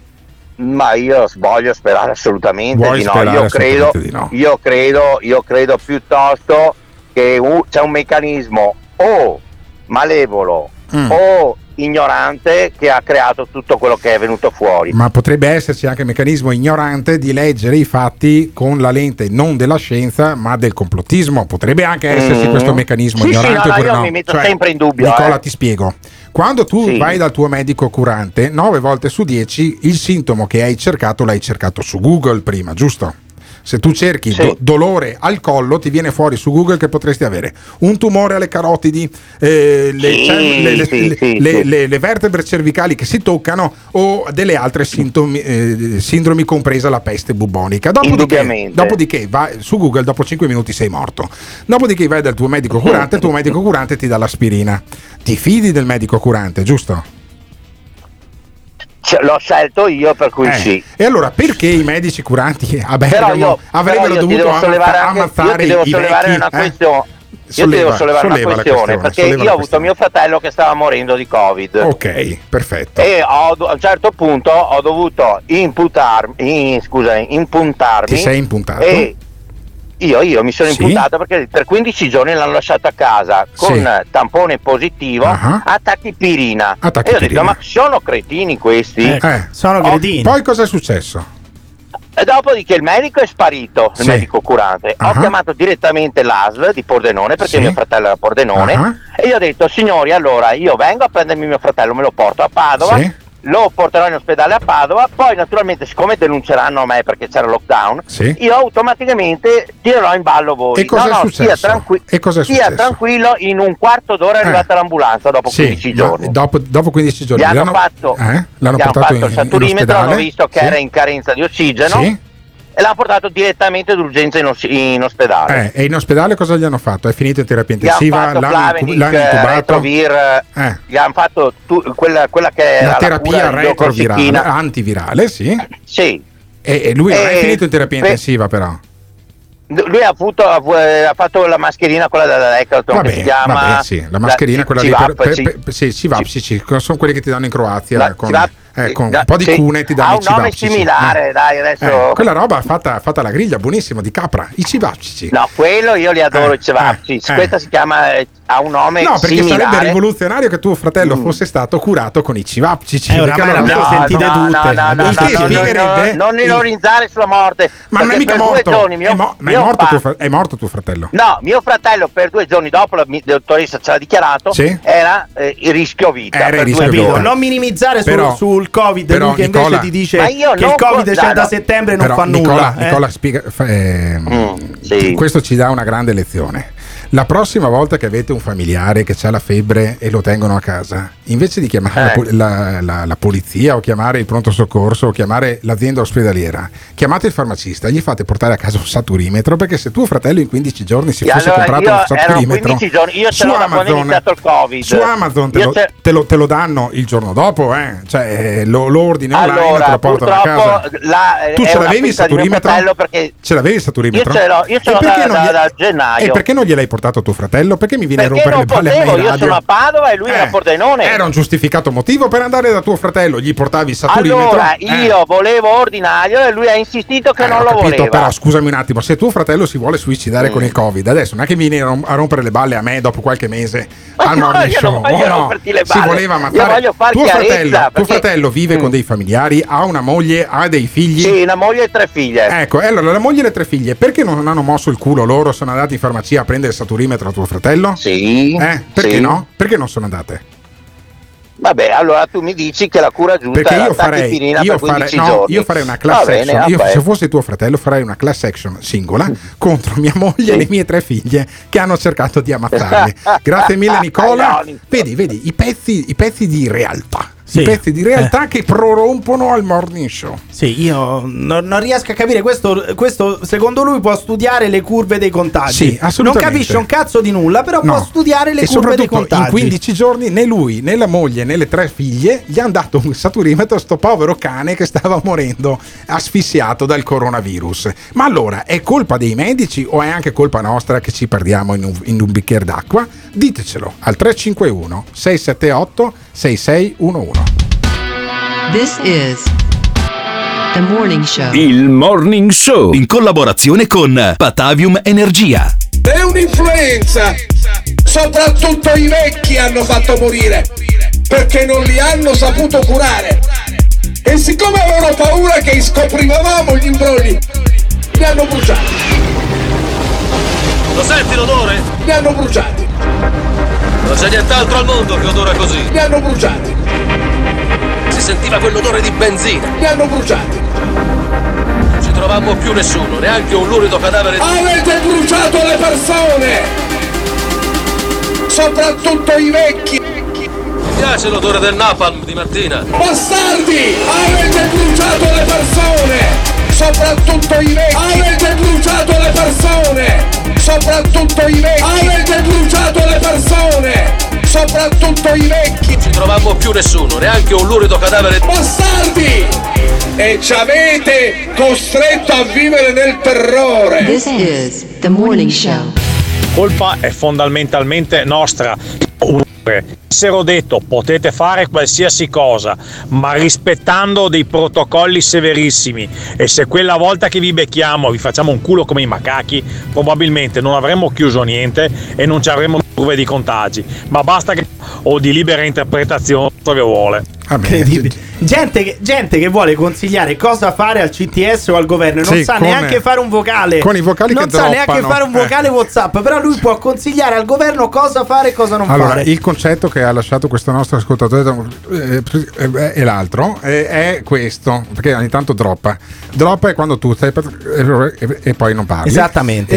Ma io voglio sperare assolutamente Vuoi di no. sperare Io credo, assolutamente di no. io credo, io credo piuttosto che un- c'è un meccanismo o malevolo Mm. o ignorante che ha creato tutto quello che è venuto fuori. Ma potrebbe esserci anche il meccanismo ignorante di leggere i fatti con la lente non della scienza ma del complottismo. Potrebbe anche esserci Mm. questo meccanismo Sì, sì, ignorante no, no, oppure io no. mi metto Cioè, sempre in dubbio, Nicola, eh. ti spiego. Quando tu Sì. vai dal tuo medico curante, nove volte su dieci il sintomo che hai cercato l'hai cercato su Google prima, giusto? Se tu cerchi Sì. do- dolore al collo, ti viene fuori su Google che potresti avere un tumore alle carotidi, eh, le, Sì, cer- le- le- sì, le- sì, le- sì. le- le vertebre cervicali che si toccano o delle altre sintomi, eh, sindromi, compresa la peste bubonica. Dopodiché, Indubbiamente. dopodiché vai su Google, dopo cinque minuti sei morto. Dopodiché vai dal tuo medico curante, il tuo medico curante ti dà l'aspirina. Ti fidi del medico curante, giusto? Cioè, l'ho scelto io, per cui Eh, sì. E allora perché i medici curanti a Però Bergamo io, avrebbero però io ti dovuto devo amma- sollevare anche, io ammazzare ti devo i sollevare vecchi? una eh? questione. Io ti Solleva- devo sollevare una solleva la questione, perché solleva io la ho avuto mio fratello che stava morendo di Covid. Ok, perfetto. E ho, do- a un certo punto ho dovuto imputarmi, in, scusami, impuntarmi. Ti sei impuntato? E io, io mi sono Sì. impuntato perché per quindici giorni l'hanno lasciato a casa con Sì. tampone positivo Ah. a tachipirina. A tachipirina. E io ho detto, ma sono cretini questi? Eh, sono Ho- cretini. Poi cosa è successo? E dopodiché il medico è sparito, il Sì. medico curante. Ho Ah. chiamato direttamente l'A S L di Pordenone, perché Sì. mio fratello era a Pordenone, Ah. e io ho detto, signori, allora io vengo a prendermi mio fratello, me lo porto a Padova, Sì. lo porterò in ospedale a Padova, poi naturalmente siccome denunceranno a me perché c'era lockdown, Sì. io automaticamente tirerò in ballo voi. E cosa no, è no, successo? Stia, tranqui- E cosa è stia successo? tranquillo, in un quarto d'ora è Eh. arrivata l'ambulanza dopo Sì, quindici ma giorni. dopo, dopo quindici giorni Gli hanno l'hanno, fatto, eh? l'hanno gli hanno portato fatto in, il in saturimetro, ospedale. hanno visto che Sì. era in carenza di ossigeno. Sì. E l'hanno portato direttamente d'urgenza in, os- in ospedale. Eh, e in ospedale cosa gli hanno fatto? È finito in terapia Gli hanno intensiva? fatto L'hanno, Plavenic, l'hanno intubato? Retrovir, Eh. gli hanno fatto tu- quella, quella che era La la terapia cura retrovirale, idroclorottichina. antivirale, sì. Sì. E, e lui non è Eh, finito in terapia beh, intensiva però. Lui ha, avuto, ha ha fatto la mascherina, quella della Decathlon, che si Vabbè, chiama vabbè, sì, la mascherina, quella lì per, per, Civapci. per, sì, Civapci, sì, sono quelli che ti danno in Croazia La- con, Civap- eh, con da- un po' di sì, cune ti ha danno un i nome Civapci. similare, dai, adesso- quella roba fatta, fatta alla griglia, buonissimo, di capra, i Civapci. No, quello io li adoro, Eh, i Cevapci. eh, eh. Questa si chiama, eh, ha un nome No, perché similare. sarebbe rivoluzionario che tuo fratello fosse stato curato con i Civapcici. Eh, oramai perché l'abbiamo allora- sentite no, tutte. No, no, no, Il no, che no, spiegherebbe- no, non il- ironizzare sulla morte. Ma non è perché mica per due morto, giorni mio- è, mo- ma è mio morto pa- tuo fra- è morto tuo fratello. No, mio fratello per due giorni dopo la mi- dottoressa ce l'ha dichiarato, Sì. era eh, il rischio vita. Era il per rischio due vita. giorni. Non minimizzare sul, Però- sul Covid, però, lui che Nicola- invece ti dice Ma io che il non Covid può- c'è no, da no. settembre e non Però fa Nicola, nulla. eh. Nicola spiega, fa- ehm, Mm, sì. questo ci dà una grande lezione. La prossima volta che avete un familiare che ha la febbre e lo tengono a casa, invece di chiamare la Eh. pol- la, la- la polizia o chiamare il pronto soccorso o chiamare l'azienda ospedaliera, chiamate il farmacista, gli fate portare a casa un saturimetro, perché se tuo fratello in quindici giorni si E fosse allora comprato io un erano saturimetro quindici giorni, io ce su l'ho da quando è Amazon, iniziato il Covid. su Amazon te Io lo, ce- te lo- te lo danno il giorno dopo, eh? Cioè, lo, lo ordini online e te Allora, lo portano a purtroppo casa. la, Tu è ce una l'avevi il pizza di mio saturimetro? fratello perché Ce l'avevi il saturimetro? Io ce l'ho- io ce E l'ho perché da- non da- gli- da gennaio. E perché non gliel'hai portato portato tuo fratello? Perché mi viene Perché a rompere non le balle a me potevo, in io radio? sono a Padova e lui Eh, era a Pordenone. Era un giustificato motivo per andare da tuo fratello, gli portavi il saturimetro. Allora Eh. io volevo ordinarglielo e lui ha insistito che Eh, non ho lo capito, voleva. però scusami un attimo, se tuo fratello si vuole suicidare Mm. con il Covid, adesso non è che vieni a rom- a rompere le balle a me dopo qualche mese al no, morning io non show. voglio Oh, no. romperti le Si balle. voleva Io ammazzare. voglio far tuo chiarezza, fratello, tuo perché- fratello vive Mm. con dei familiari, ha una moglie, ha dei figli. Sì, una moglie e tre figlie. Ecco, e allora la moglie e le tre figlie, perché non hanno mosso il culo loro? Sono andati in farmacia a prendere il saturimetro a tuo fratello? Sì. Eh, perché sì. no? Perché non sono andate? Vabbè, allora tu mi dici che la cura giusta Perché è io la farei, tachipirina io, per quindici farei, no, giorni. io farei una class Va bene, action. Io, vabbè. se fossi tuo fratello, farei una class action singola contro mia moglie e le mie tre figlie che hanno cercato di ammazzarmi. Grazie mille, Nicola. Vedi, vedi i pezzi, i pezzi di realtà. Sì. I pezzi di realtà che prorompono al morning show. Sì, io non, non riesco a capire. Questo, questo, secondo lui, può studiare le curve dei contagi. Sì, assolutamente. Non capisce un cazzo di nulla, però No. può studiare le e curve dei soprattutto contagi. in quindici giorni né lui né la moglie né le tre figlie gli hanno dato un saturimetro a sto povero cane che stava morendo asfissiato dal coronavirus. Ma allora è colpa dei medici o è anche colpa nostra che ci perdiamo in un, in un bicchiere d'acqua? Ditecelo al tre cinque uno sei sette otto sei sei uno uno. This is The Morning Show. Il Morning Show in collaborazione con Patavium Energia. È un'influenza. Soprattutto i vecchi hanno fatto morire perché non li hanno saputo curare. E siccome avevano paura che scoprivamo gli imbrogli, li hanno bruciati. Lo senti l'odore? Li hanno bruciati. Non c'è nient'altro al mondo che odora così. Li hanno bruciati. Si sentiva quell'odore di benzina. Li hanno bruciati. Non ci trovammo più nessuno, neanche un lurido cadavere. Avete bruciato le persone! Soprattutto i vecchi! Mi piace l'odore del napalm di mattina. Bastardi! Avete bruciato le persone! Soprattutto i vecchi! Avete bruciato le persone! Soprattutto i vecchi! Avete bruciato le persone! Soprattutto i vecchi! Non ci trovammo più nessuno, neanche un lurido cadavere. Bastardi! E ci avete costretto a vivere nel terrore! This is The Morning Show. Colpa è fondamentalmente nostra. Avessero detto potete fare qualsiasi cosa, ma rispettando dei protocolli severissimi, e se quella volta che vi becchiamo vi facciamo un culo come i macachi, probabilmente non avremmo chiuso niente e non ci avremmo curve di contagi. Ma basta che o di libera interpretazione dove vuole. Incredibile. Gente che, gente che vuole consigliare cosa fare al C T S o al governo e non Sì, sa con- neanche fare un vocale. con i vocali non che sa droppano. neanche fare un vocale Eh. WhatsApp, però lui può consigliare al governo cosa fare e cosa non Allora, fare. il concetto che ha lasciato questo nostro ascoltatore eh, eh, e l'altro eh, è questo, perché ogni tanto droppa. Droppa è quando tu stai per- e, e poi non parli. Esattamente.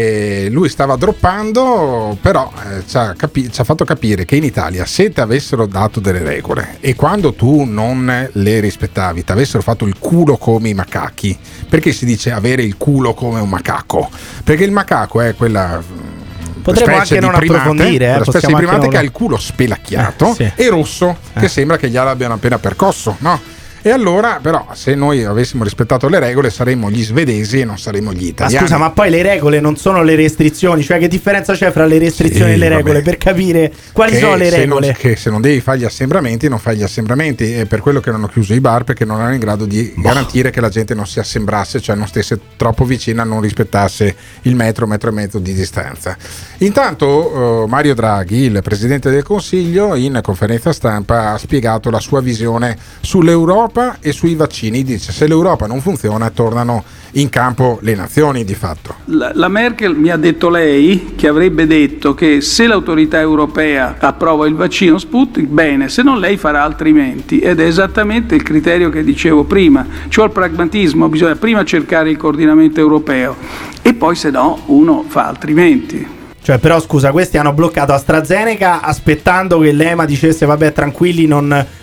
E eh, lui stava droppando, però eh, ci, ha capi- ci ha fatto capire che in Italia, se ti avessero dato delle regole e quando tu non le rispettavi, ti avessero fatto il culo come i macachi, perché si dice avere il culo come un macaco? Perché il macaco è quella Potremmo specie anche di non primate, approfondire, eh, quella specie di possiamo anche primate non- che ha il culo spelacchiato Eh, sì. e rosso, che Eh. sembra che gliel'abbiano appena percosso, no? E allora, però, se noi avessimo rispettato le regole, saremmo gli svedesi e non saremmo gli Ma italiani. scusa, ma poi le regole non sono le restrizioni, cioè che differenza c'è fra le restrizioni Sì, e le vabbè. regole per capire quali Che sono le se non- regole? che se non devi fare gli assembramenti, non fai gli assembramenti. È per quello che non hanno chiuso i bar, perché non erano in grado di garantire che la gente non si assembrasse, cioè non stesse troppo vicina, non rispettasse il metro, metro e mezzo di distanza. Intanto eh, Mario Draghi, il presidente del Consiglio, in conferenza stampa ha spiegato la sua visione sull'Europa e sui vaccini. Dice: se l'Europa non funziona, tornano in campo le nazioni di fatto. La, la Merkel mi ha detto lei che avrebbe detto che se l'autorità europea approva il vaccino Sputnik, bene, se non lei farà altrimenti, ed è esattamente il criterio che dicevo prima, cioè il pragmatismo, bisogna prima cercare il coordinamento europeo e poi se no uno fa altrimenti. Cioè, però scusa, questi hanno bloccato AstraZeneca aspettando che l'E M A dicesse vabbè tranquilli, non,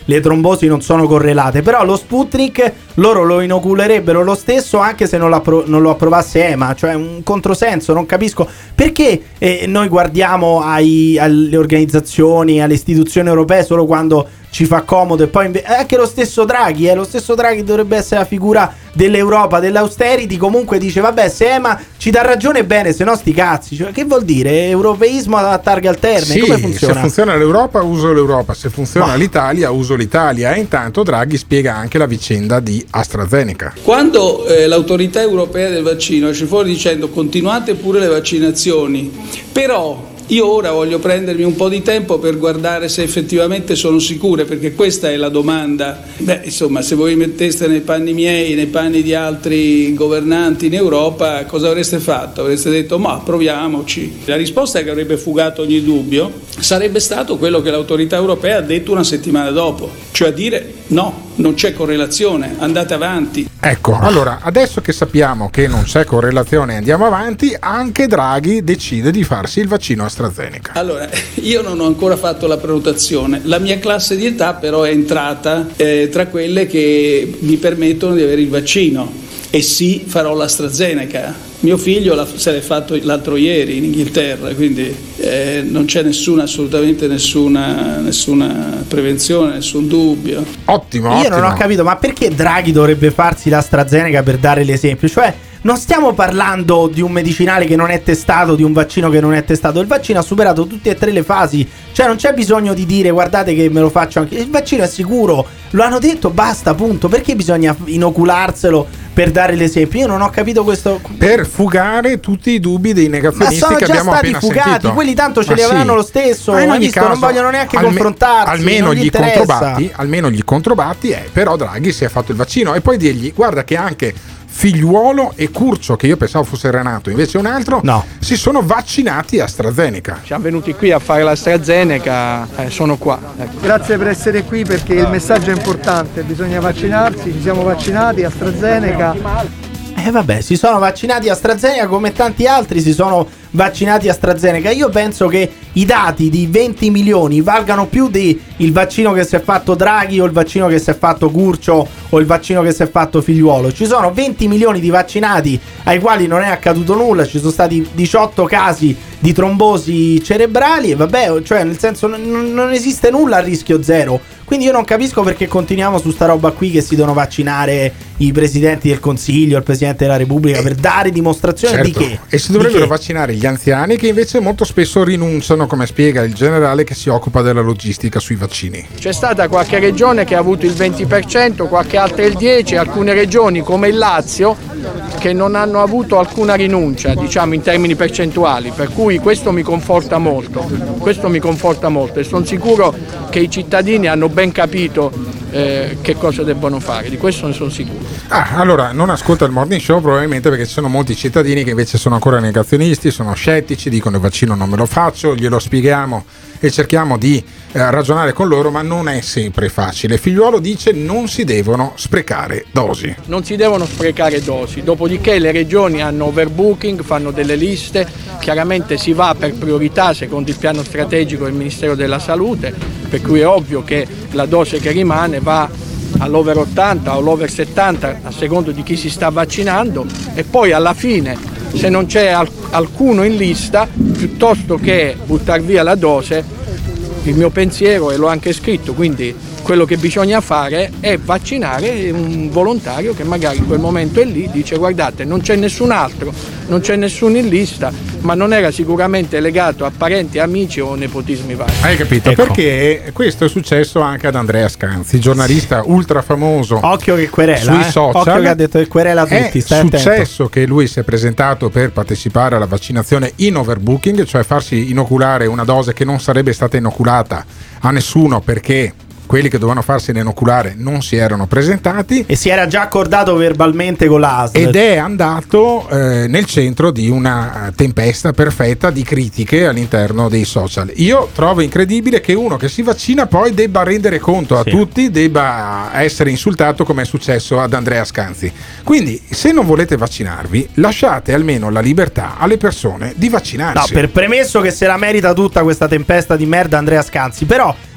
le trombosi non sono correlate, però lo Sputnik loro lo inoculerebbero lo stesso anche se non lo, appro- non lo approvasse E M A, cioè un controsenso. Non capisco perché eh, noi guardiamo ai, alle organizzazioni, alle istituzioni europee solo quando ci fa comodo, e poi inve- anche lo stesso Draghi, eh, lo stesso Draghi dovrebbe essere la figura dell'Europa, dell'austerity, comunque dice vabbè, se E M A ci dà ragione bene, se no sti cazzi, cioè, che vuol dire? Europeismo a targhe alterne? Sì, come funziona? Se funziona l'Europa uso l'Europa, se funziona Ma... l'Italia uso l'Italia. E intanto Draghi spiega anche la vicenda di AstraZeneca. Quando eh, l'autorità europea del vaccino esce fuori dicendo continuate pure le vaccinazioni, però io ora voglio prendermi un po' di tempo per guardare se effettivamente sono sicure, perché questa è la domanda. Beh, insomma, se voi metteste nei panni miei, nei panni di altri governanti in Europa, cosa avreste fatto? Avreste detto ma proviamoci. La risposta che avrebbe fugato ogni dubbio sarebbe stato quello che l'autorità europea ha detto una settimana dopo, cioè a dire no, non c'è correlazione, andate avanti. Ecco, allora adesso che sappiamo che non c'è correlazione, andiamo avanti, anche Draghi decide di farsi il vaccino AstraZeneca. Allora, io non ho ancora fatto la prenotazione, la mia classe di età però è entrata eh, tra quelle che mi permettono di avere il vaccino, e sì, farò l'AstraZeneca. Mio figlio la, se l'è fatto l'altro ieri in Inghilterra, quindi eh, non c'è nessuna, assolutamente nessuna, nessuna prevenzione, nessun dubbio. Ottimo, Io ottimo. non ho capito, ma perché Draghi dovrebbe farsi l'AstraZeneca per dare l'esempio? Cioè, non stiamo parlando di un medicinale che non è testato, di un vaccino che non è testato. Il vaccino ha superato tutte e tre le fasi. Cioè non c'è bisogno di dire guardate che me lo faccio anche. Il vaccino è sicuro, lo hanno detto, basta, punto. Perché bisogna inocularselo per dare l'esempio? Io non ho capito questo. Per fugare tutti i dubbi dei negazionisti che abbiamo appena fugati, sentito. Quelli tanto ce Ma li avranno sì. lo stesso. Ma in ogni visto, caso, non vogliono neanche alme- confrontarsi. Almeno non gli gli, interessa. controbatti, almeno gli controbatti è però Draghi si è fatto il vaccino. E poi dirgli guarda che anche Figliuolo e Curcio, che io pensavo fosse Renato, invece un altro, no, si sono vaccinati a AstraZeneca. Siamo venuti qui a fare l'AstraZeneca, eh, sono qua. Ecco. Grazie per essere qui, perché il messaggio è importante, bisogna vaccinarsi, ci siamo vaccinati, AstraZeneca. Eh vabbè, si sono vaccinati a AstraZeneca come tanti altri si sono vaccinati a AstraZeneca. Io penso che i dati di venti milioni valgano più di il vaccino che si è fatto Draghi o il vaccino che si è fatto Curcio o il vaccino che si è fatto Figliuolo. Ci sono venti milioni di vaccinati ai quali non è accaduto nulla, ci sono stati diciotto casi di trombosi cerebrali e vabbè, cioè nel senso non, non esiste nulla a rischio zero. Quindi io non capisco perché continuiamo su sta roba qui che si devono vaccinare i presidenti del Consiglio, il Presidente della Repubblica, per dare dimostrazione certo. di che? E si dovrebbero vaccinare gli anziani, che invece molto spesso rinunciano, come spiega il generale che si occupa della logistica sui vaccini. C'è stata qualche regione che ha avuto il venti per cento, qualche altra il dieci per cento, alcune regioni come il Lazio che non hanno avuto alcuna rinuncia, diciamo in termini percentuali, per cui questo mi conforta molto, questo mi conforta molto e sono sicuro che i cittadini hanno ben capito eh, che cosa debbono fare, di questo ne sono sicuro. Ah, allora non ascolta il Morning Show probabilmente perché ci sono molti cittadini che invece sono ancora negazionisti, sono scettici, dicono il vaccino non me lo faccio, glielo spieghiamo e cerchiamo di eh, ragionare con loro, ma non è sempre facile. Figliuolo dice non si devono sprecare dosi. Non si devono sprecare dosi, dopodiché le regioni hanno overbooking, fanno delle liste, chiaramente si va per priorità secondo il piano strategico del Ministero della Salute, per cui è ovvio che la dose che rimane va all'over ottanta o all'over settanta a secondo di chi si sta vaccinando e poi alla fine se non c'è al- alcuno in lista, piuttosto che buttar via la dose, il mio pensiero, e l'ho anche scritto, quindi quello che bisogna fare è vaccinare un volontario che magari in quel momento è lì, dice guardate non c'è nessun altro, non c'è nessuno in lista, ma non era sicuramente legato a parenti, amici o nepotismi vari. Hai capito? Ecco. Perché questo è successo anche ad Andrea Scanzi, giornalista ultra famoso. Occhio che querela, sui eh? social. Occhio che ha detto che querela tutti. È stai successo attento. che lui si è presentato per partecipare alla vaccinazione in overbooking, cioè farsi inoculare una dose che non sarebbe stata inoculata a nessuno perché quelli che dovevano farsene inoculare non si erano presentati e si era già accordato verbalmente con l'A S L ed è andato eh, nel centro di una tempesta perfetta di critiche all'interno dei social. Io trovo incredibile che uno che si vaccina poi debba rendere conto a Sì. tutti, debba essere insultato come è successo ad Andrea Scanzi. Quindi se non volete vaccinarvi lasciate almeno la libertà alle persone di No, vaccinarsi. per premesso che se la merita tutta questa tempesta di merda Andrea Scanzi, però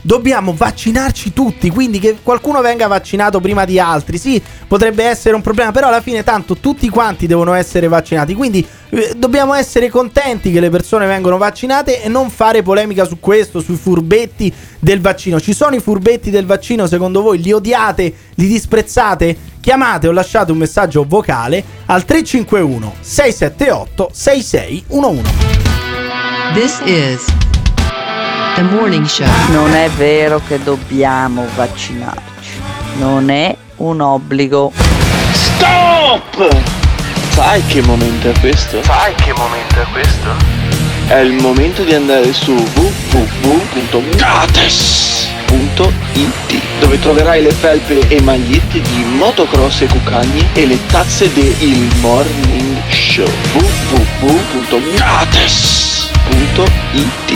dobbiamo vaccinarci tutti, quindi che qualcuno venga vaccinato prima di altri, sì, potrebbe essere un problema, però alla fine tanto tutti quanti devono essere vaccinati, quindi eh, dobbiamo essere contenti che le persone vengono vaccinate e non fare polemica su questo, sui furbetti del vaccino. Ci sono i furbetti del vaccino, secondo voi? Li odiate? Li disprezzate? Chiamate o lasciate un messaggio vocale al tre cinque uno sei sette otto sei sei uno uno. This is The Morning Show. Non è vero che dobbiamo vaccinarci, non è un obbligo. Stop! Sai che momento è questo? Sai che momento è questo? È il momento di andare su w w w punto gates punto i t, dove troverai le felpe e magliette di motocross e cucagni e le tazze de Il Morning Show. w w w punto gates punto i t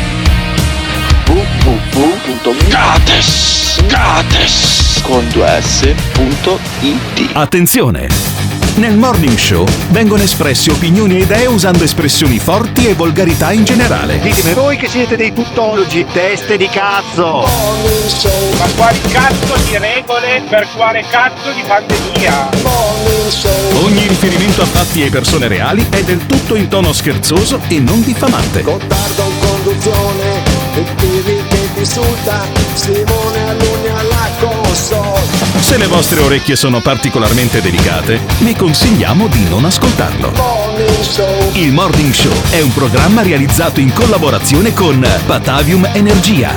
w w w punto gates gates con due s punto i t. Attenzione! Nel Morning Show vengono espresse opinioni e idee usando espressioni forti e volgarità in generale. Ditemi voi che siete dei tuttologi, teste di cazzo! Ma quali cazzo di regole per quale cazzo di pandemia? Ogni riferimento a fatti e persone reali è del tutto in tono scherzoso e non diffamante. Gottardo in conduzione, e Pivi che ti insulta, Simone all'ugna alla console. Se le vostre orecchie sono particolarmente delicate, vi consigliamo di non ascoltarlo. Il Morning Show è un programma realizzato in collaborazione con Patavium Energia.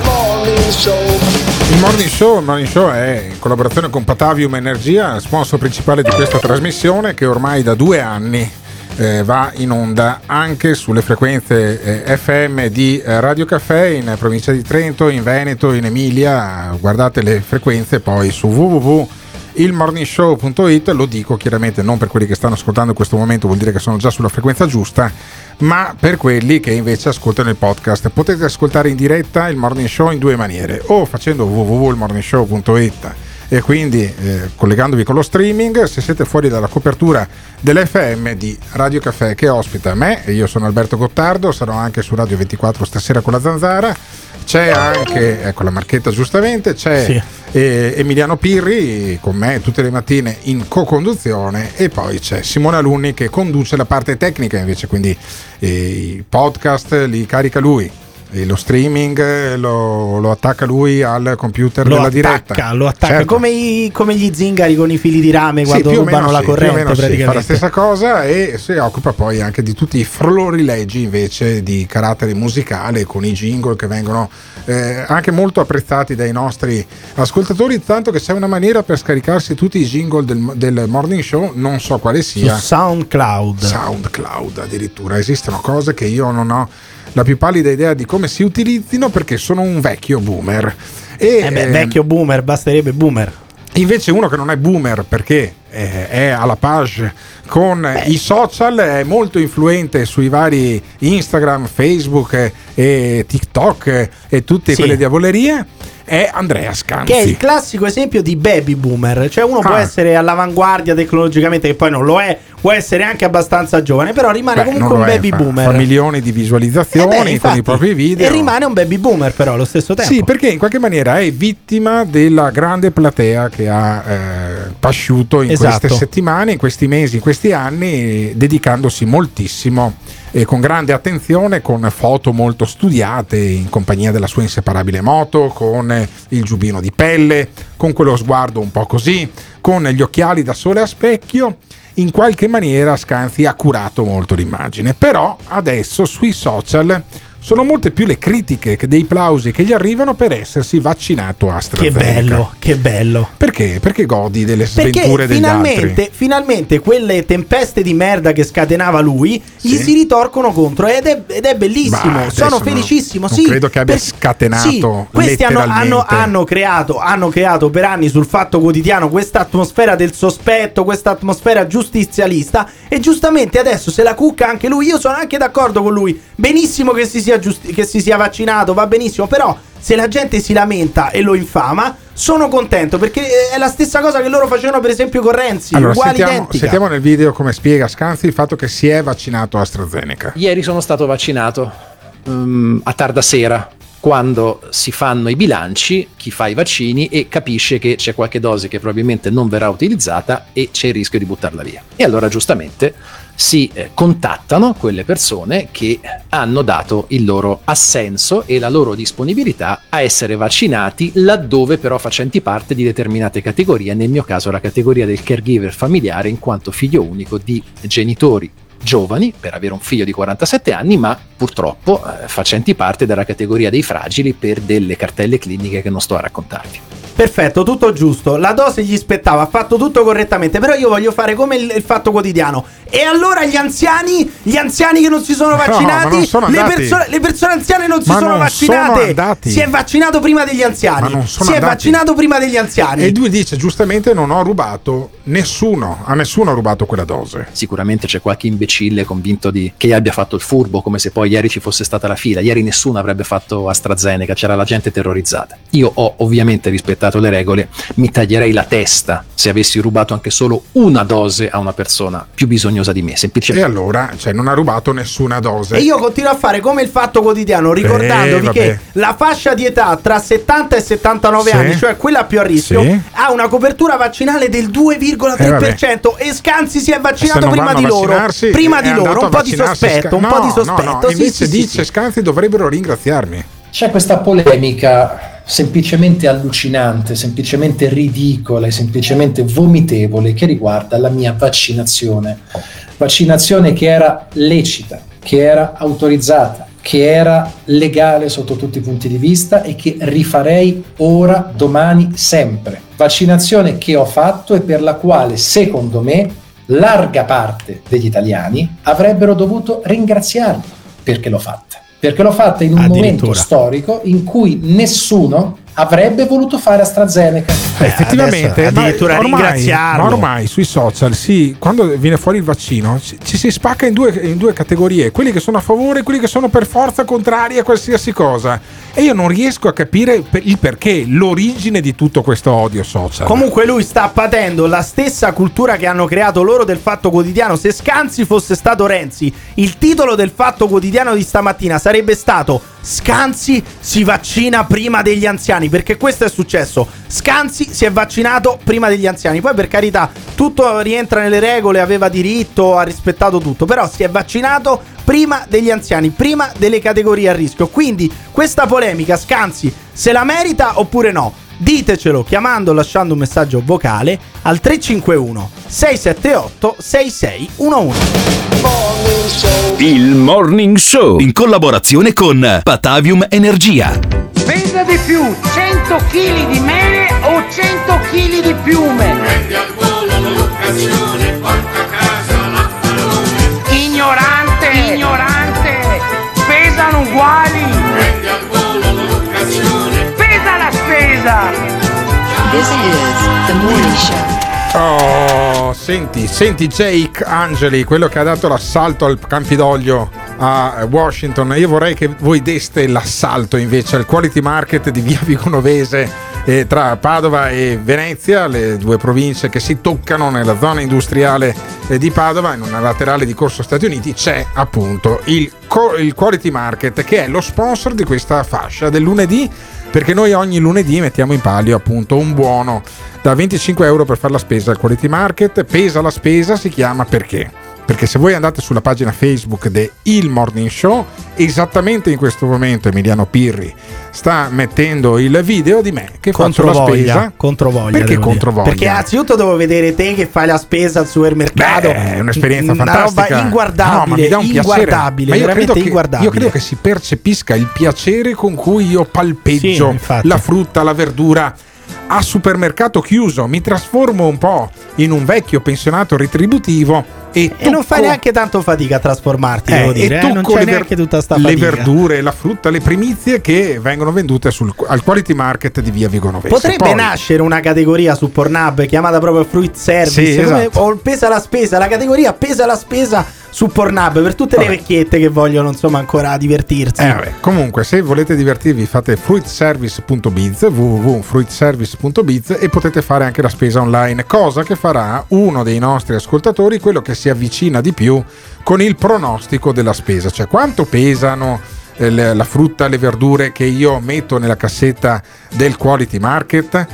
Il Morning Show, il Morning Show è in collaborazione con Patavium Energia, sponsor principale di questa trasmissione che ormai da due anni eh, va in onda anche sulle frequenze eh, F M di eh, Radio Caffè in provincia di Trento, in Veneto, in Emilia. Guardate le frequenze poi su w w w punto il morning show punto it. Lo dico chiaramente non per quelli che stanno ascoltando in questo momento, vuol dire che sono già sulla frequenza giusta, ma per quelli che invece ascoltano il podcast. Potete ascoltare in diretta il Morning Show in due maniere: o facendo w w w punto il morning show punto it e quindi eh, collegandovi con lo streaming, se siete fuori dalla copertura dell'F M di Radio Caffè che ospita me, e io sono Alberto Gottardo, sarò anche su Radio ventiquattro stasera con la Zanzara. C'è anche, ecco la marchetta giustamente, c'è sì. eh, Emiliano Pirri con me tutte le mattine in co-conduzione, e poi c'è Simone Alunni che conduce la parte tecnica invece, quindi eh, i podcast li carica lui, e lo streaming lo, lo attacca lui al computer lo della attacca, diretta. Lo attacca certo. come, i, come gli zingari con i fili di rame quando sì, rubano la sì, corrente, più o meno praticamente. Sì, fa la stessa cosa e si occupa poi anche di tutti i florileggi invece di carattere musicale, con i jingle che vengono eh, anche molto apprezzati dai nostri ascoltatori, tanto che c'è una maniera per scaricarsi tutti i jingle del, del Morning Show, non so quale sia. Su SoundCloud. SoundCloud addirittura. Esistono cose che io non ho la più pallida idea di come si utilizzino, perché sono un vecchio boomer. E, eh beh, vecchio boomer, basterebbe boomer. Invece uno che non è boomer perché eh, è alla page con beh. i social, è molto influente sui vari Instagram, Facebook e, e TikTok e, e tutte sì. quelle diavolerie, è Andrea Scanzi, che è il classico esempio di baby boomer. Cioè uno ah. può essere all'avanguardia tecnologicamente, che poi non lo è, può essere anche abbastanza giovane, però rimane Beh, comunque un baby fa, boomer. Fa milioni di visualizzazioni eh beh, infatti, con i propri video. E rimane un baby boomer però allo stesso tempo. Sì, perché in qualche maniera è vittima della grande platea che ha eh, pasciuto in esatto. queste settimane, in questi mesi, in questi anni, dedicandosi moltissimo e con grande attenzione, con foto molto studiate, in compagnia della sua inseparabile moto, con il giubbino di pelle, con quello sguardo un po' così, con gli occhiali da sole a specchio. In qualche maniera Scanzi ha curato molto l'immagine, però adesso sui social sono molte più le critiche che dei plausi che gli arrivano per essersi vaccinato a AstraZeneca. Che bello, che bello. Perché? Perché godi delle sventure Perché degli finalmente, altri. Finalmente quelle tempeste di merda che scatenava lui sì. gli si ritorcono contro ed è, ed è bellissimo. Bah, sono felicissimo. Non sì, credo che abbia per, scatenato sì, questi hanno, hanno, letteralmente. hanno, creato, hanno creato per anni sul Fatto Quotidiano questa atmosfera del sospetto, questa atmosfera giustizialista, e giustamente adesso se la cucca anche lui. Io sono anche d'accordo con lui. Benissimo che si sia, giusti- che si sia vaccinato, va benissimo, però se la gente si lamenta e lo infama, sono contento, perché è la stessa cosa che loro facevano per esempio con Renzi, allora, uguali, sentiamo, identica. sentiamo nel video come spiega Scanzi il fatto che si è vaccinato AstraZeneca. Ieri sono stato vaccinato um, a tarda sera, quando si fanno i bilanci, chi fa i vaccini e capisce che c'è qualche dose che probabilmente non verrà utilizzata e c'è il rischio di buttarla via. E allora giustamente si eh, contattano quelle persone che hanno dato il loro assenso e la loro disponibilità a essere vaccinati laddove però facenti parte di determinate categorie, nel mio caso la categoria del caregiver familiare, in quanto figlio unico di genitori giovani per avere un figlio di quarantasette anni, ma purtroppo eh, facenti parte della categoria dei fragili per delle cartelle cliniche che non sto a raccontarvi. Perfetto, tutto giusto. La dose gli spettava, ha fatto tutto correttamente. Però io voglio fare come il, il Fatto Quotidiano. E allora gli anziani, gli anziani che non si sono vaccinati, no, le, perso- le persone anziane non si ma sono non vaccinate. Sono si è vaccinato prima degli anziani. Ma non sono si andati. è vaccinato prima degli anziani. E lui dice giustamente: non ho rubato nessuno, a nessuno ho rubato quella dose. Sicuramente c'è qualche imbecille convinto di che abbia fatto il furbo, come se poi ieri ci fosse stata la fila. Ieri nessuno avrebbe fatto AstraZeneca, c'era la gente terrorizzata. Io ho ovviamente rispettato le regole. Mi taglierei la testa se avessi rubato anche solo una dose a una persona più bisognosa di me, semplicemente. E allora, cioè, non ha rubato nessuna dose. E io continuo a fare come il Fatto Quotidiano, ricordandovi eh, che la fascia di età tra settanta e settantanove sì. anni, cioè quella più a rischio, sì. ha una copertura vaccinale del due virgola tre per cento eh, e Scanzi si è vaccinato prima di loro. Prima di loro, un po' di sospetto, un no, po' di sospetto. No, no, sì, invece sì, dice sì, Scanzi dovrebbero ringraziarmi. C'è questa polemica semplicemente allucinante, semplicemente ridicola e semplicemente vomitevole che riguarda la mia vaccinazione. Vaccinazione che era lecita, che era autorizzata, che era legale sotto tutti i punti di vista e che rifarei ora, domani, sempre. Vaccinazione che ho fatto e per la quale, secondo me, larga parte degli italiani avrebbero dovuto ringraziarmi perché l'ho fatta. Perché l'ho fatta in un momento storico in cui nessuno avrebbe voluto fare AstraZeneca. Eh, effettivamente, addirittura ma ormai, ringraziarlo. ma ormai sui social, sì, quando viene fuori il vaccino, ci, ci si spacca in due, in due categorie: quelli che sono a favore e quelli che sono per forza contrari a qualsiasi cosa. E io non riesco a capire il perché, l'origine di tutto questo odio social. Comunque lui sta patendo la stessa cultura che hanno creato loro del Fatto Quotidiano. Se Scanzi fosse stato Renzi, il titolo del Fatto Quotidiano di stamattina sarebbe stato: Scanzi si vaccina prima degli anziani, perché questo è successo. Scanzi si è vaccinato prima degli anziani. Poi, per carità, tutto rientra nelle regole, aveva diritto, ha rispettato tutto, però si è vaccinato prima degli anziani, prima delle categorie a rischio. Quindi questa polemica Scanzi se la merita oppure no? Ditecelo chiamando o lasciando un messaggio vocale al tre cinque uno sei sette otto sei sei uno uno. Il Morning Show in collaborazione con Patavium Energia. Pesa di più cento chili di mele o cento chili di piume? Prendi al volo l'occasione, porta a casa l'affarone. Ignorante, ignorante, pesano uguali. Prendi al volo l'occasione. Pesa la spesa. This is the Morning Show. Oh, senti, senti Jake Angeli, quello che ha dato l'assalto al Campidoglio a Washington. Io vorrei che voi deste l'assalto invece al Quality Market di via Vigonovese, eh, tra Padova e Venezia, le due province che si toccano nella zona industriale eh, di Padova. In una laterale di Corso Stati Uniti c'è appunto il, co- il Quality Market, che è lo sponsor di questa fascia del lunedì, perché noi ogni lunedì mettiamo in palio appunto un buono da venticinque euro per fare la spesa al Quality Market. Pesa la spesa si chiama perché? Perché se voi andate sulla pagina Facebook de Il Morning Show, esattamente in questo momento Emiliano Pirri sta mettendo il video di me che faccio la spesa. Controvoglia. Perché controvoglia? Perché anzitutto devo vedere te che fai la spesa al supermercato. Beh, è un'esperienza una fantastica. Roba inguardabile, no, ma mi dà un inguardabile, ma io veramente credo che, inguardabile. Io credo che si percepisca il piacere con cui io palpeggio sì, la frutta, la verdura a supermercato chiuso. Mi trasformo un po' in un vecchio pensionato retributivo e, e non fai neanche tanto fatica a trasformarti, eh, devo dire, e eh? Non c'è le, neanche tutta sta le fatica. verdure, la frutta, le primizie che vengono vendute sul, al Quality Market di via Vigonovese. Potrebbe Poi, nascere una categoria su Pornhub chiamata proprio Fruit Service, sì, come, esatto. o Pesa la spesa, la categoria Pesa la spesa su Pornhub per tutte vabbè. le vecchiette che vogliono insomma ancora divertirsi. Eh, vabbè. Comunque, se volete divertirvi fate fruitservice punto biz, w w w punto fruitservice punto biz, e potete fare anche la spesa online, cosa che farà uno dei nostri ascoltatori, quello che si avvicina di più con il pronostico della spesa, cioè quanto pesano eh, la frutta, le verdure che io metto nella cassetta del Quality Market.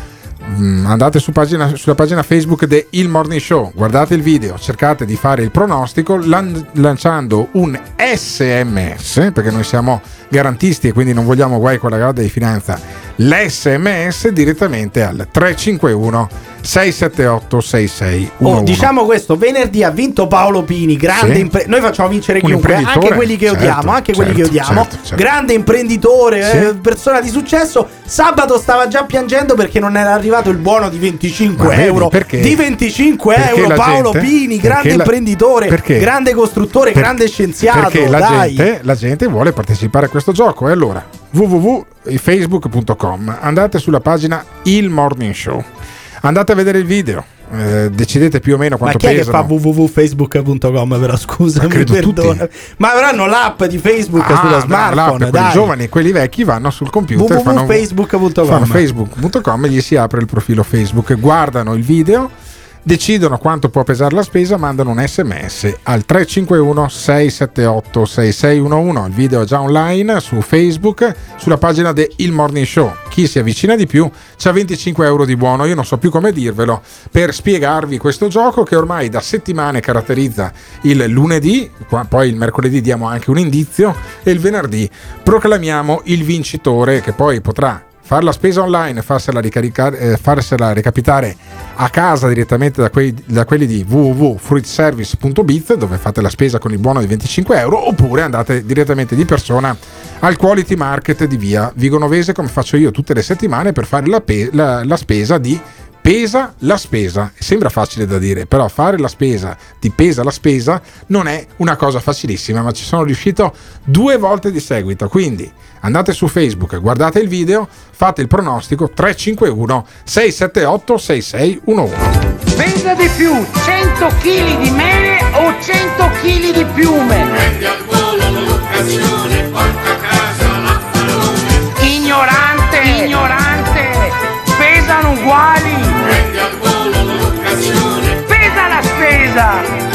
Andate su pagina, sulla pagina Facebook di Il Morning Show, guardate il video, cercate di fare il pronostico lan- lanciando un S M S, perché noi siamo garantisti e quindi non vogliamo guai con la Guardia di Finanza, l'S M S direttamente al tre cinque uno sei sette otto sei sei uno uno. Oh, diciamo questo, venerdì ha vinto Paolo Pini, grande sì. impre- noi facciamo vincere Un chiunque, anche quelli che certo, odiamo, anche certo, quelli che odiamo, certo, certo. grande imprenditore, Sì. eh, persona di successo. Sabato stava già piangendo perché non era arrivato il buono di venticinque Ma vedi, euro, perché? di venticinque Perché euro la Paolo gente- Pini, grande perché la- imprenditore, perché? grande costruttore, Per- grande scienziato, perché la dai. gente, la gente vuole partecipare a questo gioco e allora w w w punto facebook punto com, andate sulla pagina Il Morning Show, andate a vedere il video, eh, decidete più o meno Ma quanto chi è che pesano. fa w w w punto facebook punto com però scusa, Ma mi credo perdona. Ma avranno l'app di Facebook Ah, sulla beh, smartphone, l'app, quelli dai. giovani e quelli vecchi vanno sul computer, w w w punto fanno facebook punto com fanno facebook punto com e gli si apre il profilo Facebook, guardano il video, decidono quanto può pesare la spesa, mandano un S M S al tre cinque uno sei sette otto sei sei uno uno. Il video è già online su Facebook, sulla pagina di Il Morning Show. Chi si avvicina di più c'ha venticinque euro di buono. Io non so più come dirvelo per spiegarvi questo gioco che ormai da settimane caratterizza il lunedì, qua- poi il mercoledì diamo anche un indizio e il venerdì proclamiamo il vincitore, che poi potrà fare la spesa online, farsela, ricaricare, eh, farsela recapitare a casa direttamente da, quei, da quelli di w w w punto fruit service punto b i t, dove fate la spesa con il buono di venticinque euro, oppure andate direttamente di persona al Quality Market di via Vigonovese, come faccio io tutte le settimane, per fare la, pe- la, la spesa di Pesa la spesa. Sembra facile da dire, però fare la spesa di Pesa la spesa non è una cosa facilissima, ma ci sono riuscito due volte di seguito. Quindi andate su Facebook, guardate il video, fate il pronostico tre cinque uno sei sette otto sei sei uno uno. Pesa di più cento chili di mele o cento chili di piume? Prendi al volo l'occasione, porta a casa l'affarone. Ignorante, ignorante, pesano uguali. Prendi al volo l'occasione. Pesa la spesa.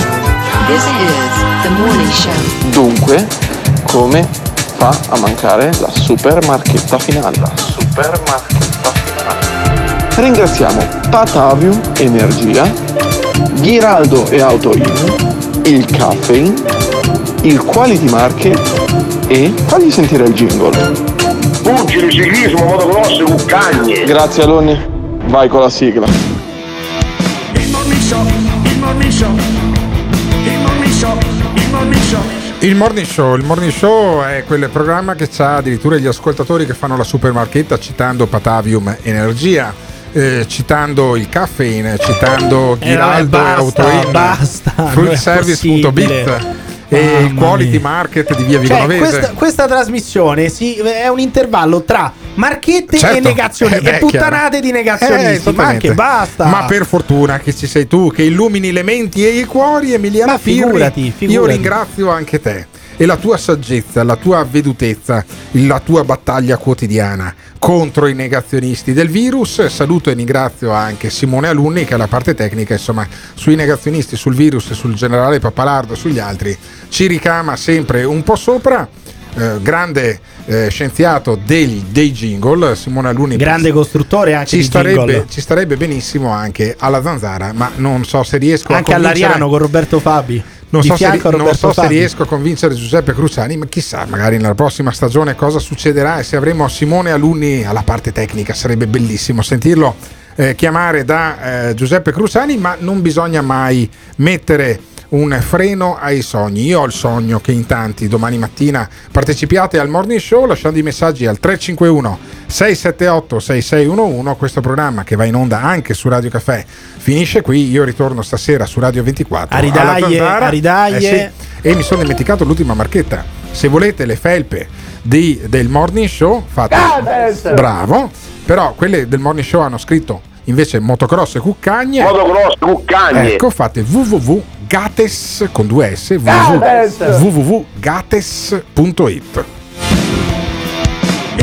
This is the morning show. Dunque, come fa a mancare la super marchetta finale? La super marchetta finale. Ringraziamo Patavium Energia, Ghiraldo e Autoin, il Caffeine, il Quality Market e fagli sentire il jingle. Pugili, ciclismo, motocross, cuccagne. Grazie Aloni, vai con la sigla. Il morning show, il morning show, il morning show, il morning show. Il Morning Show, il Morning Show è quel programma che ha addirittura gli ascoltatori che fanno la supermarchetta citando Patavium Energia, eh, citando il Caffeine, citando Ghiraldo eh, e Autoin, basta, fruit service punto b i t e il Quality Market di via Cioè, Vigonovese. questa, questa trasmissione si, è un intervallo tra marchette Certo, e negazionisti eh beh, e puttanate chiaro. di Eh, negazionisti, ma esattamente. anche basta. Ma per fortuna che ci sei tu che illumini le menti e i cuori, Emiliano Ma Pirri. figurati, figurati. Io ringrazio anche te e la tua saggezza, la tua avvedutezza, la tua battaglia quotidiana contro i negazionisti del virus. Saluto e ringrazio anche Simone Alunni che è la parte tecnica, insomma, sui negazionisti, sul virus, sul generale Pappalardo e sugli altri ci ricama sempre un po' sopra. Eh, grande eh, scienziato dei, dei jingle, Simone Alunni, grande costruttore anche ci di starebbe, jingle. ci starebbe benissimo anche alla Zanzara, ma non so se riesco Anche a convincere all'Ariano con Roberto Fabi. non Di so, se, fianco a non Roberto so se Fabi. riesco a convincere Giuseppe Cruciani, ma chissà, magari nella prossima stagione cosa succederà e se avremo Simone Alunni alla parte tecnica sarebbe bellissimo sentirlo eh, chiamare da eh, Giuseppe Cruciani, ma non bisogna mai mettere un freno ai sogni. Io ho il sogno che in tanti domani mattina partecipiate al Morning Show lasciando i messaggi al tre cinque uno sei sette otto sei sei uno uno. Questo programma che va in onda anche su Radio Caffè finisce qui, io ritorno stasera su Radio ventiquattro A ridaglie, alla Zanzara. a ridaglie. Eh sì. E mi sono dimenticato l'ultima marchetta. Se volete le felpe di, del Morning Show fate Gates! bravo, però quelle del Morning Show hanno scritto invece motocross e cuccagne. Motocross, cuccagne. Ecco, fate www Gates con due S Gates! www punto gates punto it. Il morning show.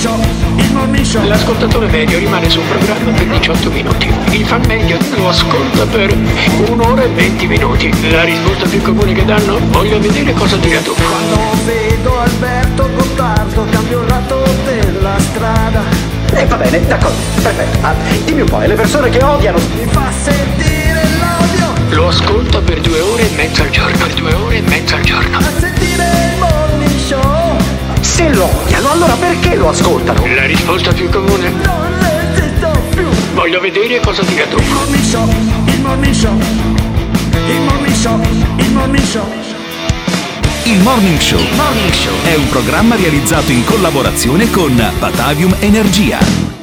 Show, il Morning Show. L'ascoltatore medio rimane sul programma per diciotto minuti. Il fan medio lo ascolta per un'ora e venti minuti. La risposta più comune che danno: voglio vedere cosa dirà tu. Quando vedo Alberto Gottardo cambio il lato della strada. E eh, va bene, d'accordo, perfetto. Ah, dimmi un po', e le persone che odiano? Mi fa sentire l'odio. Lo ascolta per due ore e mezza al giorno. Per due ore e mezza al giorno. A sentire il Morning Show. Se lo odiano, allora perché lo ascoltano? La risposta più comune: non resisto più. Voglio vedere cosa dirà tu. Il Morning Show, il Morning Show, il Morning Show, il Morning Show. Il Morning Show. Morning Show è un programma realizzato in collaborazione con Batavium Energia.